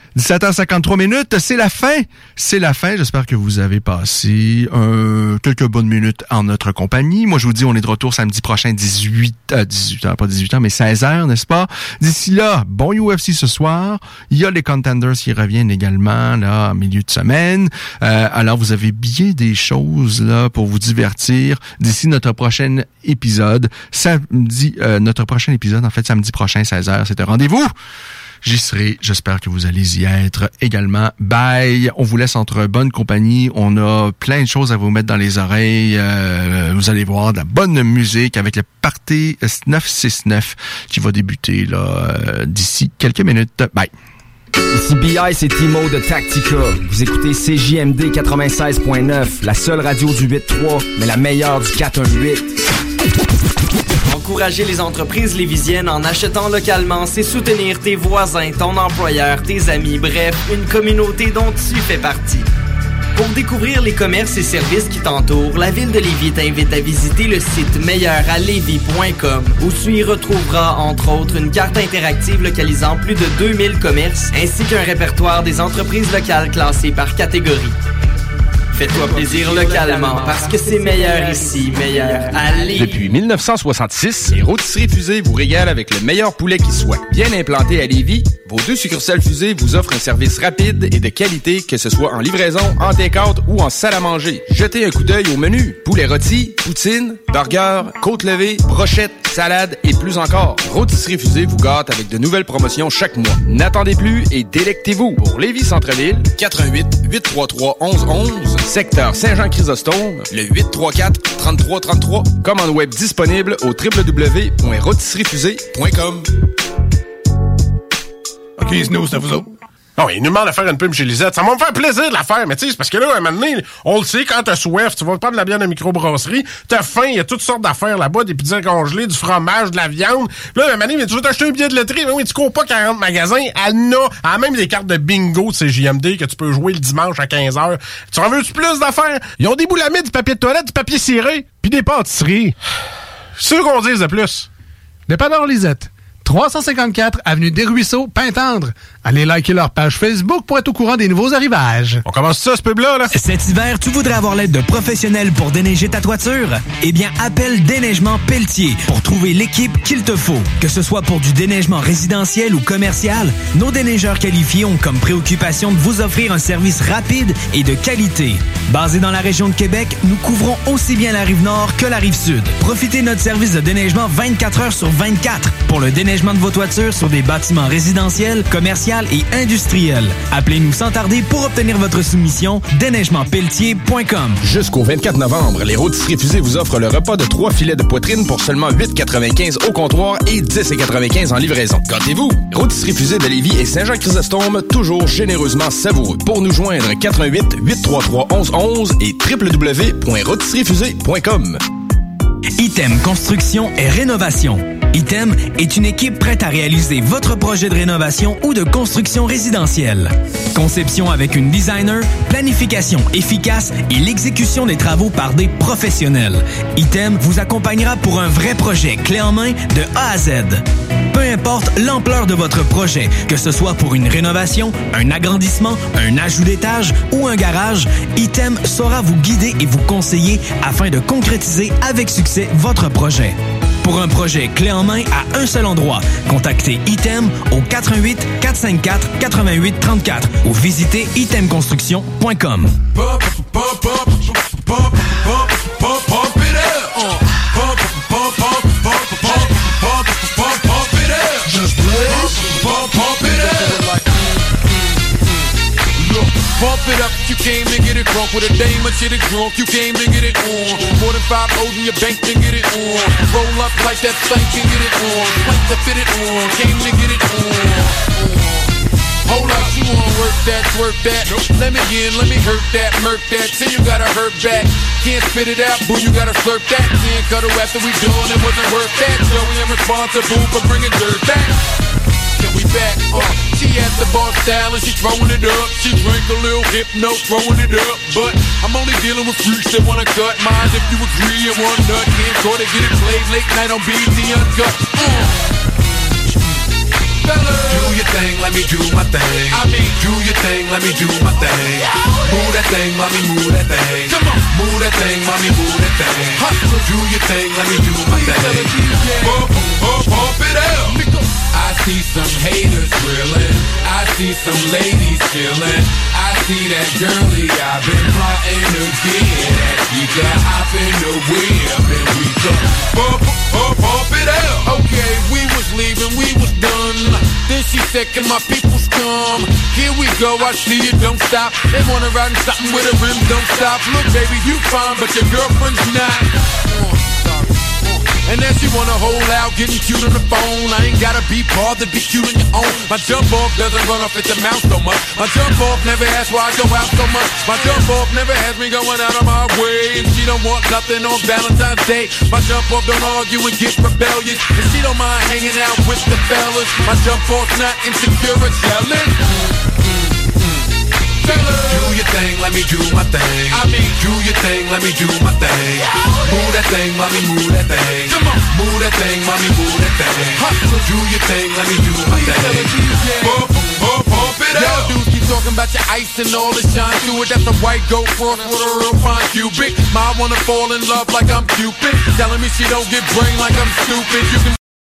17h53, c'est la fin. C'est la fin. J'espère que vous avez passé quelques bonnes minutes en notre compagnie. Moi, je vous dis, on est de retour samedi prochain, 18h, pas 18h, mais 16h, n'est-ce pas? D'ici là, bon UFC ce soir. Il y a les Contenders qui reviennent également, là, en milieu de semaine. Alors, vous avez bien des choses, là, pour vous divertir. D'ici notre prochain épisode, samedi prochain, 16h, c'est un rendez-vous. J'y serai. J'espère que vous allez y être également. Bye. On vous laisse entre bonne compagnie. On a plein de choses à vous mettre dans les oreilles. Vous allez voir de la bonne musique avec le Party 969 qui va débuter là d'ici quelques minutes. Bye. Ici BI, c'est Timo de Tactica. Vous écoutez CJMD 96.9, la seule radio du 8-3, mais la meilleure du 4-1-8. Encourager les entreprises lévisiennes en achetant localement, c'est soutenir tes voisins, ton employeur, tes amis, bref, une communauté dont tu fais partie. Pour découvrir les commerces et services qui t'entourent, la Ville de Lévis t'invite à visiter le site meilleuralevis.com où tu y retrouveras, entre autres, une carte interactive localisant plus de 2000 commerces ainsi qu'un répertoire des entreprises locales classées par catégorie. Fais-toi plaisir localement parce que c'est meilleur ici, meilleur à Lévis. Depuis 1966, les Rôtisseries Fusées vous régalent avec le meilleur poulet qui soit. Bien implanté à Lévis, vos 2 succursales Fusées vous offrent un service rapide et de qualité, que ce soit en livraison, en take-out ou en salle à manger. Jetez un coup d'œil au menu. Poulet rôti, poutine, burger, côte levée, brochette, salade et plus encore. Rôtisseries Fusées vous gâte avec de nouvelles promotions chaque mois. N'attendez plus et délectez-vous. Pour Lévis Centre-Ville, 88-833-1111. Secteur Saint-Jean-Chrysostome, le 834-3333. Commande web disponible au www.rotisseriefusée.com. OK, Snow, c'est à vous autres. Non, il nous demande de faire une pub chez Lisette. Ça va me faire plaisir de la faire, mais tu sais, c'est parce que là, à un moment donné, on le sait, quand t'as soif, tu vas prendre de la bière de microbrasserie, t'as faim, il y a toutes sortes d'affaires là-bas, des pizzas congelées, du fromage, de la viande. Là, à un moment donné, mais tu veux t'acheter un billet de loterie, mais oui, tu cours pas 40 magasins, elle a même des cartes de bingo de CJMD que tu peux jouer le dimanche à 15h. Tu en veux-tu plus d'affaires? Ils ont des boulamides, du papier de toilette, du papier ciré, puis des pâtisseries. C'est sûr qu'on dise de plus. Dépanneur Lisette. 354 Avenue des Ruisseaux, Pintendre. Allez liker leur page Facebook pour être au courant des nouveaux arrivages. On commence ça, ce pub-là, là? Cet hiver, tu voudrais avoir l'aide de professionnels pour déneiger ta toiture? Eh bien, appelle Déneigement Pelletier pour trouver l'équipe qu'il te faut. Que ce soit pour du déneigement résidentiel ou commercial, nos déneigeurs qualifiés ont comme préoccupation de vous offrir un service rapide et de qualité. Basé dans la région de Québec, nous couvrons aussi bien la Rive-Nord que la Rive-Sud. Profitez de notre service de déneigement 24 heures sur 24 pour le déneigement de vos toitures sur des bâtiments résidentiels, commerciaux et industriels. Appelez-nous sans tarder pour obtenir votre soumission. Déneigementpelletier.com. Jusqu'au 24 novembre, les Rôtisseries Fusées vous offrent le repas de 3 filets de poitrine pour seulement 8,95 au comptoir et 10,95 en livraison. Gâtez-vous! Rôtisseries Fusées de Lévis et Saint-Jean-Chrysostome, toujours généreusement savoureux. Pour nous joindre, 88-833-1111 et www.rôtisseriefusées.com. Item Construction et Rénovation. Item est une équipe prête à réaliser votre projet de rénovation ou de construction résidentielle. Conception avec une designer, planification efficace et l'exécution des travaux par des professionnels. Item vous accompagnera pour un vrai projet clé en main de A à Z. Peu importe l'ampleur de votre projet, que ce soit pour une rénovation, un agrandissement, un ajout d'étage ou un garage, Item saura vous guider et vous conseiller afin de concrétiser avec succès votre projet. Pour un projet clé en main à un seul endroit, contactez Item au 88 454 88 34 ou visitez itemconstruction.com. Bump it up if you can't make it across. trunk with a dame, but shit is drunk. You came to get it on. More than 5 O's in your bank to get it on. Roll up like that thing can get it on. Plank to fit it on. Came to get it on. Hold up, you wanna work that, twerk that. Let me in, let me hurt that, murk that. Say you gotta hurt back. Can't spit it out, boo, you gotta slurp that. Can't cuddle after we done, it wasn't worth that. So we ain't responsible for bringing dirt back. Can we back? She at the bar style and she throwing it up. She drink a little hypno, throwing it up. But I'm only dealing with freaks that wanna cut mine. If you agree and one nut, can't go to get it played late night on BET Uncut. Do your thing, let me do my thing. I mean, do your thing, let me do my thing. Move that thing, mommy, move that thing. Come on, move that thing, mommy, move that thing. Hustle, do your thing, let me do my thing. Pump it up. I see some haters drilling. I see some ladies chilling. I see that girlie I've been plotting to get at. She got hop in the whip and we go pump it up. Okay, we was leaving, we was done. Then she said, can my peoples come? Here we go, I see you, don't stop. They wanna ride in something with a rim, don't stop. Look, baby, you fine, but your girlfriend's not. And then she wanna hold out, getting cute on the phone. I ain't gotta be bothered, be cute on your own. My jump off doesn't run off at the mouth so much. My jump off never asks why I go out so much. My jump off never has me going out of my way. And she don't want nothing on Valentine's Day. My jump off don't argue and get rebellious. And she don't mind hanging out with the fellas. My jump off's not insecure or jealous. Do your thing, let me do my thing. I mean, do your thing, let me do my thing. Move that thing, mommy, move that thing. Come on, move that thing, mommy, move that thing. Hustle, do your thing, let me do my thing. Pump it up. Y'all dudes keep talking about your ice and all the shine to it. That's a white goat cross with a real fine cubic. Ma wanna fall in love like I'm Cupid. Telling me she don't get brain like I'm stupid. You can